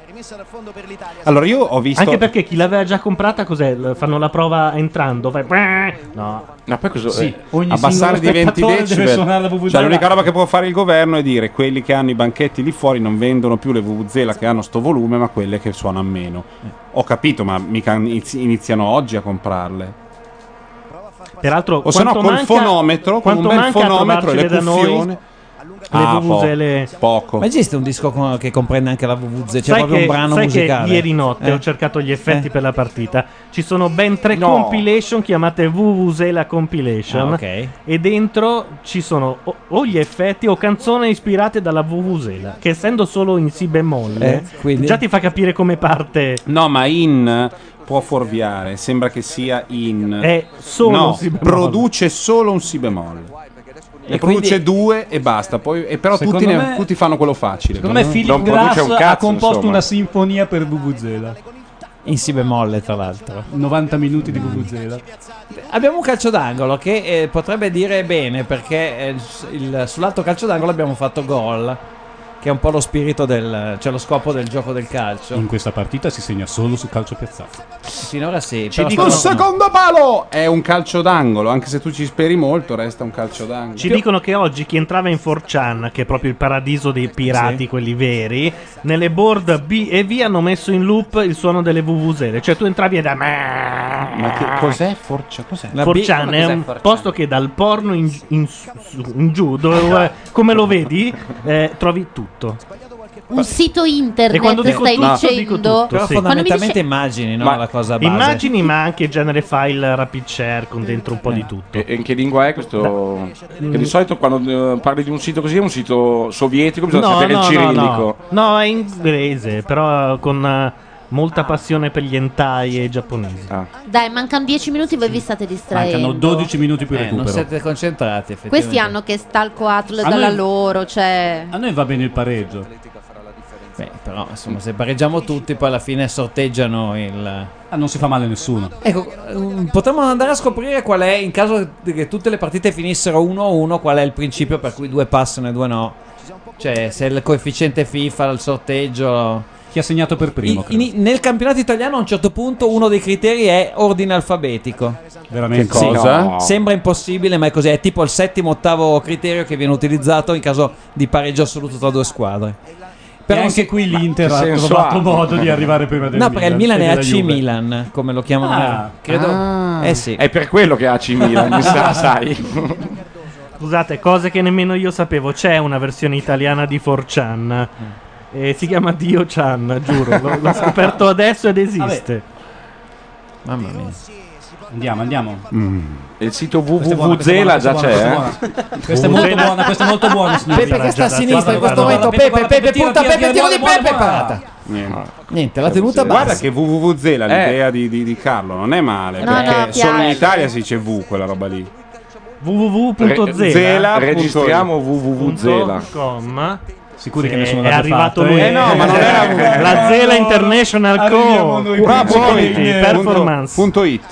Allora io ho visto. Anche perché chi l'aveva già comprata, cos'è? Fanno la prova entrando. Fai. No. Ma poi cosa? Sì, ogni Abbassare di singolo 20 spettatore deve suonare la decibel. vuvuzela. Cioè, l'unica roba che può fare il governo è dire: quelli che hanno i banchetti lì fuori non vendono più le vuvuzela che hanno sto volume, ma quelle che suonano meno. Ho capito, ma mica iniziano oggi a comprarle. Peraltro, O se no, col fonometro, con un quanto bel manca a fonometro e le trovarcele da noi cuffione. le vuvuzele. Poco. Ma esiste un disco che comprende anche la Vuvuzela? C'è Sai proprio che, un brano sai musicale. che ieri notte ho cercato gli effetti per la partita. Ci sono ben 3 compilation chiamate Vuvuzela Compilation. Ah, ok. E dentro ci sono o gli effetti o canzoni ispirate dalla Vuvuzela. Che essendo solo in Si bemolle, quindi? già ti fa capire come parte. No, ma in può fuorviare. Sembra che sia in. È solo no, Si bemolle. produce solo un Si bemolle. Ne E produce quindi- 2 e basta. Poi, però Secondo tutti, me- tutti fanno quello facile. Secondo me Philip Non produce Glass un ha cazzo, composto insomma. una sinfonia per Vuvuzela. In Si bemolle, tra l'altro. 90 minuti di Vuvuzela. Abbiamo un calcio d'angolo che potrebbe dire bene, perché sull'altro calcio d'angolo abbiamo fatto gol, che è un po' lo spirito cioè lo scopo del gioco del calcio. In questa partita si segna solo su calcio piazzato. Finora sì. Ci però dicono- Il secondo palo è un calcio d'angolo. Anche se tu ci speri molto, resta un calcio d'angolo. Ci dicono che oggi chi entrava in 4chan, che è proprio il paradiso dei pirati, Sì. quelli veri, nelle board B e V hanno messo in loop il suono delle vuvuzele. Cioè tu entravi e da Ma che cos'è? Cos'è? La 4chan B- è un posto che dal porno in giù, dove, come lo vedi, trovi tutto. un sito internet, E quando dico stai tutto, dico dicendo. tutto, Però sì. fondamentalmente immagini, no? La cosa base. Immagini, ma anche genere file rapid share con dentro un po' di tutto. E in che lingua è questo? Che di solito quando parli di un sito così è un sito sovietico, bisogna sapere il cirillico. No, è inglese, però con molta passione per gli hentai e giapponesi. Dai, mancano 10 minuti, voi vi state distraendo. Mancano 12 minuti più recupero. Non siete concentrati, effettivamente. Questi hanno che Stalco Atl A dalla noi- loro, cioè. A noi va bene il pareggio. Beh, però insomma, se pareggiamo tutti, poi alla fine sorteggiano il. Non si fa male a nessuno. Ecco, potremmo andare a scoprire qual è, in caso che tutte le partite finissero 1-1, qual è il principio per cui 2 passano e 2 no. Cioè, se il coefficiente FIFA, il sorteggio. Chi ha segnato per primo? Nel campionato italiano a un certo punto uno dei criteri è ordine alfabetico. Veramente? Sì. cosa? No. Sembra impossibile, ma è così. È tipo il settimo, ottavo criterio che viene utilizzato in caso di pareggio assoluto tra due squadre. Però anche qui l'Inter ha senso trovato ha? modo di arrivare prima del No, Milan. perché il Milan e è della AC Juve. Milan, come lo chiamano. Ah. Credo. Eh sì. È per quello che AC Milan, mi sa, sai. Scusate, cose che nemmeno io sapevo. C'è una versione italiana di 4chan. Si chiama Dio Chan, giuro. L'ho scoperto adesso ed esiste. Mamma mia. Andiamo. Il sito Questa è buona, www.zela già questa è c'è. buona, questa è molto buona, questa è molto buona, signori. Pepe che sta a sinistra in questo momento. Pepe, punta Pepe, tiro di Pepe, parata. Niente, la tenuta Guarda bassa. che www.zela, l'idea di Carlo, non è male. No, perché no, solo in piace. Italia si dice V quella roba lì. www.zela. Registriamo www.zela. Sicuri che Sì, nessuno è l'ha arrivato fatto, lui. no, ma non era la Zela International Arriviamo Co. noi Qua primi. Quality, Performance. .it.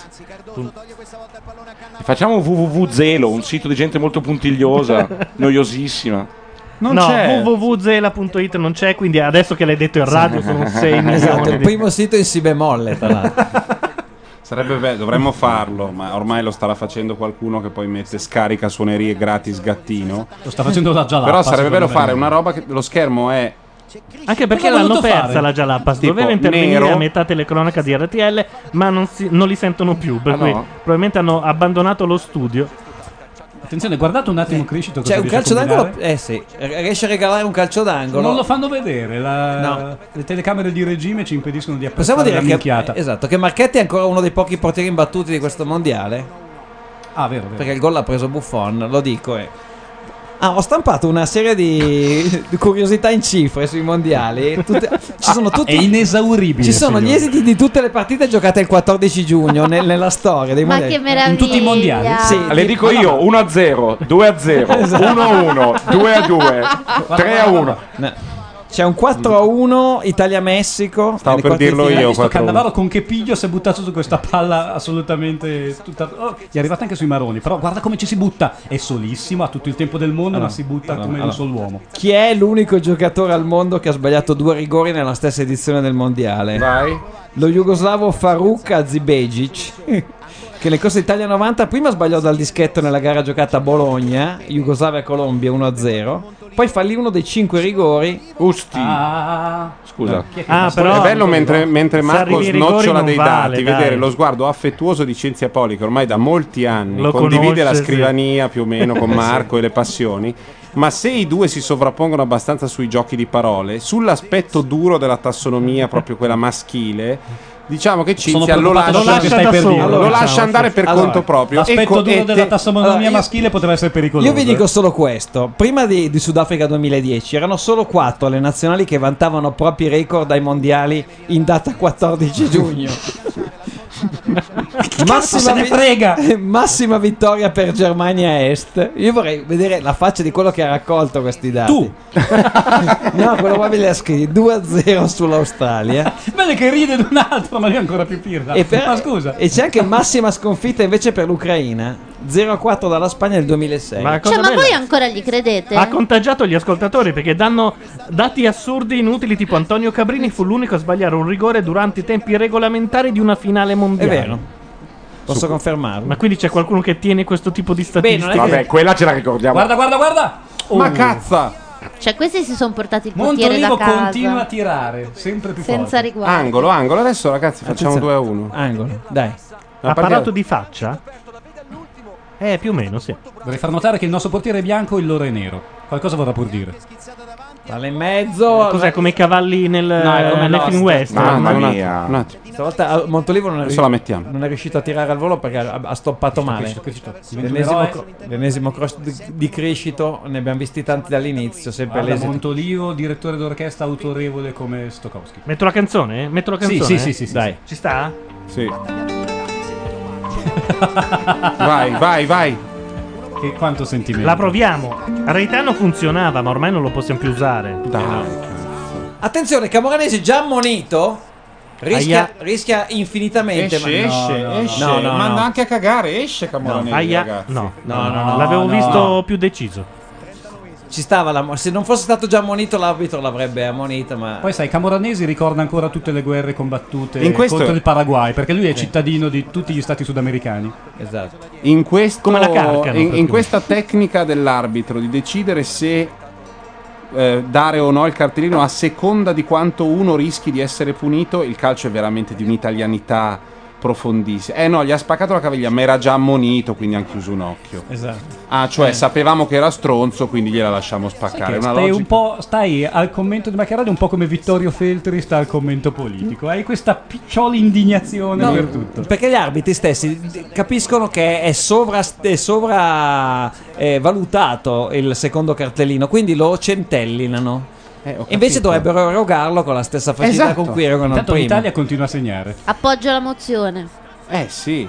Facciamo www.zelo, un sito di gente molto puntigliosa, noiosissima. Non no, c'è. www.zela.it non c'è, quindi adesso che l'hai detto in radio sono 6 milioni. Esatto, il di- primo sito in si bemolle, tra l'altro. Sarebbe bello, dovremmo farlo, ma ormai lo starà facendo qualcuno che poi mette scarica suonerie gratis gattino. Lo sta facendo la Jalappa. Però sarebbe bello secondo me. fare una roba che lo schermo è Anche perché Cosa ha l'hanno voluto persa fare? la Jalappas. Tipo Doveva intervenire nero. a metà telecronaca di RTL, ma non li sentono più. Per Ah, cui no? probabilmente hanno abbandonato lo studio. Attenzione, guardate un attimo Criscito cosa C'è un riesce a calcio d'angolo? combinare. Sì, riesce a regalare un calcio d'angolo. Non lo fanno vedere, No. le telecamere di regime ci impediscono di Possiamo apprezzare dire la che, minchiata. esatto, che Marchetti è ancora uno dei pochi portieri imbattuti di questo mondiale. Ah, vero. Perché il gol l'ha preso Buffon, lo dico. Ho stampato una serie di curiosità in cifre sui mondiali. Ci sono tutti, È inesauribile. ci sono gli signori. esiti di tutte le partite giocate il 14 giugno nella storia dei Ma mondiali. che meraviglia! In tutti i mondiali? Sì, Le dico io, 1-0, 2-0, 1-1, 2-2, 3-1. No. C'è un 4-1 Italia-Messico. Stavo nei per quarti dirlo di finale. io. Hai visto 4-1. Cannavaro con che piglio si è buttato su questa palla assolutamente tutta... Oh, gli è arrivata anche sui maroni, però guarda come ci si butta, è solissimo, ha tutto il tempo del mondo, ma si butta come un solo uomo. Chi è l'unico giocatore al mondo che ha sbagliato 2 rigori nella stessa edizione del mondiale? Vai. Lo jugoslavo Faruk Azibegic, che nel corso Italia 90 prima sbagliò dal dischetto nella gara giocata a Bologna, Jugoslavia-Colombia 1-0, poi fallì uno dei 5 rigori. Usti. Scusa. però è bello mentre se Marco arrivi ai rigori snocciola non dei vale, dati, dai. vedere lo sguardo affettuoso di Cinzia Poli, che ormai da molti anni Lo condivide conosce, la sì. scrivania più o meno con Marco e le passioni. Ma se i due si sovrappongono abbastanza sui giochi di parole, sull'aspetto duro della tassonomia, proprio quella maschile, diciamo che Cinzia lo preoccupato da quello che lascia, stai per dire. lo lascia andare per conto proprio. L'aspetto duro della tassonomia Allora, io- maschile potrebbe essere pericoloso. Io vi dico solo questo: prima di Sudafrica 2010 erano solo 4 le nazionali che vantavano propri record ai mondiali in data 14 giugno. se ne frega? Massima vittoria per Germania Est. Io vorrei vedere la faccia di quello che ha raccolto questi dati. Tu. No, quello qua me li ha scritti 2-0 sull'Australia. Vede che ride di un altro, ma lui è ancora più pirla. Ma scusa. E c'è anche massima sconfitta invece per l'Ucraina, 0-4 dalla Spagna nel 2006. Ma Cioè, ma voi ancora gli credete? Ha contagiato gli ascoltatori perché danno dati assurdi inutili, tipo Antonio Cabrini fu l'unico a sbagliare un rigore durante i tempi regolamentari di una finale mondiale. È vero. Posso confermarlo. Ma quindi c'è qualcuno che tiene questo tipo di statistiche? Vabbè, quella ce la ricordiamo. Guarda. Ma cazza! Cioè, questi si sono portati il portiere da Montolivo casa. continua a tirare, sempre più Senza forte. riguardo. Angolo. Adesso ragazzi facciamo Attenzione. 2-1. Angolo, dai. Ha parlato di faccia? Più o meno, sì. Vorrei far notare che il nostro portiere è bianco e il loro è nero. Qualcosa vorrà pur dire. Palla in mezzo. Cos'è, come i cavalli nel film West? Mamma mia. Un attimo. Stavolta Montolivo non è, Adesso la mettiamo. non è riuscito a tirare al volo perché ha stoppato male. L'ennesimo cross di Criscito, ne abbiamo visti tanti dall'inizio. Sempre Guarda, l'esito. Montolivo, direttore d'orchestra autorevole come Stokowski. Metto la canzone? Metto la canzone? Sì. Dai. Ci sta? Sì. Vai. Che quanto sentimento. La proviamo. A Reitano funzionava, ma ormai non lo possiamo più usare. Dai. Attenzione, Camoranesi già ammonito. Rischia infinitamente. Esce. Manda anche a cagare. Esce Camoranesi, ragazzi. No. L'avevo visto più deciso. Ci stava se non fosse stato già ammonito l'arbitro l'avrebbe ammonito, ma Poi sai, Camoranesi ricorda ancora tutte le guerre combattute In questo- contro il Paraguay, perché lui è cittadino di tutti gli stati sudamericani. esatto. In questo, Come la Carcano, in proprio. questa tecnica dell'arbitro di decidere se dare o no il cartellino a seconda di quanto uno rischi di essere punito, il calcio è veramente di un'italianità profondissima. No, gli ha spaccato la caviglia, ma era già ammonito, quindi hanno chiuso un occhio. Esatto. Ah, cioè sapevamo che era stronzo, quindi gliela lasciamo spaccare. Una Stai, logica. stai al commento di Maccheroni un po' come Vittorio Feltri sta al commento politico. Hai questa picciola indignazione No, per tutto. perché gli arbitri stessi capiscono che è valutato il secondo cartellino, quindi lo centellinano. E invece dovrebbero erogarlo con la stessa facilità Esatto. con cui erogano il Intanto primo. l'Italia continua a segnare. Appoggio la mozione. Sì.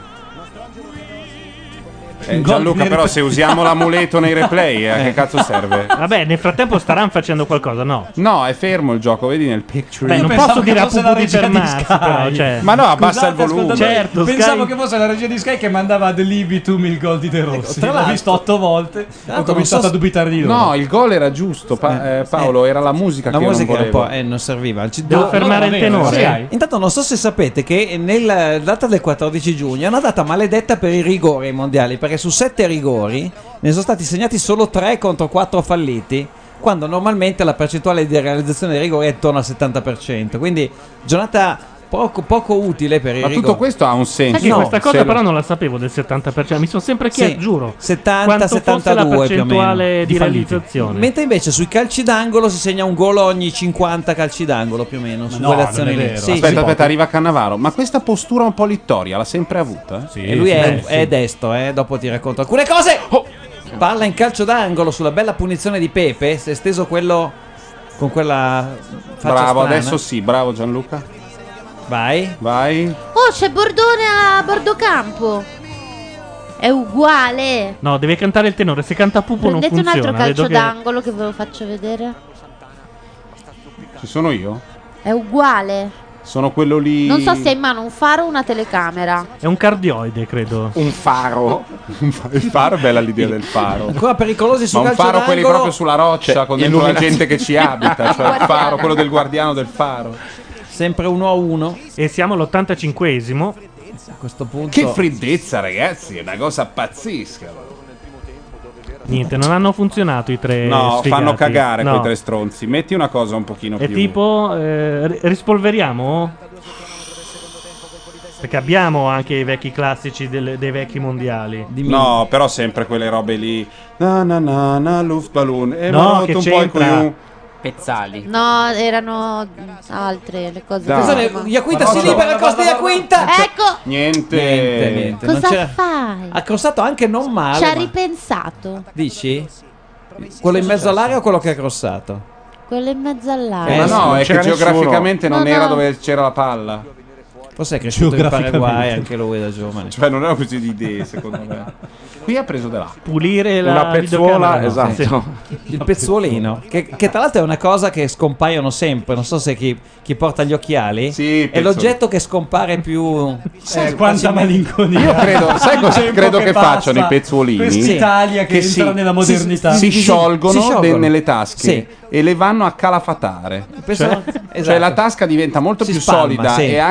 Gianluca, però se usiamo l'amuleto nei replay, a che cazzo serve? Vabbè, nel frattempo staranno facendo qualcosa, no? No, è fermo il gioco, vedi nel picture. Beh, non posso dire a Pupu di fermarsi, però, cioè. Ma no, abbassa il volume. Certo, Pensavo Sky- che fosse la regia di Sky che mandava ad libitum il gol di De Rossi. tra L'ho l'altro- visto 8 volte. Ho l'altro cominciato non so a dubitare di loro. No, il gol era giusto, Paolo, era la musica La che musica non era un volevo. po', non serviva. Devo fermare il tenore? Sì. Intanto non so se sapete che nella data del 14 giugno è una data maledetta per i rigori ai mondiali, perché su 7 rigori ne sono stati segnati solo 3 contro 4 falliti, quando normalmente la percentuale di realizzazione dei rigori è intorno al 70%. Quindi giornata poco utile per i Ma rigori. tutto questo ha un senso. Sai che questa cosa se però lo- non la sapevo del 70%, mi sono sempre chiesto, Sì, giuro, 70, quanto fosse la 72 più o percentuale meno di falliti. realizzazione. Mentre invece sui calci d'angolo si segna un gol ogni 50 calci d'angolo più o meno su no, quelle non azioni è lì. vero. Sì, Aspetta, arriva Cannavaro. Ma questa postura un po' littoria l'ha sempre avuta? Sì, E lui sì, è destro, dopo ti racconto alcune cose. Palla in calcio d'angolo sulla bella punizione di Pepe. Si è steso quello con quella faccia Bravo, strana. adesso sì, bravo Gianluca. Vai. Oh, c'è Bordone a bordo campo. È uguale. No, deve cantare il tenore, se canta Pupo non Prendete un funziona. altro calcio vedo che- d'angolo che ve lo faccio vedere. Ci sono io? È uguale. Sono quello lì. Non so se hai in mano un faro o una telecamera. È un cardioide, credo. Un faro. Il faro è bella l'idea del faro. Ancora pericolosi sul Ma un calcio faro d'angolo. quelli proprio sulla roccia, Cioè, con dentro la illuminati. gente che ci abita. Cioè il faro, quello del guardiano del faro. Sempre 1-1. E siamo all'85esimo. A questo punto. Che freddezza, ragazzi, è una cosa pazzesca. Niente, non hanno funzionato i tre No, sfigati. fanno cagare No. quei tre stronzi. Metti una cosa un pochino È più. tipo rispolveriamo? Perché abbiamo anche i vecchi classici dei vecchi mondiali. No, però sempre quelle robe lì. Na Luftballon. E No, mi ha rotto che un po' il c'entra? coglione. Pezzali. No, erano altre le cose. Dai. Attenzione, Iaquinta si libera, Costa Iaquinta. Ecco, Niente. Non cosa c'era- fai? Ha crossato anche non male. Ci ha ma- ripensato. Dici? Quello in mezzo all'area o quello che ha crossato? Quello in mezzo all'aria. Ma no, non è che c'era geograficamente non No, era no. dove c'era la palla. Forse è cresciuto in Geograficamente. Paraguay anche lui da giovane. Cioè, non era così di idee, secondo me. Qui ha preso della. Pulire la Una pezzuola, videocamera, no. esatto. Il pezzuolino, che tra l'altro è una cosa che scompaiono sempre. Non so se chi porta gli occhiali Sì, è pezzolino. l'oggetto che scompare più. Quanta malinconia. Io credo, sai cosa Tempo credo che passa. facciano i pezzuolini? Quest'Italia che entra nella modernità. Si sciolgono, si sciolgono. nelle tasche Sì. e le vanno a calafatare. Penso- Cioè, esatto. cioè la tasca diventa molto Si più spalma, solida sì. e anche un po'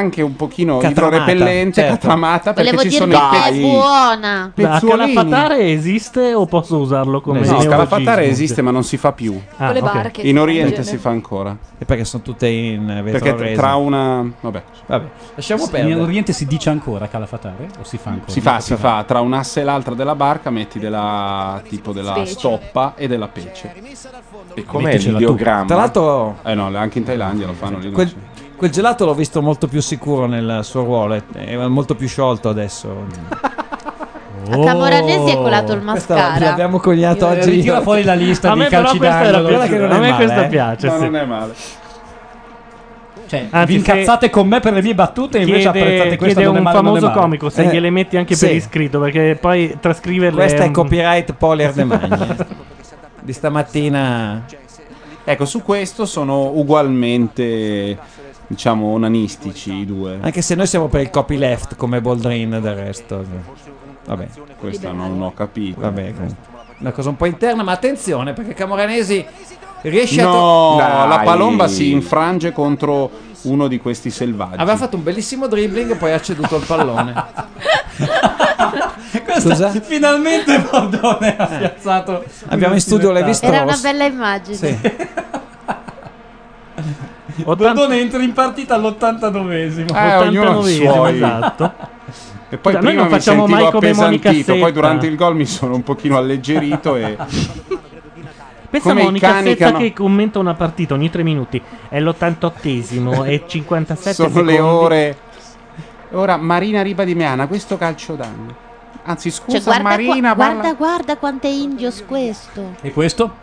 pochino Catramata, idrorepellente, certo. catramata, perché Volevo ci sono dirvi che è i buona. Ma pezzuolini. Calafatare esiste o posso usarlo come No, Calafatare neologismo? esiste, ma non si fa più. Ah, Con le ok. barche In si Oriente fa. si fa ancora. E perché sono tutte in vetro Perché resin. tra una... Vabbè. Lasciamo In perdere. Oriente si dice ancora Calafatare? O si fa ancora? Si fa. Tra un asse e l'altra della barca metti tipo della Specie. stoppa e della pece. E com'è l'ideogramma? Tra l'altro no, anche in Thailandia lo fanno lì. non c'è. quel gelato l'ho visto molto più sicuro nel suo ruolo, è molto più sciolto adesso. A Camoranesi è colato il Questa mascara. l'abbiamo coniato oggi. Ritira fuori la lista A di me però calci questa era d'angolo. piaciuta. A me questa piace, No, sì. non è male. Cioè, Anzi, vi incazzate con me per le mie battute e invece apprezzate questa. Chiede non è un male, non è famoso male. comico se gliele metti anche per sì. iscritto, perché poi trascriverle Questa è un- copyright Polier De Magni. Di stamattina. Ecco, su questo sono ugualmente, diciamo, onanistici i due. Anche se noi siamo per il copyleft come Boldrin del resto. Vabbè. Questa non ho capito. Vabbè, una cosa un po' interna, ma attenzione perché Camoranesi riesce No, a la palomba si infrange contro uno di questi selvaggi. aveva fatto un bellissimo dribbling e poi ha ceduto il pallone. Questa, finalmente Bordone ha piazzato. Abbiamo in studio Levi Strauss. Era una bella immagine. Bordone entra in partita all'89esimo. Ognuno ha i suoi. esatto. E poi Cioè, noi prima non mi facciamo sentivo mai come Monica appesantito, poi Setta. durante il gol mi sono un pochino alleggerito e... Questa Come i Monica cani Setta che hanno- che commenta una partita ogni 3 minuti. È l'88esimo e 57 Sono secondi. le ore... Ora Marina Riba di Meana, questo calcio d'angolo. Anzi, scusa, Cioè, guarda, Marina, guarda quanto è indios questo. E questo?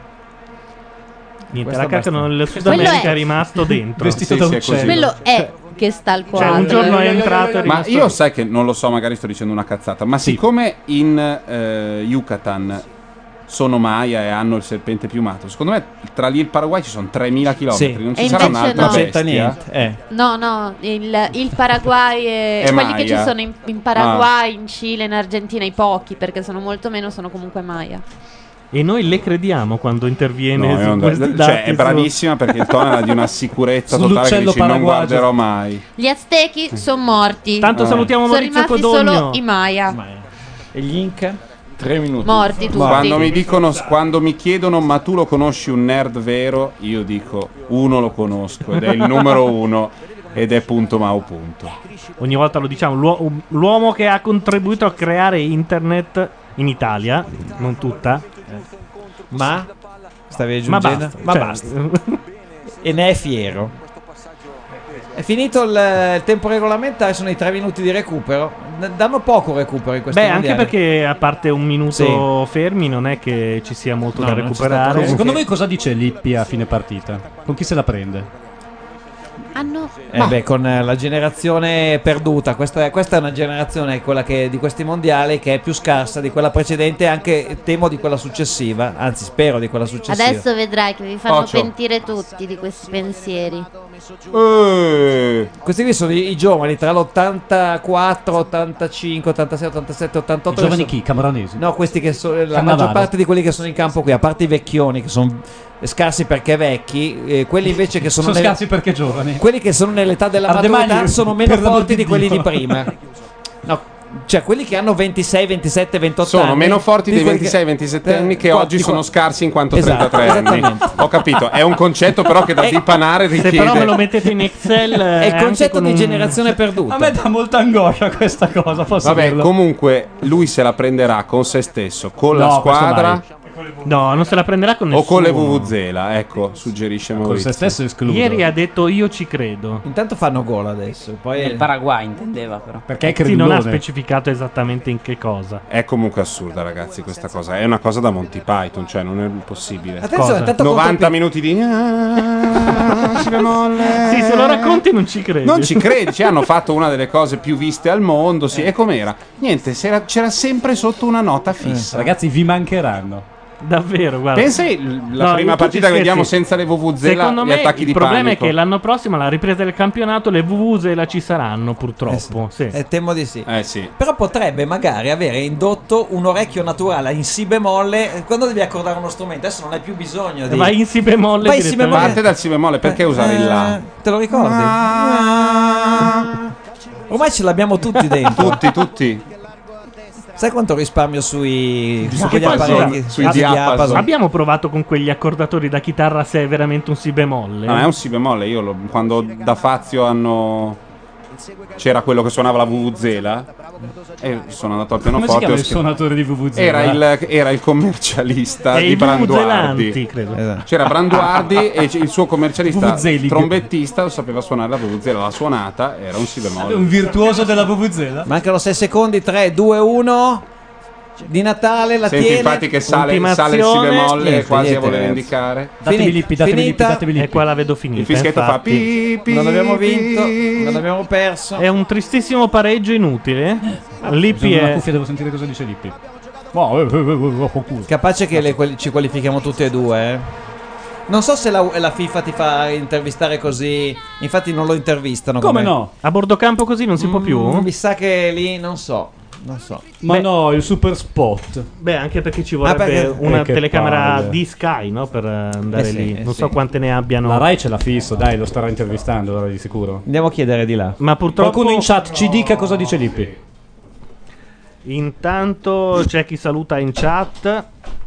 Niente, Questo la cacca basta. nel Sud Quello America è- è rimasto dentro. Vestito da Sì, è uccello. così. Quello è che sta al quadro. Cioè, un giorno è entrato e è Ma rimasto io lì. sai che non lo so, magari sto dicendo una cazzata, ma siccome in Yucatan sono Maya e hanno il serpente piumato, secondo me tra lì e il Paraguay ci sono 3000 km, Sì. non E ci sarà invece un'altra no. bestia. niente. No, il Paraguay e È quelli che ci Maya. sono in Paraguay, in Cile, in Argentina, i pochi, perché sono molto meno, sono comunque Maya. E noi le crediamo quando interviene No, su questi dati. cioè, è bravissima perché il tono era di una sicurezza totale che Sull'uccello dici non paraguagio. guarderò mai. Gli Aztechi sono morti. Tanto salutiamo sono Maurizio rimasti Codogno. solo i Maya. E gli Inca? 3 minuti. Morti tutti. Quando mi chiedono ma tu lo conosci un nerd vero, io dico uno lo conosco ed è il numero uno ed è punto Mau punto. Ogni volta lo diciamo, l'uomo che ha contribuito a creare internet in Italia, non tutta. Ma stavi Ma aggiungendo? basta, Ma cioè- basta. E ne è fiero. È finito il tempo regolamentare, sono i 3 minuti di recupero. Danno poco recupero in questo Beh, anche perché a parte un minuto Sì. fermi non è che ci sia molto da No, non c'è recuperare. stato- Secondo voi cosa dice Lippi a fine partita? Con chi se la prende? Hanno con la generazione perduta. Questa è una generazione, quella di questi mondiali, che è più scarsa di quella precedente, anche temo di quella successiva. Anzi, spero di quella successiva. Adesso vedrai che vi fanno Ocio. pentire tutti di questi pensieri. Questi qui sono i giovani tra l'84, 85, 86, 87, 88. I giovani che sono- chi? Camoranesi? No, questi che sono la Cannavaro. maggior parte di quelli che sono in campo qui, a parte i vecchioni che sono scarsi perché vecchi, quelli invece che sono, Sono scarsi perché giovani. quelli che sono nell'età della Ardemagni maturità sono meno per forti di l'amor quelli di di Dio. prima. No, cioè quelli che hanno 26, 27, 28 Sono anni meno forti dei di quelli 26-27 anni che qua- oggi di qua- sono scarsi in quanto Esatto, 33 anni. esattamente. Ho capito, è un concetto però che da dipanare Se richiede. però me lo mettete in Excel È il anche concetto con di un- generazione perduta. A me dà molta angoscia questa cosa, posso Vabbè, dirlo? comunque lui se la prenderà con se stesso, con la No, questo squadra mai. No, non se la prenderà con o nessuno. con le Vuvuzela, ecco, suggerisce Maurizio. Ieri ha detto io ci credo. Intanto fanno gol adesso. Poi Nel Paraguay intendeva però. Perché Sì, non ha specificato esattamente in che cosa. È comunque assurda, ragazzi, questa cosa. È una cosa da Monty Python, cioè non è possibile. Attenzione, Cosa? tanto 90 minuti di si bemolle. Sì, se lo racconti non ci credi. Non ci credi, cioè, hanno fatto una delle cose più viste al mondo, sì. E com'era? Niente, c'era sempre sotto una nota fissa. Ragazzi, vi mancheranno. Davvero, guarda. Pensa la prima partita che vediamo senza le Vuvuzela, Secondo gli me attacchi il di problema panico. è che l'anno prossimo, alla ripresa del campionato, le Vuvuzela ci saranno, purtroppo. Sì. temo di sì. Sì. Però potrebbe magari avere indotto un orecchio naturale in si bemolle quando devi accordare uno strumento. Adesso non hai più bisogno di. Vai in si bemolle Vai in si direttamente. bemolle. Parte dal si bemolle, perché usare il la? Te lo ricordi? Ormai ce l'abbiamo tutti dentro. tutti. Sai quanto risparmio sui Che quegli poi, apparecchi? sui diapason. Abbiamo provato con quegli accordatori da chitarra se è veramente un si bemolle. No, è un si bemolle. Quando da Fazio c'era quello che suonava la vuvuzela e sono andato al pianoforte. Come si chiama il suonatore di vuvuzela? Era il commercialista E di i Branduardi. vuvuzelanti, credo. Esatto. C'era Branduardi e il suo commercialista Vuvuzelic. trombettista sapeva suonare la vuvuzela, l'ha suonata, era un si bemolle. Un virtuoso della vuvuzela. Mancano 6 secondi, 3, 2, 1. Di Natale la Senti, tiene. infatti che sale il si bemolle quasi a voler indicare. Datemi lippi, datemi lippi, datemi lippi. E qua la vedo finita. Il fischietto fa infatti. pi. Non abbiamo vinto, non abbiamo perso. È un tristissimo pareggio inutile. Lippi Bisogna una è... cuffia, devo sentire cosa dice Lippi. Capace che ci qualifichiamo tutti e due, eh? Non so se la FIFA ti fa intervistare così. Infatti non lo intervistano. Come no? A bordo campo così non si può più? Mi sa che lì non so. Ma no, il super spot. Beh, anche perché ci vorrebbe perché- una che telecamera palle. di Sky, no? Per andare sì, lì. Non sì. so quante ne abbiano. La Rai ce l'ha fisso, dai, lo starà intervistando ora di sicuro. Andiamo a chiedere di là. Ma purtroppo Qualcuno in chat ci dica cosa dice Lippi. Intanto c'è chi saluta in chat.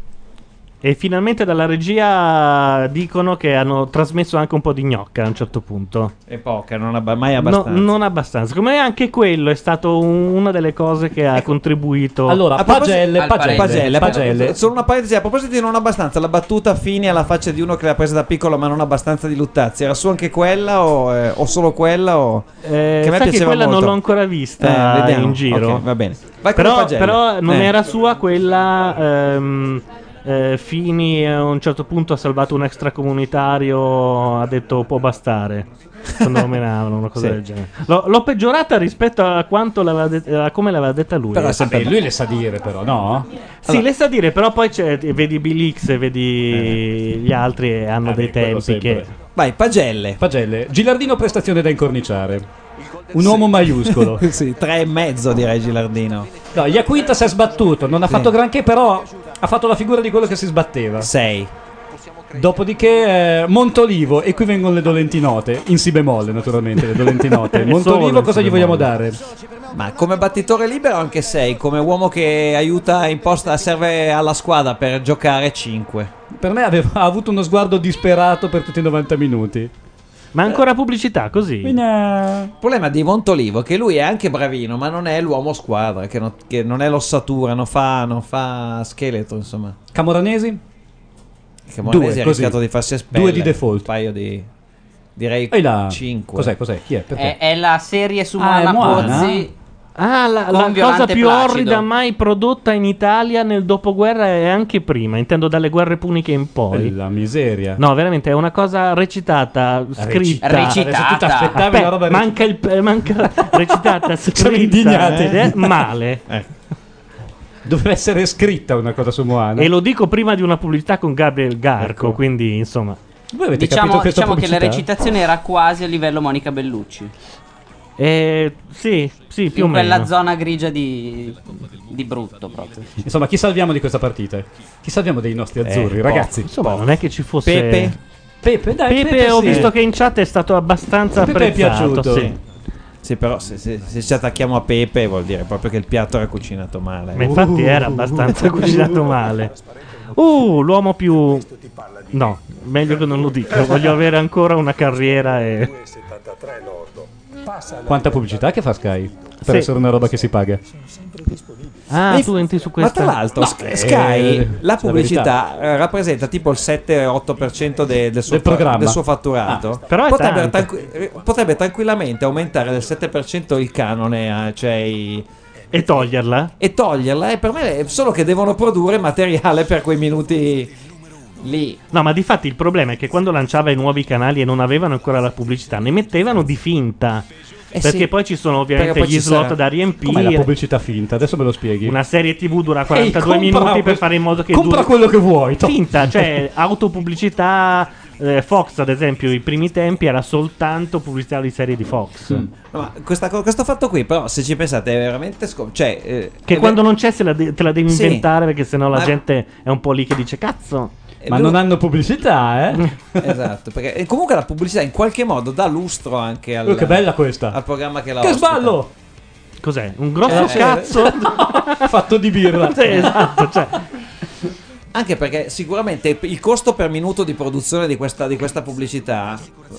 E finalmente dalla regia dicono che hanno trasmesso anche un po' di gnocca a un certo punto. È poca, mai abbastanza. No, non abbastanza. Secondo me anche quello è stato una delle cose che ha contribuito. Allora, A proposito- pagelle. Solo una parentesi, a proposito di non abbastanza, la battuta Fini alla faccia di uno che l'ha presa da piccolo ma non abbastanza di Luttazzi, era su anche quella o solo quella? Che a me sai che piaceva quella molto. non l'ho ancora vista Vediamo. in giro. Ok, va bene. Vai con le Però, pagelle. però non Eh. era sua quella. Fini a un certo punto ha salvato un extracomunitario, ha detto può bastare. Quando lo menavano, una cosa Sì. del genere. L'ho peggiorata rispetto a quanto a come l'aveva detta lui. Però lui le sa dire, però, no? Sì, le sa dire, però poi vedi Bill X e vedi gli altri e hanno dei tempi che. Vai, pagelle. Pagelle. Gilardino prestazione da incorniciare. Un uomo maiuscolo. Sì, 3,5 direi Gilardino. No, Iaquinta si è sbattuto, non ha fatto granché, però ha fatto la figura di quello che si sbatteva. 6. Dopodiché Montolivo, e qui vengono le dolenti note, in si bemolle naturalmente, le dolenti note. Solo Montolivo in cosa si gli vogliamo bemolle. dare? Ma come battitore libero anche 6, come uomo che aiuta serve alla squadra per giocare 5. Per me ha avuto uno sguardo disperato per tutti i 90 minuti. Ma ancora pubblicità così? Il problema di Montolivo è che lui è anche bravino, ma non è l'uomo squadra, che non è l'ossatura, non fa scheletro, insomma. Camoranesi? Camoranesi ha così. rischiato di farsi espellere. 2 di default. Un paio di... direi E là, 5. Cos'è? Chi è? Perché? È la serie su Ah, è Moana Moana? Pozzi. Ah, la Con cosa Violante più Placido. orrida mai prodotta in Italia nel dopoguerra e anche prima, intendo dalle guerre puniche in poi. La miseria. No, veramente è una cosa recitata, scritta. Recitata. aspettavi una roba manca recitata, scritta indignati. ed è male. Doveva essere scritta una cosa su Moana. E lo dico prima di una pubblicità con Gabriel Garco, quindi insomma. Voi avete Diciamo, capito questa diciamo che la pubblicità? recitazione era quasi a livello Monica Bellucci. Sì, più o in quella meno. zona grigia di brutto proprio. Insomma, chi salviamo di questa partita? Chi salviamo dei nostri azzurri, ragazzi? Insomma, non è che ci fosse Pepe, dai, Pepe ho sì. visto che in chat è stato abbastanza Pepe è apprezzato, piaciuto. sì. Sì, però se ci attacchiamo a Pepe vuol dire proprio che il piatto era cucinato male. Ma infatti era abbastanza cucinato male. L'uomo più... No, meglio che non lo dica. Voglio avere ancora una carriera e... Quanta pubblicità che fa Sky? Per Sì. essere una roba che si paga. Ah, tu entri su Ma questa... tra l'altro No, Sky la la pubblicità rappresenta tipo il 7-8% del suo Del programma. del suo fatturato. però è potrebbe, tanto. potrebbe tranquillamente aumentare del 7% il canone, cioè E toglierla? e toglierla. E per me è solo che devono produrre materiale per quei minuti lì. No, ma di fatti il problema è che quando lanciava i nuovi canali e non avevano ancora la pubblicità, ne mettevano di finta. Perché sì. poi ci sono ovviamente Perché poi gli ci slot sarà- da Com'è la riempire. pubblicità finta? Adesso me lo spieghi. Una serie TV dura 42 compra- minuti per fare in modo che compra duri... quello che vuoi. to. Finta, cioè autopubblicità. Fox, ad esempio, i primi tempi era soltanto pubblicità di serie di Fox. Ma questo fatto qui, però, se ci pensate, è veramente Che quando non c'è te la devi Sì. inventare, perché sennò la Ma- gente è un po' lì che dice cazzo. Ma non hanno pubblicità, eh? Esatto, perché comunque la pubblicità in qualche modo dà lustro anche al, che bella questa. al programma che la Che ospita. sballo! Cos'è? Un grosso cazzo fatto di birra. Sì, esatto, cioè. Anche perché sicuramente il costo per minuto di produzione di questa pubblicità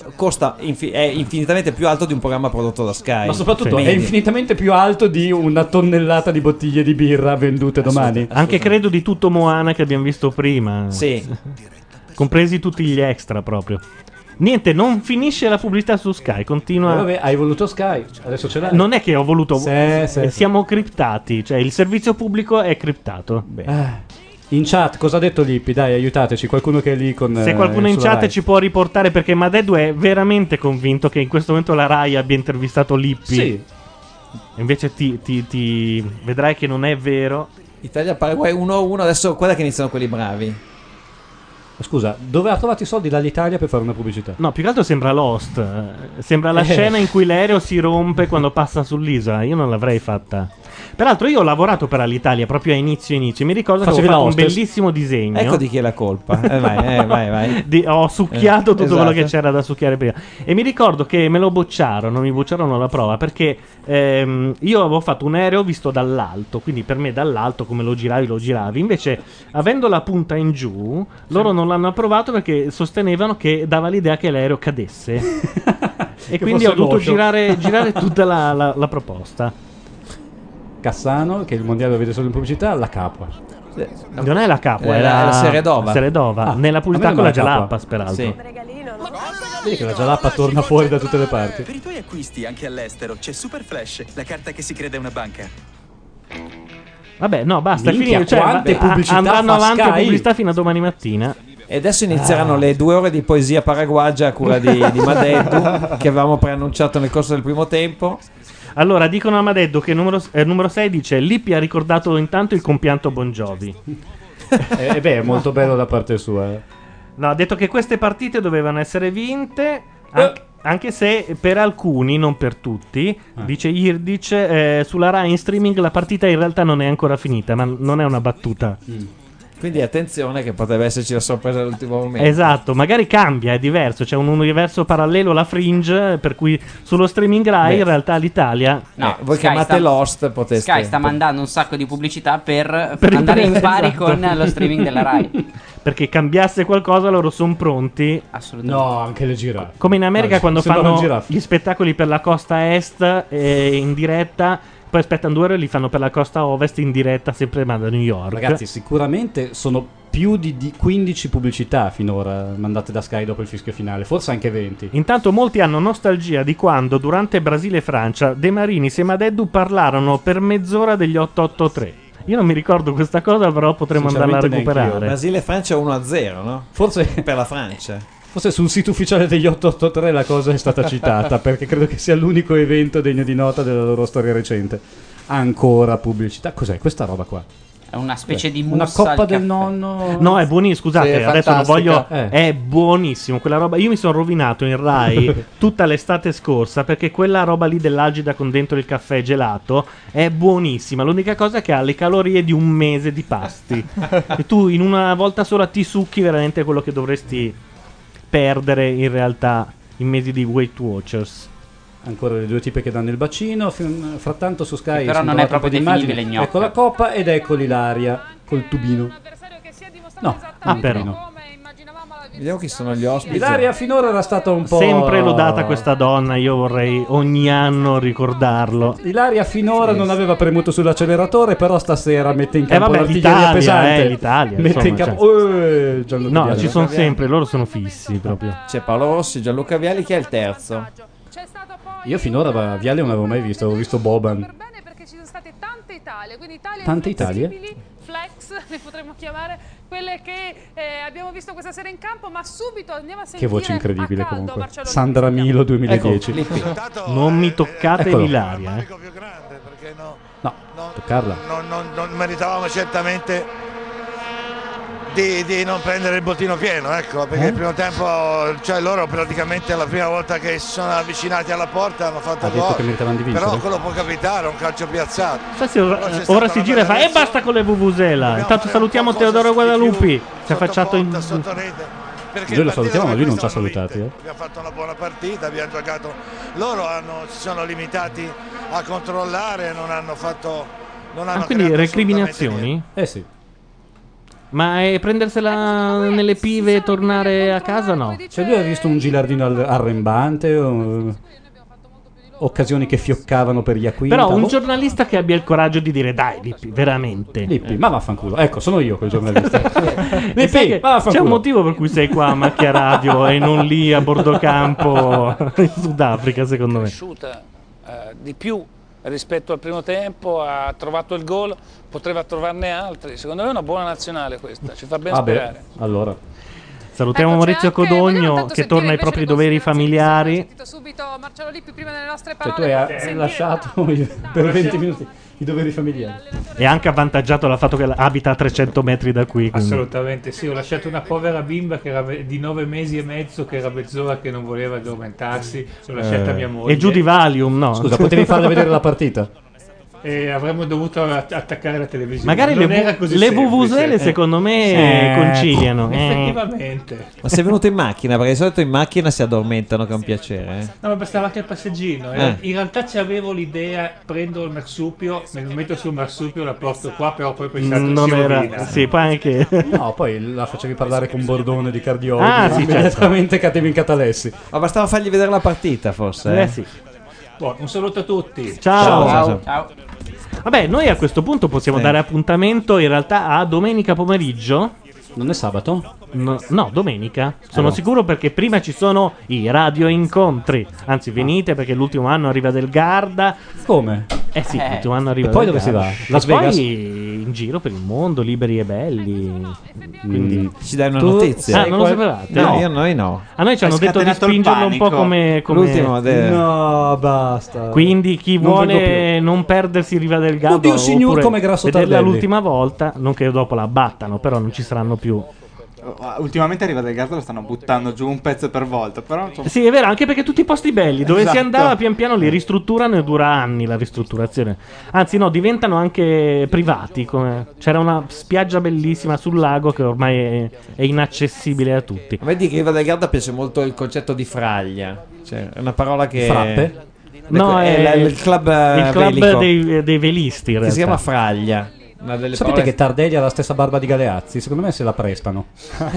è infinitamente più alto di un programma prodotto da Sky. Ma soprattutto Quindi- è infinitamente più alto di una tonnellata di bottiglie di birra vendute domani. Anche credo di tutto Moana che abbiamo visto prima. Sì. Compresi tutti gli extra proprio. Niente, non finisce la pubblicità su Sky, continua. Vabbè, hai voluto Sky, adesso ce l'hai. Non è che ho voluto. Sì. Siamo criptati, cioè il servizio pubblico è criptato. In chat, cosa ha detto Lippi? Dai, aiutateci, qualcuno che è lì con... Se qualcuno in sulla chat Rai. ci può riportare, perché Madeddu è veramente convinto che in questo momento la Rai abbia intervistato Lippi. Sì. Invece ti vedrai che non è vero. Italia-Paraguay 1-1, adesso guarda che iniziano quelli bravi. Scusa, dove ha trovato i soldi dall'Italia per fare una pubblicità? No, più che altro sembra Lost. Sembra la scena in cui l'aereo si rompe quando passa sull'isola. Io non l'avrei fatta. Peraltro io ho lavorato per Alitalia proprio a inizio. Mi ricordo che Facevi avevo fatto un la hostess? bellissimo disegno. Ecco di chi è la colpa. Vai. Ho succhiato tutto Esatto. quello che c'era da succhiare prima. E mi ricordo che me lo bocciarono, mi bocciarono la prova perché io avevo fatto un aereo visto dall'alto, quindi per me dall'alto come lo giravi. Invece, avendo la punta in giù, loro non l'hanno approvato perché sostenevano che dava l'idea che l'aereo cadesse. E quindi fosse ho dovuto l'oscio. girare tutta la proposta. Cassano, che il mondiale lo vede solo in pubblicità, la capua. Non è la capua, È la Serie Dova. Serie Dova. Ah, Nella pubblicità a me con la non è la Jalapas, peraltro. Sì. Vedi che la Jalappa torna fuori da tutte le parti. Per i tuoi acquisti anche all'estero c'è Super Flash, la carta che si crede una banca. Vabbè, no, basta, è Minchia, finito. Cioè, quante pubblicità andranno fa avanti a Sky? pubblicità fino a domani mattina. E adesso inizieranno le 2 ore di poesia paraguagia a cura di Madeddu, che avevamo preannunciato nel corso del primo tempo. Allora, dicono a Madeddu che numero 6 dice: Lippi ha ricordato intanto il compianto Bon Jovi. Beh, è molto bello da parte sua. No, ha detto che queste partite dovevano essere vinte, anche se per alcuni, non per tutti, dice Irdic, sulla Rai in streaming la partita in realtà non è ancora finita, ma non è una battuta. Quindi attenzione che potrebbe esserci la sorpresa all'ultimo momento. Esatto, magari cambia, è diverso, c'è un universo parallelo, la Fringe, per cui sullo streaming Rai in realtà l'Italia... No, voi Sky chiamate sta- Lost, poteste... Sky sta mandando un sacco di pubblicità per Per andare in riprendere, pari esatto. con lo streaming della Rai. Perché cambiasse qualcosa loro sono pronti. Assolutamente. No, anche le giraffe. Come in America No, quando sembrano fanno giraffe. gli spettacoli per la costa est in diretta, poi aspettano 2 ore e li fanno per la costa ovest in diretta, sempre ma da New York. Ragazzi, sicuramente sono più di 15 pubblicità finora mandate da Sky dopo il fischio finale, forse anche 20. Intanto molti hanno nostalgia di quando durante Brasile e Francia De Marinis e Madeddu parlarono per mezz'ora degli 883. Io non mi ricordo questa cosa, però potremmo andarla a Sinceramente neanch'io. recuperare. Brasile e Francia 1-0, no? Forse per la Francia. Forse sul sito ufficiale degli 883 la cosa è stata citata, perché credo che sia l'unico evento degno di nota della loro storia recente. Ancora pubblicità. Cos'è questa roba qua? È una specie di Una mousse coppa al del caffè. nonno. No, è buonissimo. Scusate, Sì, è adesso non fantastica. voglio. È buonissimo quella roba. Io mi sono rovinato in Rai tutta l'estate scorsa perché quella roba lì dell'algida con dentro il caffè gelato è buonissima. L'unica cosa è che ha le calorie di un mese di pasti. E tu in una volta sola ti succhi veramente quello che dovresti perdere in realtà in mesi di Weight Watchers. Ancora le due tipe che danno il bacino. Frattanto su Sky Però sono non è trovate un po' proprio di immagini. definibile gnocca. Ecco la coppa ed ecco l'Ilaria col tubino. No, un però. tubino. Vediamo chi sono gli ospiti. Ilaria finora era stata un po'... Sempre lodata questa donna, io vorrei ogni anno ricordarlo. Ilaria finora non aveva premuto sull'acceleratore, però stasera mette in campo vabbè, l'artiglieria l'Italia, pesante. l'Italia, Mette in insomma, campo... Gianluca No, Vialli. ci sono sempre, loro sono fissi proprio. C'è Paolo Rossi, Gianluca Vialli, chi è il terzo? Io finora Vialli non l'avevo mai visto, avevo visto Boban. Perché ci sono state tante Italie, quindi Italie Tante Italie? flessibili, flex, le potremmo chiamare, quelle che abbiamo visto questa sera in campo, ma subito andiamo a sentire Che voce incredibile a caldo comunque. Marcello Sandra Milo 2010. Non mi toccate Eccolo. l'Ilaria. No, toccarla. Non meritavamo certamente di non prendere il bottino pieno, ecco, perché il primo tempo, cioè loro praticamente la prima volta che si sono avvicinati alla porta hanno fatto Ha detto gol, che meritavano di vincere. però quello può capitare, un calcio piazzato. Ora si gira e fa e basta con le vuvuzela. Intanto salutiamo Teodoro Guadalupi, si è affacciato in... Perché Noi lo salutiamo, ma lui non ci ha salutati. Abbiamo fatto una buona partita, abbiamo giocato, loro si sono limitati a controllare, non hanno fatto, non hanno quindi creato recriminazioni? Sì. Ma è prendersela nelle pive e tornare a casa, no? Cioè lui ha visto un Gilardino arrembante, occasioni che fioccavano per gli acquisti. Però un giornalista che abbia il coraggio di dire dai Lippi, veramente. Lippi, ma vaffanculo. Ecco, sono io quel giornalista. Lippi, c'è un motivo per cui sei qua a Macchia Radio e non lì a bordo campo in Sudafrica, secondo me. Cresciuta di più rispetto al primo tempo, ha trovato il gol, poteva trovarne altri. Secondo me è una buona nazionale questa, ci fa ben sperare. Allora. Salutiamo Maurizio Codogno che torna ai propri doveri familiari. Subito Marcello Lippi prima delle nostre Cioè parole. tu hai lasciato per 20 minuti i doveri familiari. E anche avvantaggiato dal fatto che abita a 300 metri da qui. Quindi. Assolutamente sì, ho lasciato una povera bimba che era di 9 mesi e mezzo, che era mezz'ora che non voleva addormentarsi, l'ho lasciata mia moglie. E giù di Valium, no? Scusa, potevi farle vedere la partita? E avremmo dovuto attaccare la televisione. Magari Non era così le semplice. vuvuzele secondo me conciliano. Effettivamente. Ma sei venuto in macchina? Perché di solito in macchina si addormentano, che è un piacere. No, ma bastava anche il passeggino. In realtà c'avevo l'idea, prendo il marsupio, me lo metto sul marsupio, la porto qua, però poi pensato Non si era. rovina. Sì, poi anche. No, poi la facevi parlare con Bordone di cardiologo. Ah, sì, immediatamente cadevi in catalessi. Ma bastava fargli vedere la partita, forse. Sì. Buon, un saluto a tutti. Ciao. Ciao. Vabbè, noi a questo punto possiamo dare appuntamento in realtà a domenica pomeriggio. Non è sabato? No, domenica. Sono sicuro perché prima ci sono i radio incontri. Anzi, venite perché l'ultimo anno arriva del Garda. Come? Eh sì, l'ultimo anno arriva E poi del dove si Garda. va? Las Vegas? Poi in giro per il mondo, liberi e belli. Quindi Ci dai una notizia? Ah, non lo sapevate? No, noi no. A noi ci hanno detto di spingerlo un po' come L'ultimo No, basta. Quindi chi Non vuole vengo non perdersi Riva del Garda Oddio, signor, oppure come Grasso vederla Tardelli. l'ultima volta, non che dopo la battano, però non ci saranno più. Ultimamente arriva del Garda, lo stanno buttando giù un pezzo per volta. Però insomma... Sì, è vero, anche perché tutti i posti belli dove si Esatto. andava pian piano li ristrutturano e dura anni la ristrutturazione. Anzi, no, diventano anche privati. C'era una spiaggia bellissima sul lago che ormai è inaccessibile a tutti. A me di Riva del Garda piace molto il concetto di fraglia. Cioè, è una parola che. Frappe? No, è il club, il club velico. dei velisti. In Che si realtà. chiama Fraglia. Una delle Sapete parole- che Tardelli ha la stessa barba di Galeazzi? Secondo me se la prestano.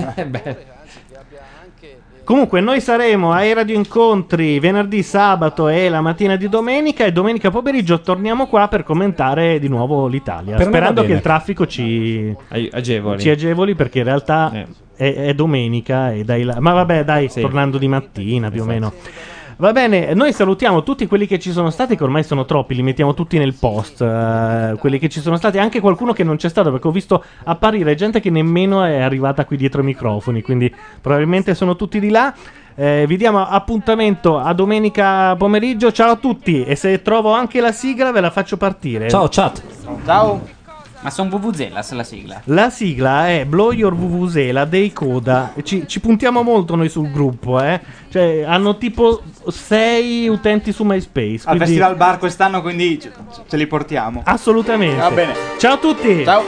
Comunque noi saremo ai Radio Incontri venerdì, sabato e la mattina di domenica, e domenica pomeriggio torniamo qua per commentare di nuovo l'Italia, Per me va sperando che bene. il traffico ci agevoli. perché in realtà è domenica e ma vabbè dai, tornando di mattina più o meno. Va bene, noi salutiamo tutti quelli che ci sono stati, che ormai sono troppi, li mettiamo tutti nel post, quelli che ci sono stati, anche qualcuno che non c'è stato, perché ho visto apparire gente che nemmeno è arrivata qui dietro i microfoni, quindi probabilmente sono tutti di là. Vi diamo appuntamento a domenica pomeriggio, ciao a tutti, e se trovo anche la sigla ve la faccio partire. Ciao chat. Ciao. Ma sono Vuvuzelas la sigla. La sigla è Blow Your Vuvuzela dei Coda. Ci puntiamo molto noi sul gruppo, Cioè, hanno tipo 6 utenti su MySpace. Al quindi- Festival Bar quest'anno, quindi ce li portiamo. Assolutamente. Va bene. Ciao a tutti. Ciao.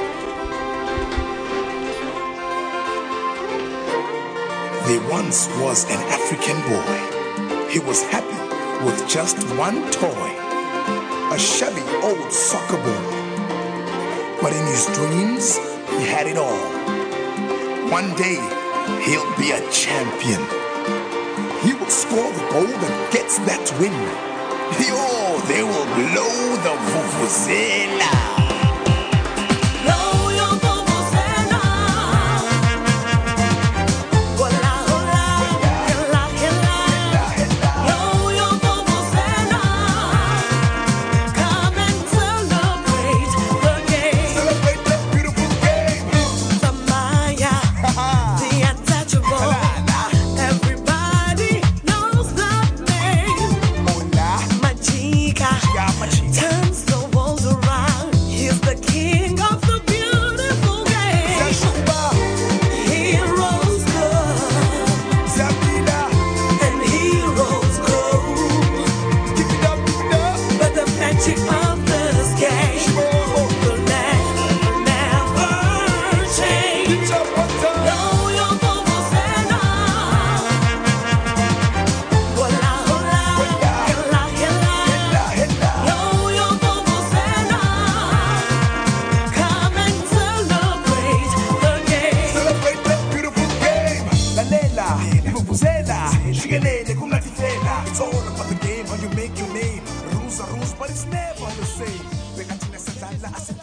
There once was an African boy. He was happy with just one toy, a shabby old soccer ball. But in his dreams, he had it all. One day, he'll be a champion. He will score the goal that gets that win. Oh, they will blow the vuvuzela. Turns the walls around. beauty of this game will never change. Yo como cena, hola hola, hela hela. Yo como cena, come and celebrate the game. Celebrate the beautiful game. La lela, vuvuzela, shigalele cum la tifela. It's all about the game, how you make your name. Rules are rules, but it's never the same. Pegatina satalla,